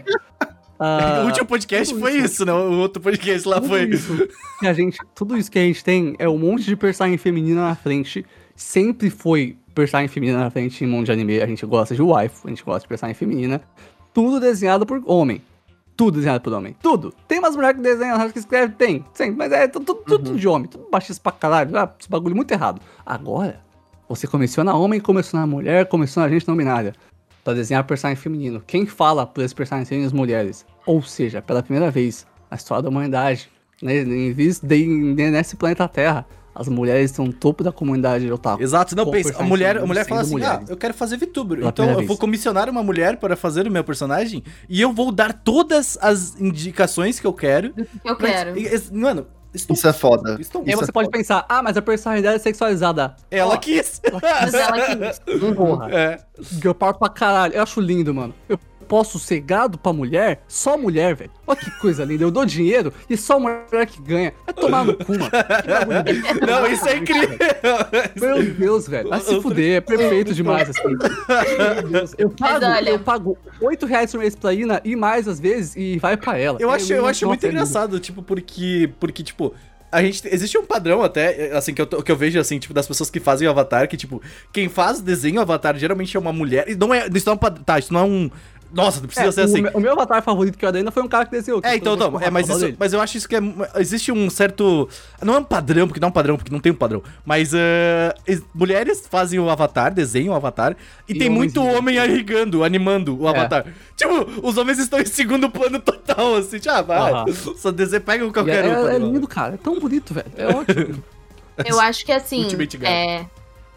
Speaker 3: ah,
Speaker 1: o último podcast
Speaker 3: tudo
Speaker 1: foi isso, né? O outro podcast lá
Speaker 3: tudo
Speaker 1: foi.
Speaker 3: Isso que a gente, tudo isso que a gente tem é um monte de personagem feminina na frente. Sempre foi personagem feminina na frente em mundo de anime. A gente gosta de waifu, a gente gosta de personagem feminina. Tudo desenhado por homem. Tudo desenhado por homem. Tudo. Tem umas mulheres que desenham, que escrevem? Tem. Sim, mas é tudo, tudo, tudo de homem. Tudo baixista pra caralho. Ah, esse bagulho muito errado. Agora, você começou na homem, começou na mulher, começou na gente não binária. Pra desenhar personagem feminino. Quem fala por esses personagens serem as mulheres? Ou seja, pela primeira vez na história da humanidade, né, em vez de, de- nesse planeta Terra, as mulheres estão no topo da comunidade otaku.
Speaker 1: Exato, não,
Speaker 3: Com
Speaker 1: pensa, a
Speaker 3: personagens
Speaker 1: mulher, a
Speaker 3: femininos
Speaker 1: mulher fala assim,
Speaker 3: sendo
Speaker 1: ah,
Speaker 3: mulheres.
Speaker 1: eu quero fazer VTuber,
Speaker 3: Pela
Speaker 1: então
Speaker 3: primeira
Speaker 1: eu vou
Speaker 3: vez.
Speaker 1: comissionar uma mulher para fazer o meu personagem e eu vou dar todas as indicações que eu quero.
Speaker 2: que eu
Speaker 1: pra-
Speaker 2: quero.
Speaker 1: e- e- Mano, estou...
Speaker 4: Isso é foda.
Speaker 1: estou
Speaker 3: E aí
Speaker 4: Isso
Speaker 3: você
Speaker 4: é
Speaker 3: pode
Speaker 4: foda.
Speaker 3: pensar, ah, mas a personalidade é sexualizada.
Speaker 1: Ela
Speaker 3: Ó,
Speaker 1: quis.
Speaker 2: Mas ela que
Speaker 3: porra.
Speaker 1: É.
Speaker 3: Eu paro pra caralho. Eu acho lindo, mano. Eu posso ser gado pra mulher? Só mulher, velho. Olha que coisa linda. Eu dou dinheiro e só mulher que ganha. Vai tomar no cu, mano. Que bagulho lindo.
Speaker 1: Não, isso é incrível.
Speaker 3: Meu Deus, velho. Vai se fuder. É perfeito demais, assim. Meu Deus. Eu pago,
Speaker 2: olha-
Speaker 3: eu pago oito reais por mês pra Ina e mais às vezes e vai pra ela.
Speaker 1: Eu acho, eu acho
Speaker 3: nossa,
Speaker 1: muito
Speaker 3: é lindo.
Speaker 1: engraçado, tipo, porque, porque, tipo, a gente, existe um padrão até, assim, que eu, tô- que eu vejo, assim, tipo, das pessoas que fazem o Avatar, que, tipo, quem faz desenho Avatar geralmente é uma mulher, e não é, isso não é um padrão, tá, isso não é um, nossa, não precisa
Speaker 3: É,
Speaker 1: ser
Speaker 3: o,
Speaker 1: assim.
Speaker 3: meu- o meu avatar favorito que eu ainda foi um cara que desenhou. que
Speaker 1: É,
Speaker 3: eu
Speaker 1: então,
Speaker 3: tô-
Speaker 1: não,
Speaker 3: tô-
Speaker 1: é, mas,
Speaker 3: tô-
Speaker 1: isso,
Speaker 3: dele.
Speaker 1: mas eu acho isso que é, existe um certo, não é um padrão, porque não é um padrão, porque não tem um padrão, mas eh, es- mulheres fazem o Avatar, desenham o Avatar, e,
Speaker 3: E
Speaker 1: tem
Speaker 3: homens
Speaker 1: muito
Speaker 3: irrigando.
Speaker 1: homem irrigando, animando o
Speaker 3: É.
Speaker 1: Avatar. Tipo, os homens estão em segundo plano total, assim, tipo, ah, vai,
Speaker 3: Aham.
Speaker 1: só desenha, pega
Speaker 3: E
Speaker 1: qualquer
Speaker 3: é,
Speaker 1: um. pra
Speaker 3: é
Speaker 1: animar.
Speaker 3: lindo, cara. É tão bonito, velho. É ótimo.
Speaker 2: Eu acho que assim,
Speaker 1: Ultimate Guy.
Speaker 2: é,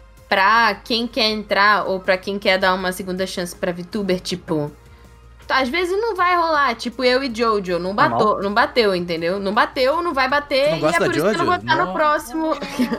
Speaker 2: pra quem quer entrar ou pra quem quer dar uma segunda chance pra VTuber, tipo, às vezes não vai rolar, tipo eu e Jojo, não bateu, não bateu, entendeu? Não bateu, não vai
Speaker 1: Tu
Speaker 2: bater
Speaker 1: não
Speaker 2: e é
Speaker 1: gosta
Speaker 2: por
Speaker 1: da
Speaker 2: isso que eu não vou
Speaker 1: Jojo?
Speaker 2: estar no
Speaker 1: Nossa.
Speaker 2: próximo.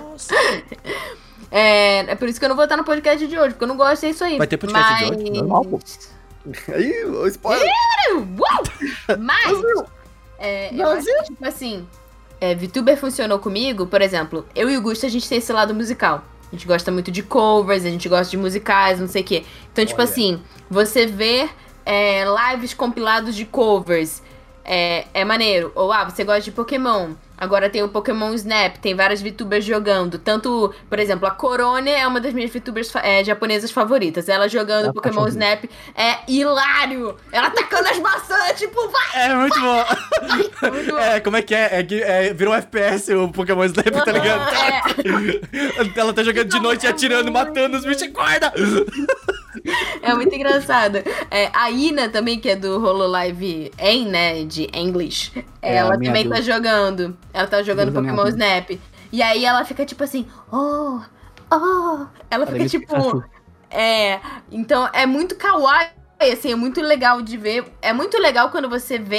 Speaker 2: é, é por isso que eu não vou estar no podcast de hoje, porque eu não gosto disso aí.
Speaker 1: Vai ter podcast de hoje?
Speaker 2: Mas-
Speaker 3: Normal, pô.
Speaker 4: Aí, o spoiler.
Speaker 2: Uau! Mas, é, eu acho que, tipo assim, é, VTuber funcionou comigo, por exemplo, eu e o Gusto, a gente tem esse lado musical. A gente gosta muito de covers, a gente gosta de musicais, não sei o quê. Então, tipo
Speaker 1: Olha.
Speaker 2: assim, você vê é, lives compilados de covers, é, é maneiro. Ou, ah, você gosta de Pokémon. Agora tem o Pokémon Snap, tem várias VTubers jogando. Tanto, por exemplo, a Korone é uma das minhas VTubers fa- é, japonesas favoritas. Ela jogando
Speaker 3: É
Speaker 2: Pokémon
Speaker 3: apaixonante.
Speaker 2: Snap é hilário. Ela tacando as maçãs, tipo, vai!
Speaker 1: É muito bom.
Speaker 2: Muito bom.
Speaker 1: É, como é que é? É, que- é virou um F P S o Pokémon Snap, tá ligado?
Speaker 2: É.
Speaker 1: Ela tá jogando de noite e atirando, matando os bichos. Acorda!
Speaker 2: É muito engraçado. É, a Ina também, que é do Hololive En, né, de English,
Speaker 3: É,
Speaker 2: ela
Speaker 3: a minha
Speaker 2: também tá
Speaker 3: deusa.
Speaker 2: jogando. Ela tá jogando
Speaker 3: Deusa minha
Speaker 2: Pokémon
Speaker 3: deusa.
Speaker 2: Snap. E aí ela fica tipo assim, oh, oh. Ela fica
Speaker 3: Parece
Speaker 2: tipo...
Speaker 3: Pikachu.
Speaker 2: É, então é muito kawaii, assim, é muito legal de ver. É muito legal quando você vê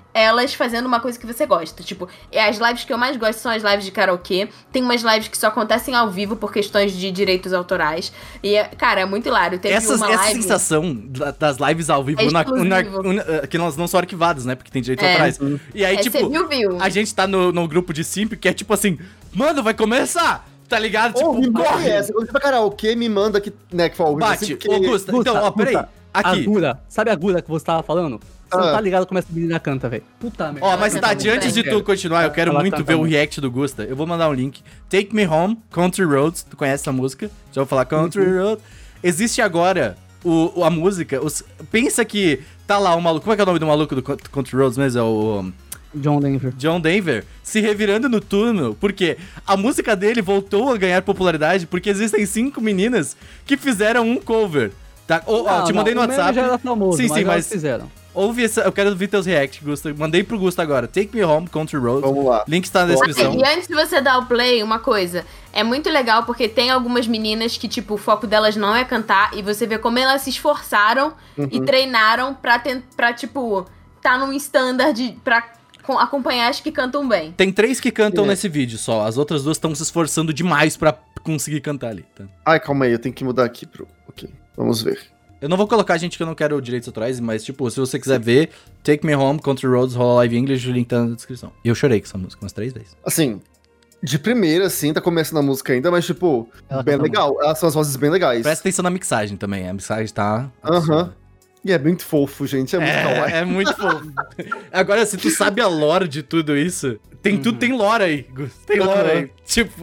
Speaker 2: elas fazendo uma coisa que você gosta. Tipo, é as lives que eu mais gosto são as lives de karaokê. Tem umas lives que só acontecem ao vivo por questões de direitos autorais. E, é- cara, é muito hilário. Teve
Speaker 1: Essas,
Speaker 2: uma
Speaker 1: essa
Speaker 2: live...
Speaker 1: sensação da- das lives ao vivo,
Speaker 2: É
Speaker 1: na-
Speaker 2: exclusivo.
Speaker 1: na- na- que elas não são arquivadas, né? Porque tem direitos
Speaker 2: É.
Speaker 1: autorais. E aí,
Speaker 2: É,
Speaker 1: tipo,
Speaker 2: você viu, viu?
Speaker 1: a gente tá no, no grupo de simp que é tipo assim, mano, vai começar! Tá ligado?
Speaker 4: Ô, me
Speaker 1: Tipo,
Speaker 4: manda
Speaker 1: corre!
Speaker 4: essa. Quando você vai karaokê, me manda aqui, né, que for ao vivo,
Speaker 1: Bate,
Speaker 4: assim, porque-
Speaker 1: Augusta. Então, ó, peraí.
Speaker 3: Gusta,
Speaker 1: Aqui.
Speaker 3: A Gura, sabe a Gura que você tava falando? Você
Speaker 4: Ah.
Speaker 3: não tá ligado como essa menina canta, velho. Puta merda.
Speaker 1: Ó, mas
Speaker 2: canta
Speaker 1: Tati,
Speaker 2: muito
Speaker 1: antes
Speaker 2: bem.
Speaker 1: de tu continuar, eu quero
Speaker 3: Ela
Speaker 1: muito
Speaker 3: canta
Speaker 1: ver o
Speaker 3: muito.
Speaker 1: react do Gusta. Eu vou mandar um link. Take Me Home, Country Roads. Tu conhece essa música? Já vou falar Country
Speaker 3: Uhum.
Speaker 1: Road. Existe agora o, o- a música. Os, pensa que tá lá o maluco. Como é que é o nome do maluco do Country Country Roads mesmo? É o
Speaker 3: John Denver.
Speaker 1: John Denver. Se revirando no túnel. Porque a música dele voltou a ganhar popularidade porque existem cinco meninas que fizeram um cover. Tá? Ó, ó,
Speaker 3: Não,
Speaker 1: te mandei
Speaker 3: não,
Speaker 1: no
Speaker 3: o meme
Speaker 1: WhatsApp.
Speaker 3: já era famoso,
Speaker 1: sim,
Speaker 3: mas
Speaker 1: sim,
Speaker 3: elas
Speaker 1: mas
Speaker 3: fizeram.
Speaker 1: ouve essa. Eu quero ver teus react, Gusta. Mandei pro Gusta agora. Take Me Home, Country Roads.
Speaker 4: Vamos lá.
Speaker 1: Link está na
Speaker 4: Bom,
Speaker 1: descrição.
Speaker 2: E antes de você dar o play, uma coisa. É muito legal porque tem algumas meninas que, tipo, o foco delas não é cantar. E você vê como elas se esforçaram e treinaram pra, tent- pra tipo, tá num standard pra co- acompanhar as que cantam bem.
Speaker 1: Tem três que cantam
Speaker 4: É.
Speaker 1: nesse vídeo só. As outras duas estão se esforçando demais pra conseguir cantar ali, tá?
Speaker 4: Ai, calma aí, eu tenho que mudar aqui pro... Ok, vamos ver.
Speaker 1: Eu não vou colocar gente que eu não quero direitos autorais, mas, tipo, se você quiser ver, Take Me Home, Country Roads, Roll Live English, o link tá na descrição. E eu chorei com essa música umas três vezes.
Speaker 4: Assim, de primeira, assim, tá começando a música ainda, mas, tipo,
Speaker 3: Ela
Speaker 4: bem
Speaker 3: canta
Speaker 4: legal. Elas são as vozes bem legais.
Speaker 1: Presta atenção na mixagem também, a mixagem tá...
Speaker 4: Aham. E é muito fofo, gente, é muito kawaii.
Speaker 1: É, é muito fofo. Agora, se tu sabe a lore de tudo isso, tem tudo, tem lore aí, Gus. Tem lore
Speaker 4: Uhum.
Speaker 1: aí. Tipo...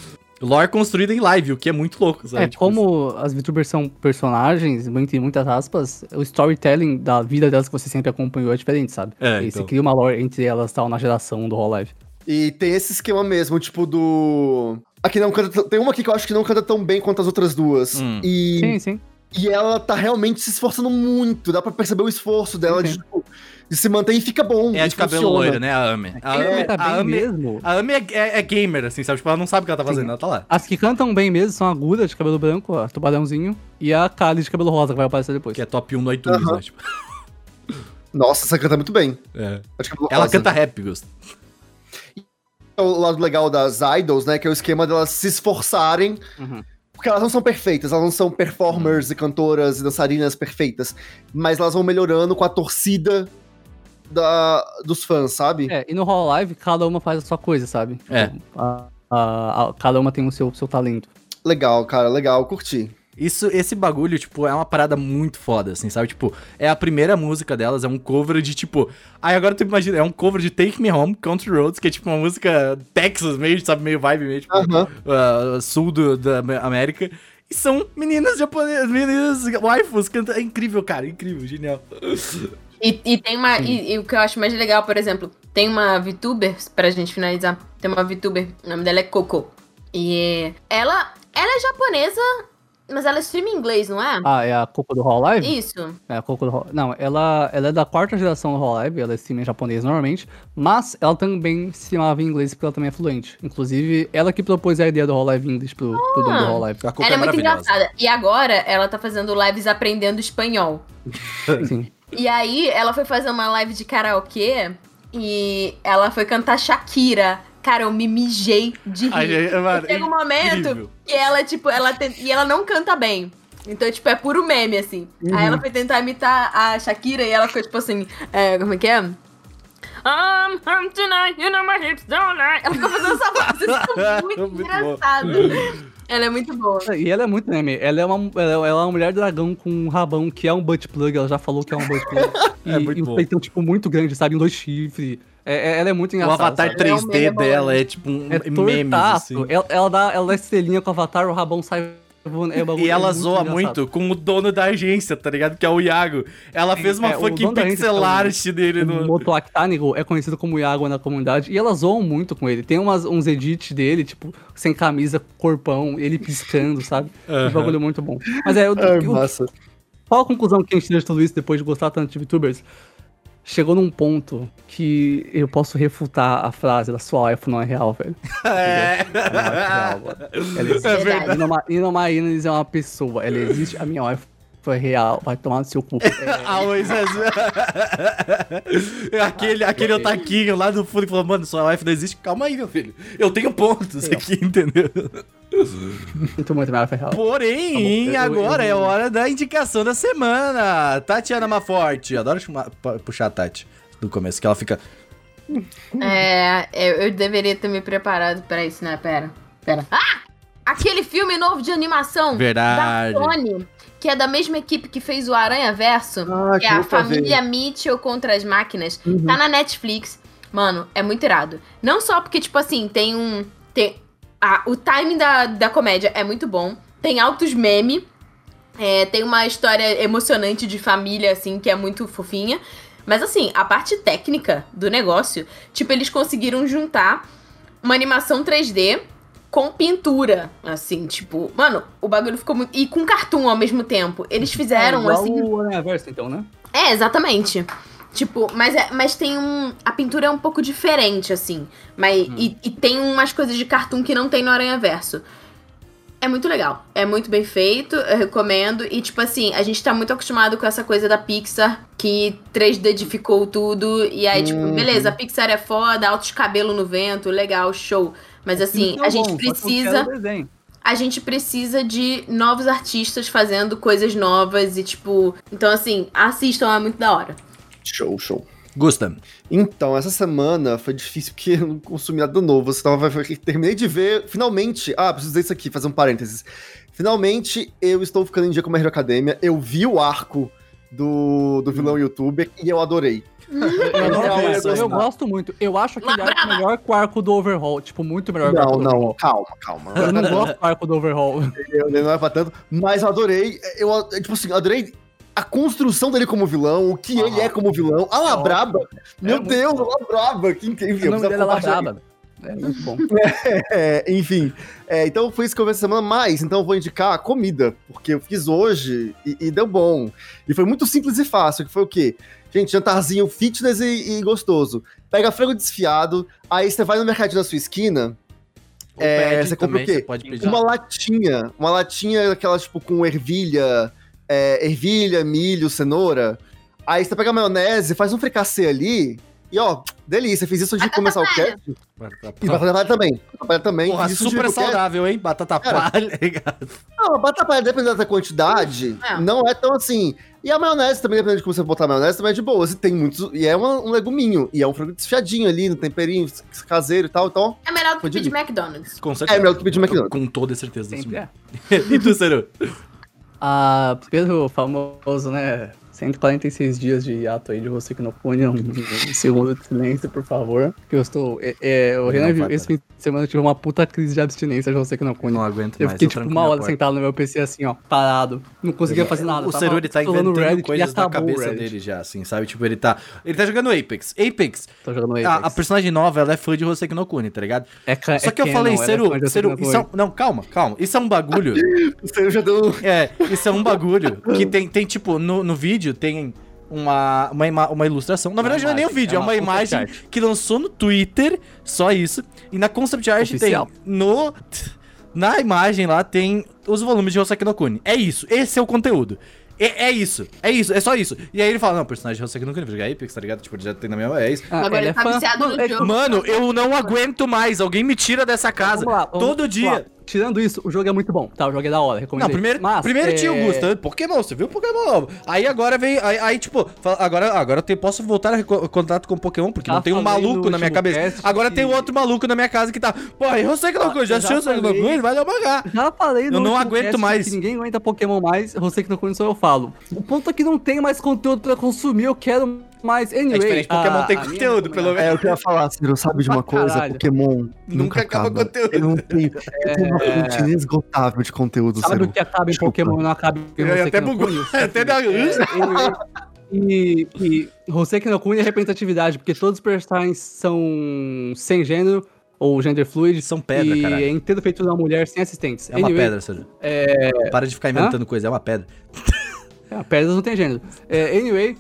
Speaker 1: Lore construída em live, o que é muito louco, sabe?
Speaker 3: É,
Speaker 1: Tipo,
Speaker 3: como as VTubers são personagens, entre muitas aspas, o storytelling da vida delas que você sempre acompanhou é diferente, sabe?
Speaker 1: É,
Speaker 3: e
Speaker 1: então.
Speaker 3: você cria uma lore entre elas tal na geração do Hololive.
Speaker 4: E tem esse esquema mesmo, tipo, do... Aqui não canta... Tem uma aqui que eu acho que não canta tão bem quanto as outras duas.
Speaker 1: Hum.
Speaker 4: E...
Speaker 3: Sim, sim.
Speaker 4: E ela tá realmente se esforçando muito. Dá pra perceber o esforço dela de,
Speaker 3: Sim.
Speaker 4: tipo, de se manter e fica bom.
Speaker 1: é a
Speaker 4: e
Speaker 1: de cabelo
Speaker 4: funciona.
Speaker 1: loiro, né? A Ame. A
Speaker 3: Quem
Speaker 1: Ame,
Speaker 3: canta bem
Speaker 1: a Ame,
Speaker 3: mesmo,
Speaker 1: a Ame é, é- é gamer, assim, sabe? Tipo, ela não sabe o que ela tá fazendo, ela tá lá.
Speaker 3: as que cantam bem mesmo são a Guda, de cabelo branco, a Tubarãozinho, e a Kali, de cabelo rosa, que vai aparecer depois.
Speaker 1: Que é top um no iTunes,
Speaker 4: Aham.
Speaker 1: né? Tipo,
Speaker 4: Nossa, essa canta muito bem.
Speaker 1: é.
Speaker 4: Acho que
Speaker 1: Ela canta rap, Gusto.
Speaker 4: É o lado legal das idols, né? Que é o esquema delas se esforçarem.
Speaker 3: Uhum.
Speaker 4: Porque elas não são perfeitas, elas não são performers e cantoras e dançarinas perfeitas. Mas elas vão melhorando com a torcida da, dos fãs, sabe?
Speaker 3: É, e no Hololive, cada uma faz a sua coisa, sabe?
Speaker 1: É.
Speaker 3: Tipo, a- a- a- cada uma tem o seu, seu talento.
Speaker 4: Legal, cara, legal, curti.
Speaker 1: Isso, esse bagulho, tipo, é uma parada muito foda, assim, sabe? Tipo, é a primeira música delas, é um cover de, tipo... Aí agora tu imagina, é um cover de Take Me Home, Country Roads, que é tipo uma música Texas, meio, sabe? Meio vibe, meio, tipo,
Speaker 4: Aham.
Speaker 1: uh, sul do, da América. E são meninas japonesas, meninas waifus, canta... É incrível, cara, incrível, genial.
Speaker 2: E, e tem uma. E, e o que eu acho mais legal, por exemplo, tem uma VTuber, pra gente finalizar, tem uma VTuber, o nome dela é Coco. E ela, ela é japonesa, mas ela streama em inglês, não é?
Speaker 3: Ah, é a Coco do Hololive?
Speaker 2: Isso.
Speaker 3: É a Coco do Hol- Não, ela, ela é da quarta geração do Hololive, ela streama em japonês normalmente, mas ela também streamava em inglês porque ela também é fluente. Inclusive, ela que propôs a ideia do Hololive English pro, pro dono do Hololive.
Speaker 1: A Coco
Speaker 2: Ela é muito
Speaker 1: maravilhosa.
Speaker 2: engraçada. E agora ela tá fazendo lives aprendendo espanhol.
Speaker 3: Sim.
Speaker 2: E aí ela foi fazer uma live de karaokê e ela foi cantar Shakira. Cara, eu me mijei de rir.
Speaker 1: Ai, ai, mano,
Speaker 2: Chega um momento
Speaker 1: incrível.
Speaker 2: que ela, tipo, ela tem... e ela não canta bem. Então, tipo, é puro meme, assim. Aí ela foi tentar imitar a Shakira e ela ficou, tipo assim, é, como é que é? I'm home tonight, you know my hips don't lie. Ela ficou fazendo essa voz, isso é muito,
Speaker 1: Muito bom.
Speaker 2: engraçado. Ela é muito boa.
Speaker 3: E ela é muito meme. Ela é uma, ela é uma mulher dragão com um rabão que é um butt plug. Ela já falou que é um butt plug. E,
Speaker 1: É muito
Speaker 3: e
Speaker 1: bom.
Speaker 3: um peitão, tipo, muito grande, sabe? Um dois chifres. É, é- ela é muito
Speaker 1: O
Speaker 3: engraçada.
Speaker 1: avatar
Speaker 3: sabe?
Speaker 1: três D
Speaker 2: É um meme
Speaker 1: dela é tipo um
Speaker 3: É
Speaker 1: memes,
Speaker 3: tortaço.
Speaker 1: assim.
Speaker 3: Ela, ela, dá, ela dá estrelinha com o avatar, o rabão sai voando. É um bagulho
Speaker 1: E ela
Speaker 3: muito
Speaker 1: zoa
Speaker 3: engraçado.
Speaker 1: muito com o dono da agência, tá ligado? Que é o Iago. Ela
Speaker 3: Sim,
Speaker 1: fez uma
Speaker 3: é, o
Speaker 1: fucking
Speaker 3: dono da agência
Speaker 1: pixel
Speaker 3: é o-
Speaker 1: art dele
Speaker 3: O
Speaker 1: no...
Speaker 3: Moto Actanigo é conhecido como Iago na comunidade. E elas zoam muito com ele. Tem umas, uns edits dele, tipo, sem camisa, corpão, ele piscando, sabe?
Speaker 1: Aham.
Speaker 3: Um bagulho muito bom. Mas é, o,
Speaker 4: Ai,
Speaker 3: o,
Speaker 4: massa.
Speaker 3: qual a conclusão que a gente tira de tudo isso depois de gostar tanto de VTubers? Chegou num ponto que eu posso refutar a frase da sua wife não é real, velho.
Speaker 1: É.
Speaker 3: Não é real, mano. Ela existe.
Speaker 2: É verdade.
Speaker 3: Inoma- Inoma Inês é uma pessoa. Ela existe. A minha wife foi real, vai tomar no seu cu. É,
Speaker 1: Ah, Moisés. aquele aquele otaquinho lá no fundo que falou, mano, sua wife não existe. Calma aí, meu filho. Eu tenho pontos
Speaker 3: Real.
Speaker 1: aqui, entendeu?
Speaker 3: muito, muito melhor, foi real.
Speaker 1: Porém,
Speaker 3: Tá bom, eu-
Speaker 1: agora
Speaker 3: eu-
Speaker 1: é hora da indicação da semana. Tatiana Maforte. Adoro chamar- pu- puxar a Tati no começo, que ela fica...
Speaker 2: É, eu, eu deveria ter me preparado pra isso, né? Pera, pera. Ah! Aquele filme novo de animação
Speaker 1: Verdade.
Speaker 2: da Sony, que é da mesma equipe que fez o Aranha Verso,
Speaker 4: Ah,
Speaker 2: que é a
Speaker 4: queria pra
Speaker 2: família Mitchell contra as máquinas.
Speaker 3: Uhum.
Speaker 2: Tá na Netflix. Mano, é muito irado. Não só porque, tipo assim, tem um... Tem, a, o timing da, da comédia é muito bom. Tem altos meme. É, tem uma história emocionante de família, assim, que é muito fofinha. Mas, assim, a parte técnica do negócio... Tipo, eles conseguiram juntar uma animação três D com pintura, assim, tipo... Mano, o bagulho ficou muito... E com cartoon ao mesmo tempo. Eles fizeram,
Speaker 3: é igual
Speaker 2: assim...
Speaker 3: o Aranhaverso, então, né?
Speaker 2: É, exatamente. Tipo, mas, é, mas tem um... A pintura é um pouco diferente, assim. Mas,
Speaker 3: Hum.
Speaker 2: e, e tem umas coisas de cartoon que não tem no Aranhaverso. É muito legal. É muito bem feito, eu recomendo. E, tipo assim, a gente tá muito acostumado com essa coisa da Pixar, que três Dificou tudo. E aí, tipo,
Speaker 4: Uhum.
Speaker 2: beleza, a Pixar é foda, altos cabelo no vento, legal, show. Mas assim,
Speaker 3: Então,
Speaker 2: a gente
Speaker 3: bom, só que eu
Speaker 2: precisa...
Speaker 3: quero o desenho.
Speaker 2: A gente precisa de novos artistas fazendo coisas novas e, tipo... Então, assim, assistam, é muito da hora.
Speaker 4: Show, show.
Speaker 1: Gusta.
Speaker 4: Então, essa semana foi difícil porque eu não consumi nada novo. Eu tava, terminei de ver, finalmente... Ah, preciso dizer isso aqui, fazer um parênteses. Finalmente, eu estou ficando em dia com a My Hero Academia. Eu vi o arco do, do vilão youtuber e eu adorei.
Speaker 3: Eu, eu,
Speaker 4: Não,
Speaker 3: eu-
Speaker 4: eu-
Speaker 3: eu gosto muito. Eu acho aquele arco
Speaker 2: Labraba.
Speaker 3: melhor que o arco do Overhaul. Tipo, muito melhor que o arco
Speaker 4: Não,
Speaker 3: do
Speaker 4: não,
Speaker 3: Overhaul.
Speaker 4: calma, calma.
Speaker 3: Eu não gosto do arco do Overhaul.
Speaker 4: Eu- Ele não é pra tanto, mas eu adorei. Eu, eu, tipo assim, adorei a construção dele como vilão, o que ele é como vilão. A Labraba, meu
Speaker 3: muito
Speaker 4: Deus,
Speaker 3: bom.
Speaker 4: a Labraba, que incrível.
Speaker 3: O nome dele é
Speaker 4: Precisa
Speaker 3: Labraba. É muito bom.
Speaker 4: É, enfim, é, então foi isso que eu vi essa semana, mas então eu vou indicar a comida, porque eu fiz hoje e, e deu bom. E foi muito simples e fácil, que foi o quê? Gente, jantarzinho fitness e, e gostoso. Pega frango desfiado, aí você vai no mercadinho da sua esquina,
Speaker 1: Ou
Speaker 4: É,
Speaker 1: pede
Speaker 4: você compra
Speaker 1: também,
Speaker 4: o quê?
Speaker 1: você pode pedir.
Speaker 4: uma latinha, uma latinha daquela tipo com ervilha, é, ervilha, milho, cenoura. Aí você pega a maionese, faz um fricassê ali, e ó, delícia, fiz isso antes de
Speaker 2: Batata
Speaker 4: começar o
Speaker 2: palha.
Speaker 4: cast. E batata palha também. Batata palha também.
Speaker 1: Porra,
Speaker 4: fiz isso antes de
Speaker 1: super
Speaker 4: ver o cast.
Speaker 1: saudável, hein? Batata
Speaker 4: Cara,
Speaker 1: palha, ligado?
Speaker 4: Não, a batata palha, dependendo da quantidade,
Speaker 2: É.
Speaker 4: não é tão assim. E a maionese também, dependendo de como você botar a maionese, também é de boas. E tem muitos. E é uma- um leguminho. E é um frango desfiadinho ali, no temperinho do caseiro e tal. Então,
Speaker 2: É melhor do
Speaker 4: Foi
Speaker 2: que
Speaker 4: de
Speaker 2: pedir McDonald's.
Speaker 1: Com
Speaker 4: é
Speaker 1: certeza.
Speaker 4: melhor do que pedir McDonald's.
Speaker 1: Com toda certeza. disso.
Speaker 3: Sempre é.
Speaker 1: E tu, Seru?
Speaker 3: Ah, pelo famoso, né? cento e quarenta e seis dias de ato aí de você que não põe um, um segundo de silêncio, por favor. Que eu estou. É, é, o
Speaker 1: Não
Speaker 3: Renan viu,
Speaker 1: vai,
Speaker 3: esse fim de semana eu tive uma puta crise de abstinência de você que não põe.
Speaker 1: Não aguento
Speaker 3: Eu
Speaker 1: mais.
Speaker 3: fiquei
Speaker 1: eu
Speaker 3: tipo
Speaker 1: tranco
Speaker 3: uma
Speaker 1: minha
Speaker 3: hora
Speaker 1: porta.
Speaker 3: sentado no meu P C assim, ó, parado. Não conseguia fazer nada.
Speaker 1: O
Speaker 3: tava
Speaker 1: Seru, ele tá
Speaker 3: scrollando o
Speaker 1: inventando
Speaker 3: Reddit e
Speaker 1: coisas na
Speaker 3: acabou o
Speaker 1: cabeça
Speaker 3: Reddit.
Speaker 1: dele já, assim, sabe? Tipo, ele tá... Ele tá jogando Apex. Apex,
Speaker 3: Tô jogando
Speaker 1: a,
Speaker 3: Apex.
Speaker 1: a personagem nova, ela é fã de Hoseki no Kuni, tá ligado?
Speaker 3: É ca-
Speaker 1: Só
Speaker 3: é
Speaker 1: que eu
Speaker 3: canon,
Speaker 1: falei,
Speaker 3: ela é
Speaker 1: Seru,
Speaker 3: fã de
Speaker 1: Seru,
Speaker 3: Hoseki no
Speaker 1: isso é um...
Speaker 3: Kuni.
Speaker 1: Não, calma, calma. Isso é um bagulho...
Speaker 4: O Seru já deu.
Speaker 1: É, isso é um bagulho que tem, tem tipo, no, no vídeo tem uma, uma, ima- uma ilustração. Na verdade, não é nem um
Speaker 3: imagem,
Speaker 1: vídeo, é
Speaker 3: é
Speaker 1: uma,
Speaker 3: uma
Speaker 1: imagem
Speaker 3: concept art.
Speaker 1: que lançou no Twitter, só isso. E na concept art
Speaker 3: Oficial.
Speaker 1: tem no... Na imagem lá tem os volumes de Hoseki no Kuni. É isso, esse é o conteúdo. É, é isso, é isso, é só isso. E aí ele fala, não, personagem de Hoseki no Kuni, vai jogar Apex, tá ligado? Tipo, ele já tem na minha... É isso.
Speaker 3: Ah,
Speaker 2: Agora
Speaker 3: ele
Speaker 2: ele tá
Speaker 3: fã-
Speaker 2: viciado
Speaker 3: Mano,
Speaker 2: no
Speaker 3: é-
Speaker 2: jogo.
Speaker 1: Mano, eu não aguento mais. Alguém me tira dessa casa.
Speaker 3: Vamos lá, vamos-
Speaker 1: Todo
Speaker 3: vamos
Speaker 1: dia.
Speaker 3: lá. Tirando isso, o jogo é muito bom, tá? O jogo é da hora, recomendo.
Speaker 1: Não, primeiro,
Speaker 3: Mas,
Speaker 1: primeiro
Speaker 3: é...
Speaker 1: tinha o Gusta, Pokémon, você viu Pokémon novo. Aí agora vem, aí, aí, tipo, fala- agora, agora eu te- posso voltar a reco- contato com o Pokémon, porque
Speaker 3: Já
Speaker 1: não tem um
Speaker 3: falei
Speaker 1: maluco
Speaker 3: no
Speaker 1: na minha
Speaker 3: último
Speaker 1: cabeça.
Speaker 3: cast
Speaker 1: Agora
Speaker 3: que-
Speaker 1: tem outro maluco na minha casa que tá, porra, eu sei que não,
Speaker 3: Ah,
Speaker 1: já
Speaker 3: eu
Speaker 1: assistiu
Speaker 3: já
Speaker 1: o Pokémon,
Speaker 3: falei.
Speaker 1: vai apagar.
Speaker 3: Já falei no
Speaker 1: Eu não
Speaker 3: último
Speaker 1: aguento
Speaker 3: cast
Speaker 1: mais.
Speaker 3: que ninguém aguenta Pokémon mais, Hoseki no Kuni só eu falo. O ponto é que não tem mais conteúdo pra consumir, eu quero mais. Anyway,
Speaker 1: É diferente, Pokémon
Speaker 3: a-
Speaker 1: tem
Speaker 3: a minha
Speaker 1: conteúdo, pelo
Speaker 3: recomendação-
Speaker 4: É, eu queria falar, Seru, sabe de uma
Speaker 3: Pra
Speaker 4: coisa?
Speaker 3: caralho.
Speaker 4: Pokémon nunca,
Speaker 1: acaba
Speaker 4: acaba.
Speaker 1: conteúdo.
Speaker 4: Ele não tem, ele tem uma fonte inesgotável de conteúdo,
Speaker 3: Sabe
Speaker 4: Seru.
Speaker 3: o que acaba em
Speaker 4: Desculpa.
Speaker 3: Pokémon e não acaba em
Speaker 1: Eu
Speaker 3: Hoseki
Speaker 1: até
Speaker 3: no
Speaker 1: bugou.
Speaker 3: Kuni?
Speaker 1: Até deu-
Speaker 3: É, anyway, E, e Hoseki no Kuni é representatividade, porque todos os personagens são sem gênero, ou gender fluid.
Speaker 1: São pedra,
Speaker 3: e
Speaker 1: caralho.
Speaker 3: é inteiro feito de uma mulher sem assistentes.
Speaker 1: É uma
Speaker 3: Anyway,
Speaker 1: pedra, Sérgio. É... Para de ficar inventando coisa, é uma pedra.
Speaker 3: É, pedras não tem gênero. É, anyway,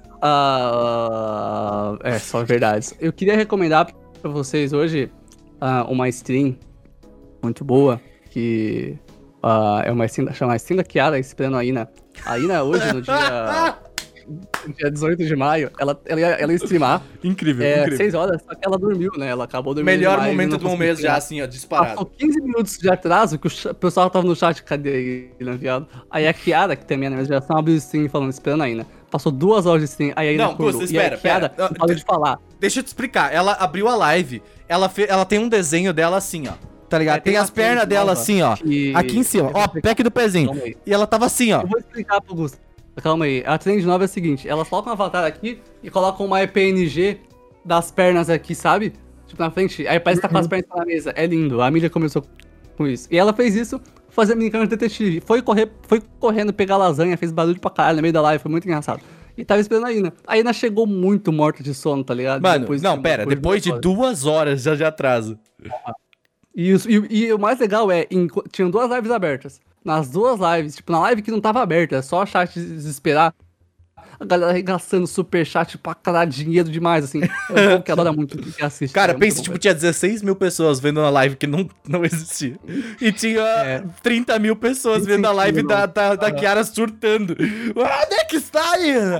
Speaker 3: ah, é só verdades. Eu queria recomendar pra vocês hoje ah, uma stream muito boa que uh, é uma stream, chama stream da Kiara, esperando a Ina. A Ina hoje, no dia, no dia dezoito de maio, ela, ela, ia, ela ia streamar.
Speaker 1: Incrível,
Speaker 3: é,
Speaker 1: incrível.
Speaker 3: seis horas, só que ela dormiu, né? Ela acabou dormindo.
Speaker 1: Melhor
Speaker 3: demais,
Speaker 1: momento
Speaker 3: não
Speaker 1: do
Speaker 3: conseguiu
Speaker 1: mês já,
Speaker 3: streamar.
Speaker 1: assim, ó, disparado.
Speaker 3: Passou quinze minutos de atraso, que o, ch- o pessoal tava no chat, cadê ele, viado? Aí a Kiara, que também é na mesma geração, abriu o stream falando, esperando a Ina. Passou duas horas de stream, aí a Ina
Speaker 1: Não,
Speaker 3: acordou.
Speaker 1: Gusta,
Speaker 3: E aí
Speaker 1: espera,
Speaker 3: a Kiara
Speaker 1: pera.
Speaker 3: não parou de falar.
Speaker 1: Deixa eu te explicar. Ela abriu a live, ela, fe... ela tem um desenho dela assim, ó. Tá ligado?
Speaker 3: É,
Speaker 1: tem,
Speaker 3: tem
Speaker 1: as
Speaker 3: uma
Speaker 1: pernas
Speaker 3: frente
Speaker 1: dela
Speaker 3: nova
Speaker 1: assim, ó.
Speaker 3: que-
Speaker 1: Aqui em cima.
Speaker 3: eu vou
Speaker 1: Ó,
Speaker 3: explicar.
Speaker 1: pack do pezinho.
Speaker 3: Calma aí.
Speaker 1: E ela tava assim, ó.
Speaker 3: Eu vou explicar pro Gusto. Calma aí. A trend nova é a seguinte: elas colocam um avatar aqui e colocam uma P N G das pernas aqui, sabe? Tipo, na frente. Aí parece que tá com as pernas na mesa. É lindo. A mídia começou com isso. E ela fez isso fazendo brincando de detetive. Foi, correr, foi correndo pegar lasanha, fez barulho pra caralho no meio da live. Foi muito engraçado. E tava esperando a Ina. A Ina chegou muito morta de sono, tá ligado?
Speaker 1: Mano,
Speaker 3: Depois
Speaker 1: não,
Speaker 3: de-
Speaker 1: pera. Depois de
Speaker 3: horas.
Speaker 1: duas horas já de atraso.
Speaker 3: Isso, e, e o mais legal é, em- tinham duas lives abertas. Nas duas lives, tipo, na live que não tava aberta, só chat de desesperar, a galera arregaçando superchat pra caralho, dinheiro demais, assim. É um povo que adora muito que assiste.
Speaker 1: Cara,
Speaker 3: é muito
Speaker 1: pensa,
Speaker 3: bom,
Speaker 1: tipo,
Speaker 3: velho.
Speaker 1: tinha dezesseis mil pessoas vendo uma live que não, não existia. E tinha
Speaker 3: É.
Speaker 1: trinta mil pessoas vendo a live da, da, da Kiara surtando. Ah, onde é que está, Ina?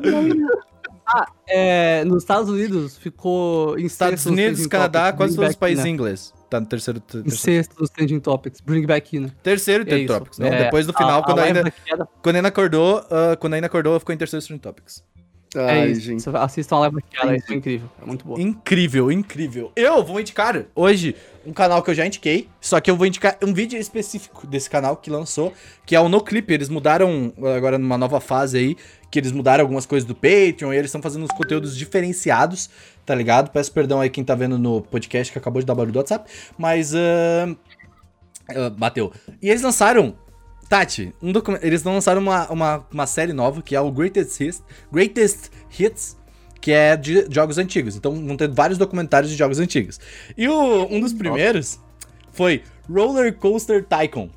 Speaker 3: É, nos Estados Unidos ficou em
Speaker 1: Estados
Speaker 3: sexto nos
Speaker 1: Unidos,
Speaker 3: Trending
Speaker 1: Canadá,
Speaker 3: Topics,
Speaker 1: quase
Speaker 3: Bring
Speaker 1: todos os
Speaker 3: Back
Speaker 1: países
Speaker 3: Ina.
Speaker 1: em inglês. Tá no terceiro.
Speaker 3: Em
Speaker 1: Terceiro,
Speaker 3: sexto nos Trending Topics, Bring Back Ina.
Speaker 1: terceiro
Speaker 3: É
Speaker 1: Trending
Speaker 3: isso.
Speaker 1: Topics. Não,
Speaker 3: É,
Speaker 1: depois do final,
Speaker 3: a-
Speaker 1: quando
Speaker 3: a
Speaker 1: ainda.
Speaker 3: live da Kiara-
Speaker 1: Quando a Ana acordou, ah, quando a Ana acordou, ficou em terceiro Trending Topics.
Speaker 3: É
Speaker 4: Ai,
Speaker 3: isso.
Speaker 4: gente.
Speaker 3: Você assistam a live da Kiara, isso é incrível. É muito boa.
Speaker 1: Incrível, incrível. Eu vou indicar hoje um canal que eu já indiquei, só que eu vou indicar um vídeo específico desse canal que lançou, que é o NoClip. Eles mudaram agora numa nova fase aí, que eles mudaram algumas coisas do Patreon e eles estão fazendo uns conteúdos diferenciados, tá ligado? Peço perdão aí quem tá vendo no podcast que acabou de dar barulho do WhatsApp, mas uh, uh, bateu. E eles lançaram, Tati, um docu- eles lançaram uma, uma, uma série nova que é o Greatest Hits, Greatest Hits, que é de jogos antigos. Então vão ter vários documentários de jogos antigos. E o, um dos primeiros foi Roller Coaster Tycoon.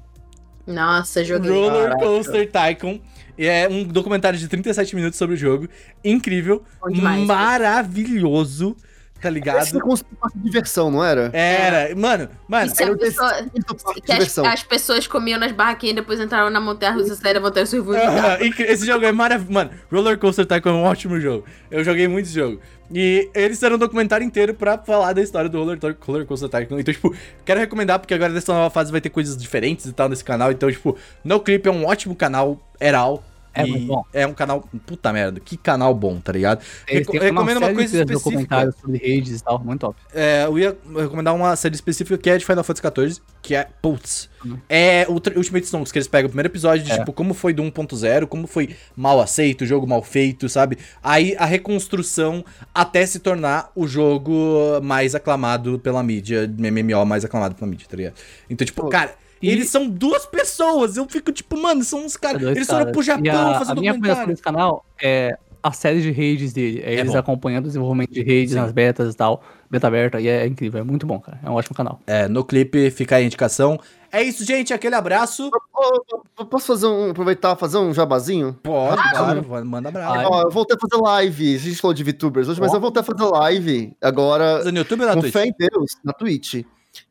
Speaker 2: Nossa, joguei.
Speaker 1: Roller Coaster Tycoon. E é um documentário de trinta e sete minutos sobre o jogo. Incrível.
Speaker 2: Bom demais.
Speaker 1: Maravilhoso. Tá ligado?
Speaker 4: Esse com parte de diversão, não era?
Speaker 1: Era. Mano, mano.
Speaker 2: E se a
Speaker 4: eu
Speaker 2: pessoa,
Speaker 4: Muito parte de
Speaker 2: que as,
Speaker 4: diversão.
Speaker 2: as pessoas comiam nas barraquinhas e depois entraram na montanha-russa séria, voltaram a se
Speaker 1: Aham, incri- esse jogo é maravilhoso. Mano, Roller Coaster Tycoon é um ótimo jogo. Eu joguei muito esse jogo. E eles fizeram um documentário inteiro pra falar da história do Roller, Roller Coaster Tycoon. Então, tipo, quero recomendar porque agora nessa nova fase vai ter coisas diferentes e tal nesse canal. Então, tipo, NoClip é um ótimo canal, Eral.
Speaker 3: É
Speaker 1: e
Speaker 3: muito bom.
Speaker 1: é um canal. Puta merda, que canal bom, tá ligado?
Speaker 3: Eles
Speaker 1: Reco-
Speaker 3: têm
Speaker 1: recomendo uma
Speaker 3: série
Speaker 1: coisa
Speaker 3: inteira de
Speaker 1: específica.
Speaker 3: documentários sobre redes e tal, muito top.
Speaker 1: É, eu ia recomendar uma série específica que é de Final Fantasy quatorze, que é, putz,
Speaker 3: Uhum.
Speaker 1: é o Tra- Ultimate Songs, que eles pegam o primeiro episódio de,
Speaker 3: É.
Speaker 1: tipo, como foi do um ponto zero, como foi mal aceito, o jogo mal feito, sabe? Aí a reconstrução até se tornar o jogo mais aclamado pela mídia, M M O mais aclamado pela mídia, tá ligado? Então, tipo,
Speaker 4: Pô,
Speaker 1: cara,
Speaker 3: e-
Speaker 1: eles são duas pessoas, eu fico tipo, mano, são uns caras,
Speaker 3: É dois
Speaker 1: eles foram
Speaker 3: caras.
Speaker 1: pro
Speaker 3: E
Speaker 1: Japão
Speaker 3: a,
Speaker 1: fazer
Speaker 3: a minha recomendação
Speaker 1: documentário.
Speaker 3: desse canal é a série de redes dele. É,
Speaker 1: É
Speaker 3: eles
Speaker 1: bom.
Speaker 3: acompanhando o desenvolvimento de redes
Speaker 1: Sim.
Speaker 3: nas betas e tal, beta aberta, e é incrível, é muito bom, cara. É um ótimo canal.
Speaker 1: É, no clipe fica aí a indicação. É isso, gente, aquele abraço.
Speaker 4: Ô, ô, posso fazer um, aproveitar e fazer um jabazinho?
Speaker 1: Pode,
Speaker 3: Ah,
Speaker 1: claro, vai- manda abraço.
Speaker 3: Ai.
Speaker 4: Ó, eu voltei a fazer live. A gente falou de VTubers hoje, mas
Speaker 3: Ó.
Speaker 4: eu voltei a fazer live agora.
Speaker 1: Tá no YouTube ou na
Speaker 4: Com
Speaker 1: Twitch?
Speaker 4: fé em Deus, na Twitch.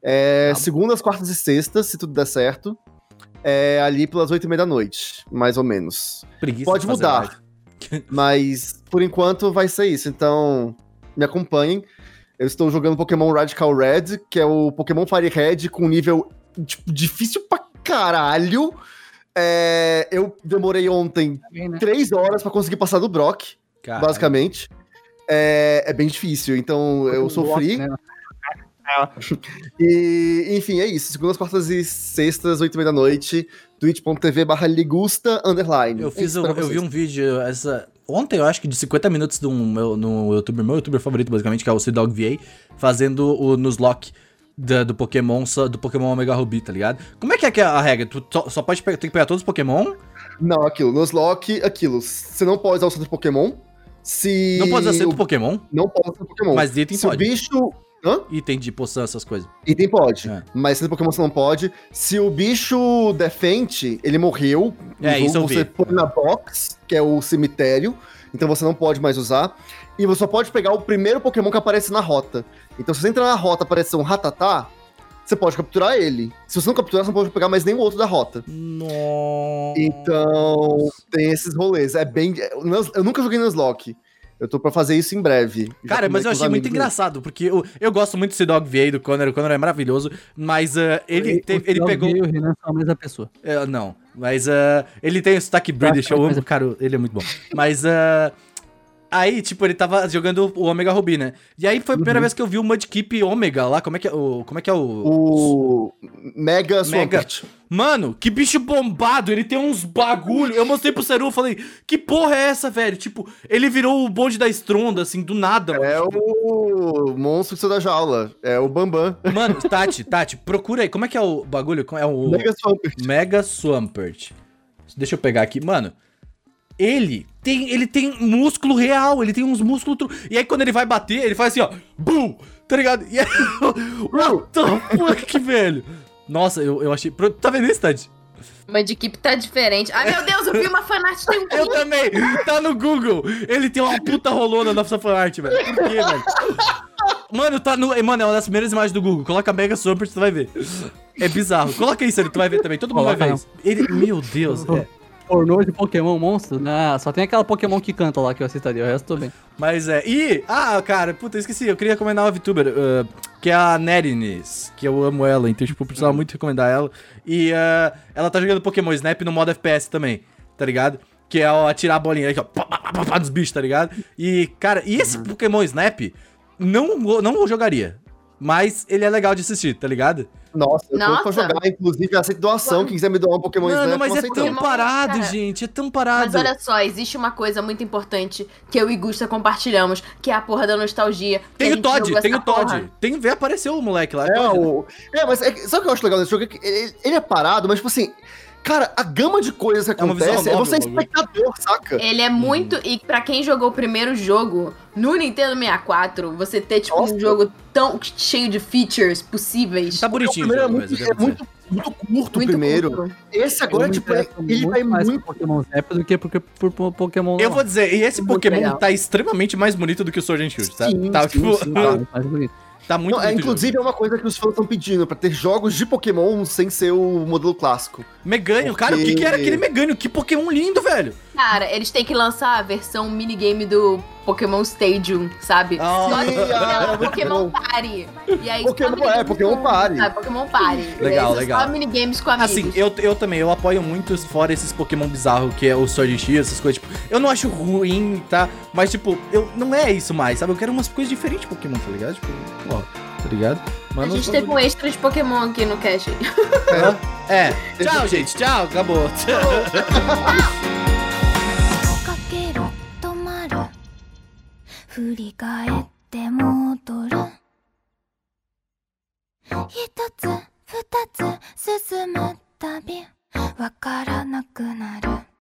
Speaker 4: É,
Speaker 3: Tá bom.
Speaker 4: segundas, quartas e sextas, se tudo der certo. É, ali pelas oito e meia da noite, mais ou menos.
Speaker 1: Preguiça
Speaker 4: Pode
Speaker 1: de fazer
Speaker 4: mudar.
Speaker 1: live.
Speaker 4: Mas, por enquanto, vai ser isso. Então, me acompanhem. Eu estou jogando Pokémon Radical Red, que é o Pokémon Fire Red com nível tipo, difícil pra caralho. É, eu demorei ontem
Speaker 3: Tá bem, né?
Speaker 4: três horas pra conseguir passar do Brock,
Speaker 1: Caralho.
Speaker 4: basicamente. É, é bem difícil, então eu sofri.
Speaker 3: Né?
Speaker 4: E, enfim, é isso. Segundas, quartas e sextas, oito e meia da noite, twitch.tv barra ligusta underline.
Speaker 1: Eu fiz
Speaker 4: É
Speaker 1: um,
Speaker 4: isso pra
Speaker 1: eu vi
Speaker 4: vocês.
Speaker 1: um vídeo essa ontem, eu acho que de cinquenta minutos de um meu, no youtuber, meu youtuber favorito, basicamente, que é o C-Dog V A, fazendo o Nuzlocke da- do Pokémon, só- do Pokémon Omega Ruby, tá ligado? Como é que é, que é a regra? Tu só, só pode pegar, tem que pegar todos os Pokémon?
Speaker 4: Não, aquilo. Nuzlocke, aquilo. Você não pode usar o centro Pokémon. Se.
Speaker 1: Não pode usar
Speaker 4: o-
Speaker 1: cento Pokémon?
Speaker 4: Não pode usar Pokémon.
Speaker 1: Mas item
Speaker 4: Se o
Speaker 1: pode.
Speaker 4: bicho. Hã?
Speaker 1: Item de poção, essas coisas.
Speaker 4: Item pode.
Speaker 1: É.
Speaker 4: Mas centro Pokémon você não pode. Se o bicho defende, ele morreu. no
Speaker 1: É,
Speaker 4: jogo,
Speaker 1: isso eu vi.
Speaker 4: Você põe na box, que é o cemitério. Então você não pode mais usar. E você só pode pegar o primeiro Pokémon que aparece na rota. Então se você entra na rota e aparecer um Rattata, você pode capturar ele. Se você não capturar, você não pode pegar mais nenhum outro da rota.
Speaker 1: Nossa.
Speaker 4: Então, tem esses rolês. É bem... Eu nunca joguei Nuzlocke. Eu tô pra fazer isso em breve. Já
Speaker 1: Cara, mas eu
Speaker 4: combinei com os
Speaker 1: achei muito
Speaker 4: amigos
Speaker 1: engraçado, porque eu, eu gosto muito desse Dog V aí do Conor, o Conor é maravilhoso, mas uh, ele, te- ele pegou...
Speaker 3: E o Renan são a mesma pessoa.
Speaker 1: É, não, mas uh, ele tem o sotaque British, eu amo, cara, ele é muito bom. Mas uh, aí, tipo, ele tava jogando o Omega Ruby, né? E aí foi a primeira
Speaker 3: Uhum.
Speaker 1: vez que eu vi o Mudkip Omega lá, como é que é o... Como é que é o...
Speaker 4: O Mega
Speaker 1: Mega.
Speaker 4: Swampert.
Speaker 1: Mano, que bicho bombado, ele tem uns bagulho. Eu mostrei pro Seru, falei, que porra é essa, velho? Tipo, ele virou o bonde da Stronda, assim, do nada, mano.
Speaker 4: É o monstro que saiu da jaula. É o Bambam.
Speaker 1: Mano, Tati, Tati, procura aí, como é que é o bagulho? É o...
Speaker 4: Mega Swampert.
Speaker 1: Mega Swampert. Deixa eu pegar aqui. Mano, ele tem, ele tem músculo real, ele tem uns músculos... tru- E aí quando ele vai bater, ele faz assim, ó. Bum! Tá ligado? E aí... What the fuck, velho? Nossa, eu, eu achei... Pro- Tá vendo isso, Tati?
Speaker 2: Mas de equipe tá diferente. Ai, meu Deus, eu vi uma fanart tem um
Speaker 1: Eu também! Tá no Google! Ele tem uma puta rolona na sua fanart, velho. Por quê, velho? Mano, tá no... Mano, é uma das primeiras imagens do Google. Coloca Mega Swampert, tu vai ver. É bizarro. Coloca isso ali, tu vai ver também. Todo mundo vai
Speaker 3: Coloca
Speaker 1: ver isso. Ele... Meu Deus, é...
Speaker 3: Pornô de Pokémon monstro? Não, só tem aquela Pokémon que canta lá que eu assistaria, o resto tô bem.
Speaker 1: Mas é. E. Ah, cara, puta, eu esqueci. Eu queria recomendar uma VTuber, uh, que é a Nerines, que eu amo ela, então, tipo, eu precisava muito recomendar ela. E uh, ela tá jogando Pokémon Snap no modo F P S também, tá ligado? Que é ó, atirar a bolinha aqui, ó, pá, pá, pá, pá, dos bichos, tá ligado? E, cara, e esse Pokémon Snap, não, não jogaria. Mas ele é legal de assistir, tá ligado?
Speaker 4: Nossa, eu tô
Speaker 2: Nossa.
Speaker 4: pra jogar. Inclusive, eu aceito doação. Quem quiser me doar um Pokémon
Speaker 1: Mano,
Speaker 4: Snap,
Speaker 1: mas
Speaker 4: eu
Speaker 1: é
Speaker 4: aceito.
Speaker 1: tão
Speaker 2: Pokémon,
Speaker 1: parado,
Speaker 2: cara.
Speaker 1: gente. É tão parado.
Speaker 2: Mas olha só, existe uma coisa muito importante que eu e Gusta compartilhamos, que é a porra da nostalgia. que
Speaker 1: Tem
Speaker 2: a
Speaker 1: o
Speaker 2: gente
Speaker 1: Todd,
Speaker 2: jogou
Speaker 1: tem
Speaker 2: essa
Speaker 1: o Todd.
Speaker 2: porra.
Speaker 1: Tem, vê, apareceu o moleque lá.
Speaker 4: É,
Speaker 1: Todd, né?
Speaker 4: o... é, mas é, que- sabe o que eu acho legal desse jogo? É que ele, ele é parado, mas, tipo assim, cara, a gama de coisas que
Speaker 1: É uma visão
Speaker 4: acontece é,
Speaker 1: nova,
Speaker 4: você é
Speaker 1: o bagulho.
Speaker 4: espectador, saca?
Speaker 2: Ele é muito. E pra quem jogou o primeiro jogo no Nintendo sessenta e quatro, você ter, tipo,
Speaker 4: Nossa.
Speaker 2: um jogo tão cheio de features possíveis.
Speaker 1: Tá
Speaker 4: O
Speaker 1: bonitinho o
Speaker 4: primeiro é
Speaker 1: jogo
Speaker 4: muito,
Speaker 1: mesmo, eu
Speaker 4: é
Speaker 1: devo dizer.
Speaker 4: muito, muito curto o
Speaker 2: Muito
Speaker 4: primeiro.
Speaker 2: curto.
Speaker 4: Esse agora,
Speaker 3: Eu me
Speaker 4: tipo, é-
Speaker 3: interesso
Speaker 4: ele vai
Speaker 3: mais
Speaker 4: muito...
Speaker 3: por Pokémon Snap do que por, por, por Pokémon
Speaker 1: Eu
Speaker 3: normal.
Speaker 1: vou dizer, e esse
Speaker 2: Muito
Speaker 1: Pokémon
Speaker 2: legal.
Speaker 1: tá extremamente mais bonito do que o Sword and Shield, tá?
Speaker 4: Sim,
Speaker 1: tá,
Speaker 4: sim,
Speaker 1: tipo,
Speaker 4: sim,
Speaker 3: Ah, mais bonito.
Speaker 1: tá muito
Speaker 4: Não, é,
Speaker 1: bonito.
Speaker 4: inclusive, é uma coisa que os fãs estão pedindo, pra ter jogos de Pokémon sem ser o modelo clássico.
Speaker 1: Megânio, cara, o que, que era aquele Megânio? Que Pokémon lindo, velho!
Speaker 2: Cara, eles têm que lançar a versão minigame do Pokémon Stadium, sabe?
Speaker 1: Ah.
Speaker 2: Só de
Speaker 4: Sim, ah, é muito
Speaker 2: Pokémon
Speaker 4: bom.
Speaker 2: Party. E aí,
Speaker 4: Pokémon-
Speaker 2: só minigames
Speaker 4: é, Pokémon
Speaker 2: com-
Speaker 4: Party.
Speaker 2: Ah, Pokémon Party.
Speaker 1: Legal,
Speaker 2: E aí, são
Speaker 1: legal.
Speaker 2: Só minigames com amigos.
Speaker 1: Assim, eu, eu também, eu apoio muito fora esses Pokémon bizarros, que é o Sword and Shield, essas coisas, tipo, eu não acho ruim, tá? Mas, tipo, eu, não é isso mais, sabe? Eu quero umas coisas diferentes de Pokémon, tá ligado? Tipo, ó, tá ligado?
Speaker 2: A
Speaker 1: Mas
Speaker 2: gente
Speaker 1: não-
Speaker 2: teve um extra de Pokémon aqui no cast.
Speaker 1: É. Tchau, gente, tchau, acabou.
Speaker 6: かける止まる振り返って戻る一つ二つ進むたびわからなくなる